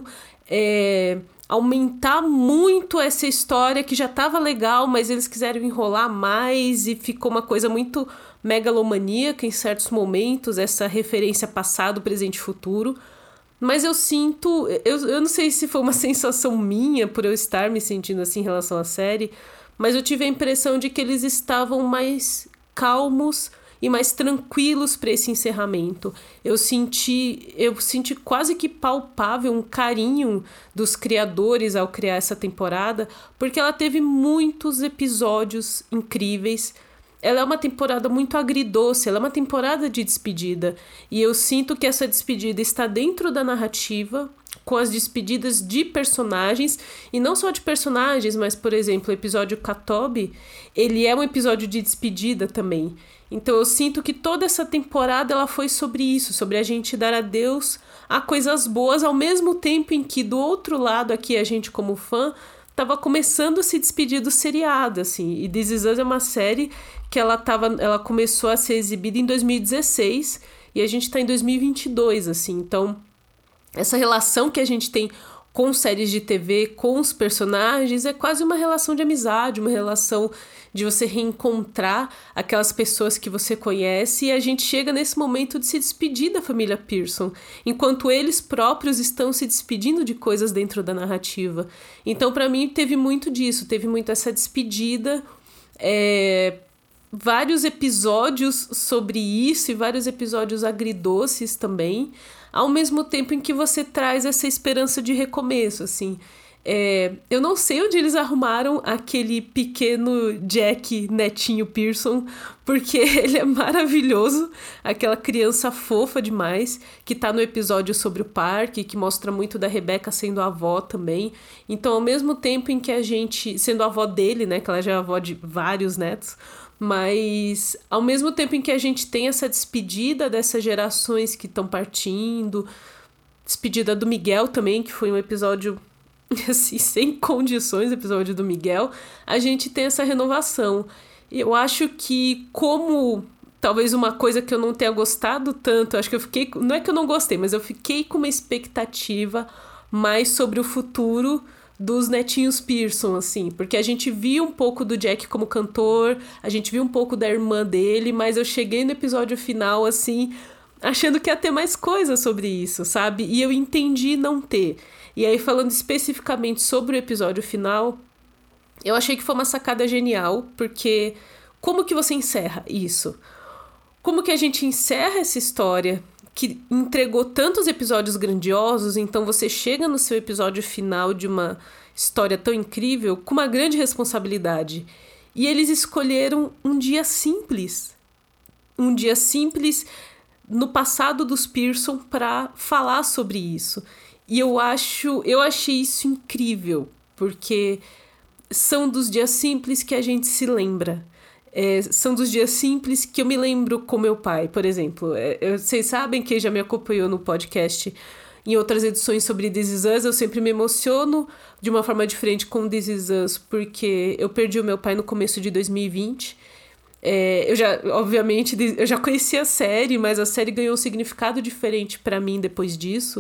J: é, aumentar muito essa história que já estava legal, mas eles quiseram enrolar mais e ficou uma coisa muito megalomaníaca em certos momentos, essa referência passado, presente e futuro. Mas eu sinto... Eu, eu não sei se foi uma sensação minha por eu estar me sentindo assim em relação à série... Mas eu tive a impressão de que eles estavam mais calmos e mais tranquilos para esse encerramento. Eu senti, eu senti quase que palpável um carinho dos criadores ao criar essa temporada, porque ela teve muitos episódios incríveis. Ela é uma temporada muito agridoce, ela é uma temporada de despedida. E eu sinto que essa despedida está dentro da narrativa, com as despedidas de personagens, e não só de personagens, mas, por exemplo, o episódio Katobi, ele é um episódio de despedida também. Então eu sinto que toda essa temporada ela foi sobre isso, sobre a gente dar adeus a coisas boas, ao mesmo tempo em que do outro lado aqui a gente como fã estava começando a se despedir do seriado, assim. E This Is Us é uma série que ela, tava, ela começou a ser exibida em dois mil e dezesseis e a gente está em dois mil e vinte e dois, assim, então... Essa relação que a gente tem com séries de T V, com os personagens, é quase uma relação de amizade, uma relação de você reencontrar aquelas pessoas que você conhece, e a gente chega nesse momento de se despedir da família Pearson, enquanto eles próprios estão se despedindo de coisas dentro da narrativa. Então, para mim, teve muito disso, teve muito essa despedida, é, vários episódios sobre isso e vários episódios agridoces também, ao mesmo tempo em que você traz essa esperança de recomeço, assim. É, eu não sei onde eles arrumaram aquele pequeno Jack netinho Pearson, porque ele é maravilhoso, aquela criança fofa demais, que tá no episódio sobre o parque, que mostra muito da Rebecca sendo avó também. Então, ao mesmo tempo em que a gente, sendo avó dele, né, que ela já é avó de vários netos, mas ao mesmo tempo em que a gente tem essa despedida dessas gerações que estão partindo, despedida do Miguel também, que foi um episódio assim, sem condições, o episódio do Miguel, a gente tem essa renovação. Eu acho que, como talvez uma coisa que eu não tenha gostado tanto, acho que eu fiquei, não é que eu não gostei, mas eu fiquei com uma expectativa mais sobre o futuro dos netinhos Pearson, assim, porque a gente viu um pouco do Jack como cantor, a gente viu um pouco da irmã dele, mas eu cheguei no episódio final, assim, achando que ia ter mais coisa sobre isso, sabe? E eu entendi não ter. E aí, falando especificamente sobre o episódio final, eu achei que foi uma sacada genial, porque como que você encerra isso? Como que a gente encerra essa história que entregou tantos episódios grandiosos, então você chega no seu episódio final de uma história tão incrível com uma grande responsabilidade. E eles escolheram um dia simples. Um dia simples no passado dos Pearson para falar sobre isso. E eu acho, eu achei isso incrível, porque são dos dias simples que a gente se lembra. É, são dos dias simples que eu me lembro com meu pai, por exemplo. É, eu, vocês sabem que já me acompanhou no podcast em outras edições sobre This Is Us, eu sempre me emociono de uma forma diferente com This Is Us, porque eu perdi o meu pai no começo de dois mil e vinte. É, eu já, obviamente, eu já conhecia a série, mas a série ganhou um significado diferente para mim depois disso.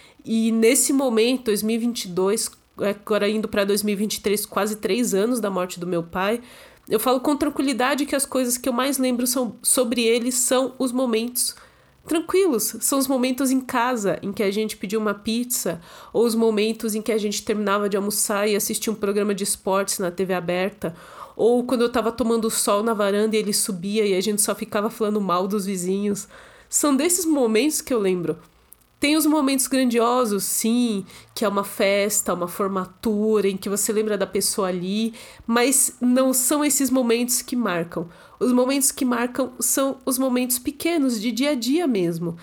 J: E nesse momento, dois mil e vinte e dois, agora indo para dois mil e vinte e três, quase três anos da morte do meu pai, eu falo com tranquilidade que as coisas que eu mais lembro são, sobre ele são os momentos tranquilos. São os momentos em casa, em que a gente pediu uma pizza, ou os momentos em que a gente terminava de almoçar e assistia um programa de esportes na T V aberta, ou quando eu tava tomando sol na varanda e ele subia e a gente só ficava falando mal dos vizinhos. São desses momentos que eu lembro. Tem os momentos grandiosos, sim, que é uma festa, uma formatura, em que você lembra da pessoa ali, mas não são esses momentos que marcam. Os momentos que marcam são os momentos pequenos, de dia a dia mesmo.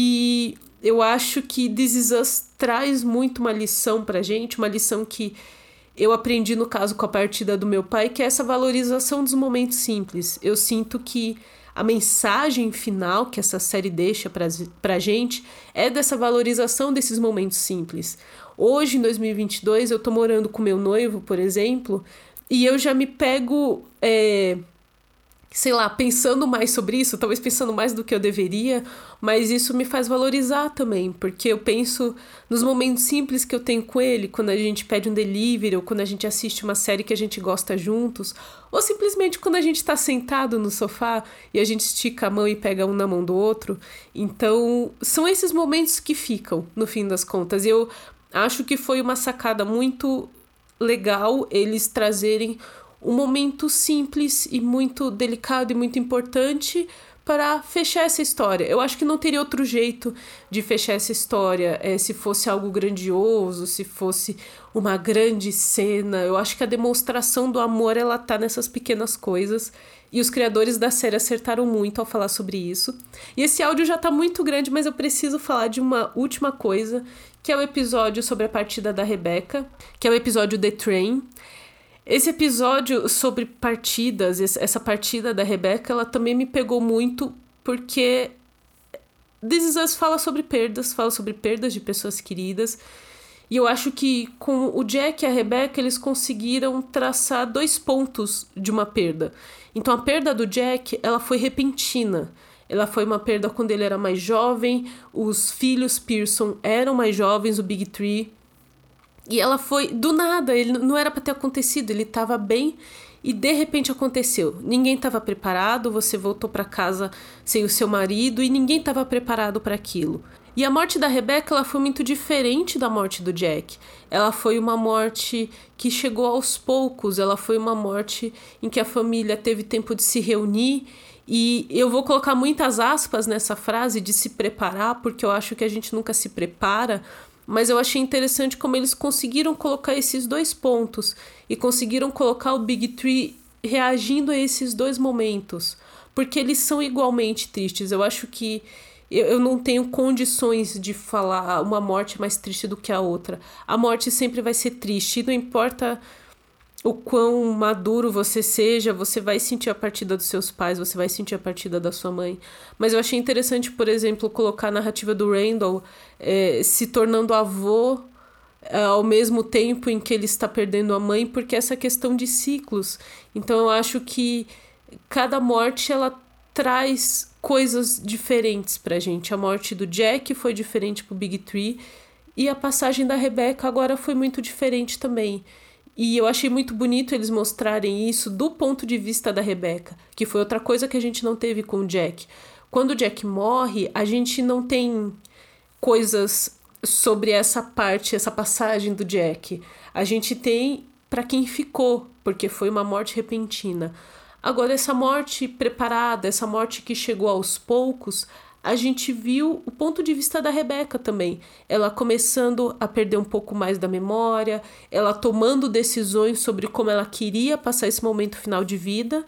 J: E eu acho que This Is Us traz muito uma lição pra gente, uma lição que eu aprendi, no caso, com a partida do meu pai, que é essa valorização dos momentos simples. Eu sinto que a mensagem final que essa série deixa pra, pra gente é dessa valorização desses momentos simples. Hoje, em dois mil e vinte e dois, eu tô morando com meu noivo, por exemplo, e eu já me pego, é, sei lá, pensando mais sobre isso, talvez pensando mais do que eu deveria, mas isso me faz valorizar também, porque eu penso nos momentos simples que eu tenho com ele, quando a gente pede um delivery, ou quando a gente assiste uma série que a gente gosta juntos, ou simplesmente quando a gente tá sentado no sofá e a gente estica a mão e pega um na mão do outro. Então, são esses momentos que ficam, no fim das contas. E eu acho que foi uma sacada muito legal eles trazerem um momento simples e muito delicado e muito importante para fechar essa história. Eu acho que não teria outro jeito de fechar essa história, é, se fosse algo grandioso, se fosse uma grande cena. Eu acho que a demonstração do amor, ela tá nessas pequenas coisas, e os criadores da série acertaram muito ao falar sobre isso. E esse áudio já tá muito grande, mas eu preciso falar de uma última coisa, que é o episódio sobre a partida da Rebecca, que é o episódio The Train. Esse episódio sobre partidas, essa partida da Rebecca, ela também me pegou muito, porque This Is Us fala sobre perdas, fala sobre perdas de pessoas queridas, e eu acho que com o Jack e a Rebecca, eles conseguiram traçar dois pontos de uma perda. Então a perda do Jack, ela foi repentina. Ela foi uma perda quando ele era mais jovem, os filhos Pearson eram mais jovens, o Big Three. E ela foi do nada, ele não era pra ter acontecido, ele tava bem e de repente aconteceu. Ninguém tava preparado, você voltou pra casa sem o seu marido e ninguém tava preparado para aquilo. E a morte da Rebecca, ela foi muito diferente da morte do Jack. Ela foi uma morte que chegou aos poucos, ela foi uma morte em que a família teve tempo de se reunir. E eu vou colocar muitas aspas nessa frase de se preparar, porque eu acho que a gente nunca se prepara, mas eu achei interessante como eles conseguiram colocar esses dois pontos e conseguiram colocar o Big Three reagindo a esses dois momentos, porque eles são igualmente tristes. Eu acho que eu, eu não tenho condições de falar uma morte mais triste do que a outra. A morte sempre vai ser triste, não importa o quão maduro você seja, você vai sentir a partida dos seus pais, você vai sentir a partida da sua mãe. Mas eu achei interessante, por exemplo, colocar a narrativa do Randall é, se tornando avô é, ao mesmo tempo em que ele está perdendo a mãe, porque essa questão de ciclos. Então eu acho que cada morte ela traz coisas diferentes pra gente. A morte do Jack foi diferente pro Big Three e a passagem da Rebecca agora foi muito diferente também. E eu achei muito bonito eles mostrarem isso do ponto de vista da Rebecca, que foi outra coisa que a gente não teve com o Jack. Quando o Jack morre, a gente não tem coisas sobre essa parte, essa passagem do Jack. A gente tem para quem ficou, porque foi uma morte repentina. Agora, essa morte preparada, essa morte que chegou aos poucos, a gente viu o ponto de vista da Rebecca também. Ela começando a perder um pouco mais da memória, ela tomando decisões sobre como ela queria passar esse momento final de vida.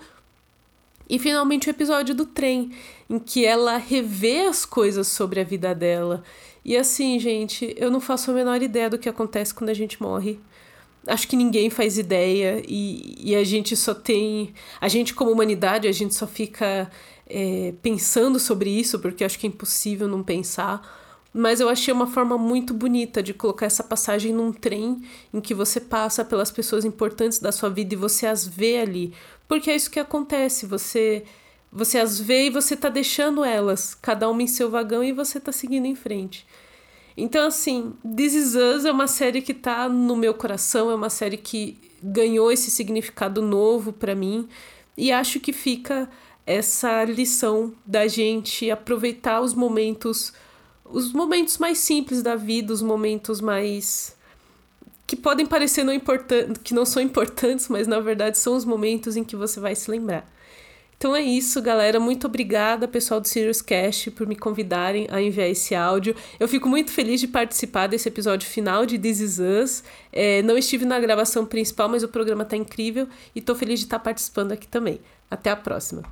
J: E finalmente o episódio do trem, em que ela revê as coisas sobre a vida dela. E assim, gente, eu não faço a menor ideia do que acontece quando a gente morre. Acho que ninguém faz ideia e, e a gente só tem... A gente como humanidade, a gente só fica... É, pensando sobre isso, porque acho que é impossível não pensar, mas eu achei uma forma muito bonita de colocar essa passagem num trem em que você passa pelas pessoas importantes da sua vida e você as vê ali, porque é isso que acontece, você, você as vê e você tá deixando elas, cada uma em seu vagão e você tá seguindo em frente. Então assim, This Is Us é uma série que tá no meu coração, é uma série que ganhou esse significado novo pra mim e acho que fica essa lição da gente aproveitar os momentos, os momentos mais simples da vida, os momentos mais que podem parecer não importantes, que não são importantes, mas na verdade são os momentos em que você vai se lembrar. Então é isso, galera. Muito obrigada, pessoal do Sirius Cast, por me convidarem a enviar esse áudio. Eu fico muito feliz de participar desse episódio final de This Is Us. É, não estive na gravação principal, mas o programa tá incrível e tô feliz de estar participando aqui também. Até a próxima.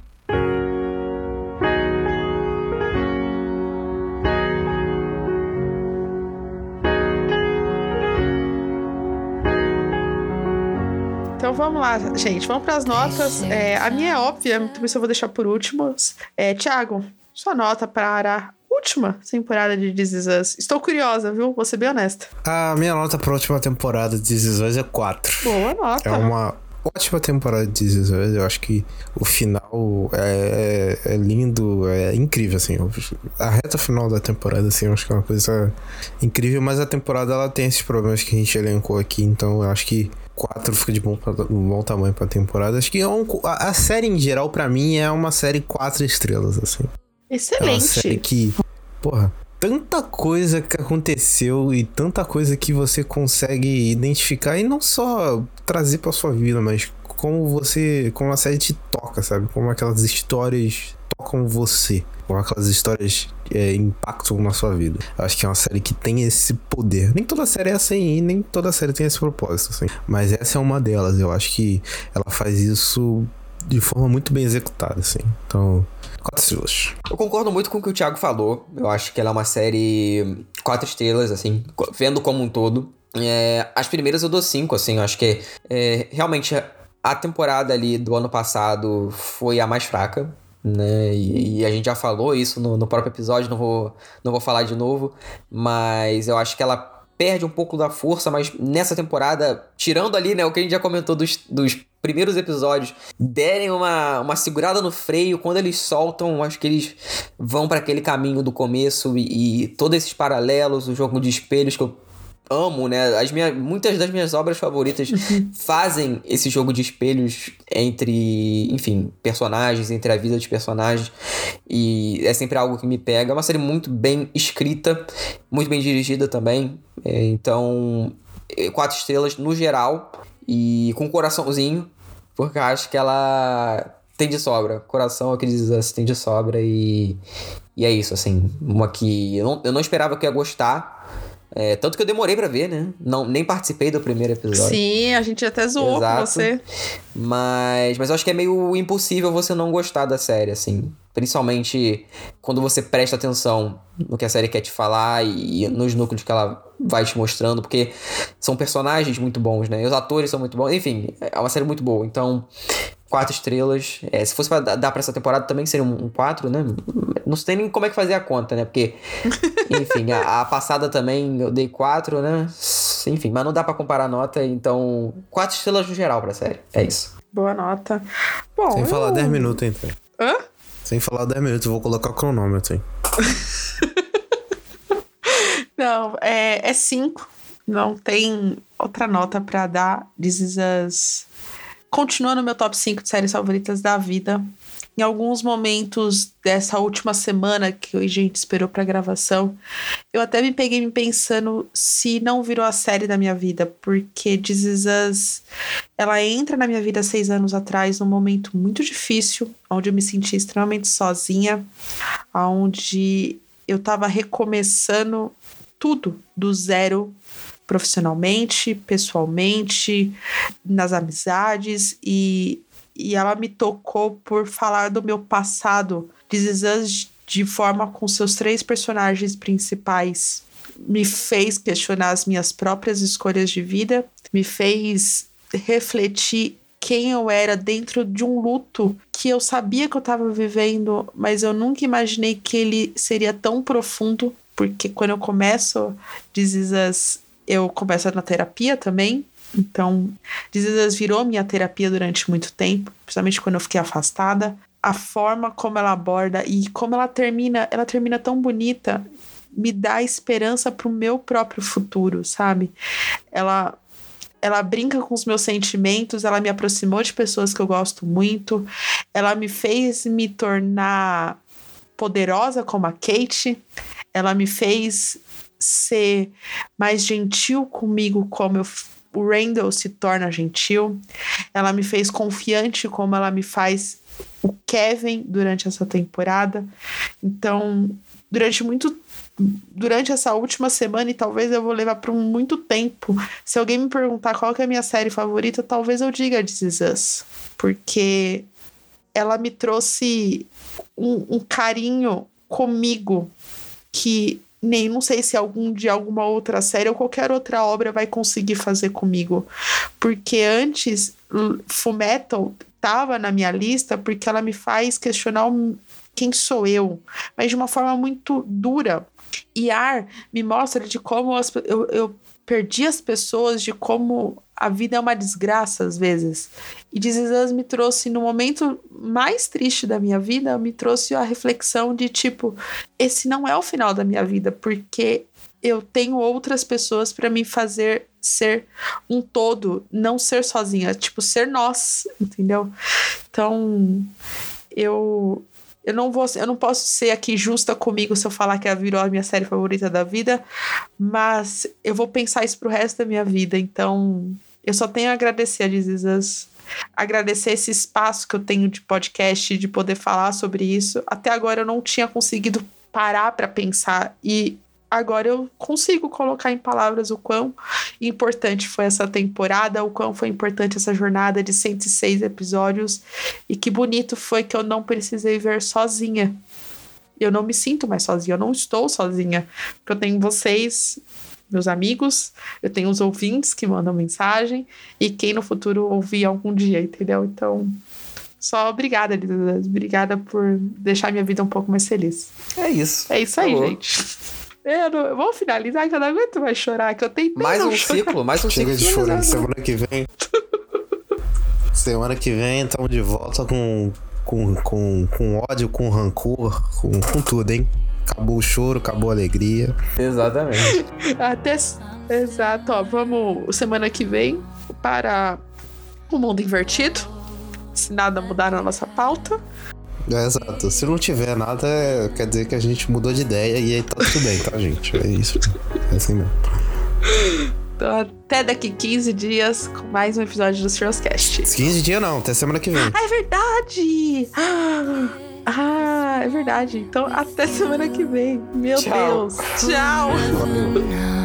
C: Então vamos lá, gente. Vamos para as notas. É, a minha é óbvia, por isso eu vou deixar por último. É, Thiago, sua nota para a última temporada de This Is Us. Estou curiosa, viu? Vou ser bem honesta.
B: A minha nota para a última temporada de This Is Us é quatro.
C: Boa nota.
B: É uma ótima temporada de This Is Us. Eu acho que o final é, é, é lindo, é incrível, assim. A reta final da temporada, assim, eu acho que é uma coisa incrível, mas a temporada, ela tem esses problemas que a gente elencou aqui, então eu acho que quatro fica de bom, pra, um bom tamanho pra temporada. Acho que é um, a, a série em geral, pra mim, é uma série quatro estrelas, assim.
C: Excelente.
B: É uma série que, porra, tanta coisa que aconteceu e tanta coisa que você consegue identificar e não só trazer pra sua vida, mas como você, como a série te toca, sabe? Como aquelas histórias tocam você, como aquelas histórias é, impactam na sua vida. Eu acho que é uma série que tem esse poder. Nem toda série é assim e nem toda série tem esse propósito, assim. Mas essa é uma delas. Eu acho que ela faz isso de forma muito bem executada, assim. Então, quatro estrelas.
A: Eu concordo muito com o que o Thiago falou. Eu acho que ela é uma série quatro estrelas, assim, vendo como um todo. É, as primeiras eu dou cinco, assim. Eu acho que é, realmente a temporada ali do ano passado foi a mais fraca, né? E, e a gente já falou isso no, no próprio episódio, não vou, não vou falar de novo, mas eu acho que ela perde um pouco da força, mas nessa temporada, tirando ali, né, o que a gente já comentou dos, dos primeiros episódios, derem uma, uma segurada no freio, quando eles soltam, acho que eles vão para aquele caminho do começo e, e todos esses paralelos, o jogo de espelhos que eu amo, né? As minhas, muitas das minhas obras favoritas fazem esse jogo de espelhos entre, enfim, personagens, entre a vida dos personagens. E é sempre algo que me pega. É uma série muito bem escrita, muito bem dirigida também. É, então, quatro estrelas no geral. E com um coraçãozinho, porque eu acho que ela tem de sobra. Coração, aqueles tem de sobra. E, e é isso, assim. Uma que eu não, eu não esperava que eu ia gostar. É, tanto que eu demorei pra ver, né? Não, nem participei do primeiro episódio.
C: Sim, a gente até zoou
A: Exato.
C: com você.
A: Mas, mas eu acho que é meio impossível você não gostar da série, assim. Principalmente quando você presta atenção no que a série quer te falar e nos núcleos que ela vai te mostrando. Porque são personagens muito bons, né? E os atores são muito bons. Enfim, é uma série muito boa. Então, quatro estrelas. É, se fosse pra dar pra essa temporada também seria um quatro, né? Não sei nem como é que fazer a conta, né? Porque, enfim, a, a passada também eu dei quatro, né? Enfim, mas não dá pra comparar a nota. Então, quatro estrelas no geral pra série. É isso.
C: Boa nota. Bom,
B: Sem
C: eu...
B: falar dez minutos, então.
C: Hã?
B: Sem falar dez minutos, eu vou colocar o cronômetro, hein?
C: Não, é cinco. Não tem outra nota pra dar. This is Us continua no meu top cinco de séries favoritas da vida. Em alguns momentos dessa última semana que a gente esperou pra gravação, eu até me peguei me pensando se não virou a série da minha vida, porque This Is Us, ela entra na minha vida seis anos atrás, num momento muito difícil, onde eu me senti extremamente sozinha, onde eu tava recomeçando tudo do zero, profissionalmente, pessoalmente, nas amizades, e, e ela me tocou por falar do meu passado. This Is Us, de forma com seus três personagens principais, me fez questionar as minhas próprias escolhas de vida, me fez refletir quem eu era dentro de um luto que eu sabia que eu estava vivendo, mas eu nunca imaginei que ele seria tão profundo, porque quando eu começo This Is Us, eu começo na terapia também. Então, This Is Us virou minha terapia durante muito tempo, principalmente quando eu fiquei afastada. A forma como ela aborda e como ela termina, ela termina tão bonita, me dá esperança pro meu próprio futuro, sabe? Ela, ela brinca com os meus sentimentos, ela me aproximou de pessoas que eu gosto muito, ela me fez me tornar poderosa como a Kate, ela me fez ser mais gentil comigo como eu, o Randall se torna gentil. Ela me fez confiante como ela me faz o Kevin durante essa temporada. Então, durante muito durante essa última semana, e talvez eu vou levar por muito tempo, se alguém me perguntar qual que é a minha série favorita, talvez eu diga This Is Us, porque ela me trouxe um, um carinho comigo que nem não sei se algum de alguma outra série ou qualquer outra obra vai conseguir fazer comigo. Porque antes, Fullmetal tava na minha lista porque ela me faz questionar o, quem sou eu, mas de uma forma muito dura. E Ar me mostra de como as, eu, eu perdi as pessoas, de como a vida é uma desgraça às vezes. E This Is Us me trouxe, no momento mais triste da minha vida, me trouxe a reflexão de tipo, esse não é o final da minha vida, porque eu tenho outras pessoas para me fazer ser um todo, não ser sozinha, tipo, ser nós, entendeu? Então, eu... Eu não, vou, eu não posso ser aqui justa comigo se eu falar que ela virou a minha série favorita da vida, mas eu vou pensar isso pro resto da minha vida. Então, eu só tenho a agradecer a This Is Us, agradecer esse espaço que eu tenho de podcast, de poder falar sobre isso. Até agora eu não tinha conseguido parar para pensar, e agora eu consigo colocar em palavras o quão importante foi essa temporada, o quão foi importante essa jornada de cento e seis episódios, e que bonito foi que eu não precisei ver sozinha. Eu não me sinto mais sozinha, eu não estou sozinha, porque eu tenho vocês, meus amigos, eu tenho os ouvintes que mandam mensagem, e quem no futuro ouvir algum dia, entendeu? Então, só obrigada, Elisa, obrigada por deixar minha vida um pouco mais feliz.
A: É isso.
C: É isso aí,
A: Falou.
C: gente. Eu, não, eu vou finalizar, que eu não aguento mais chorar, que eu tenho
A: mais um
C: chorar.
A: ciclo, mais um
B: Chega
A: ciclo.
B: de chorar, semana que vem. Semana que vem estamos de volta com, com, com, com ódio, com rancor, com, com tudo, hein? Acabou o choro, acabou a alegria.
A: Exatamente.
C: Até, Exato, ó, vamos semana que vem para o mundo invertido, se nada mudar na nossa pauta.
B: É, exato, se não tiver nada, quer dizer que a gente mudou de ideia e aí tá tudo bem, tá, gente? É isso, é assim mesmo.
C: Então, até daqui quinze dias com mais um episódio do Serialscast.
B: quinze dias não, até semana que vem.
C: Ah, é verdade! Ah, é verdade. Então, até semana que vem. Meu
B: Tchau.
C: Deus. Tchau.
B: Valeu.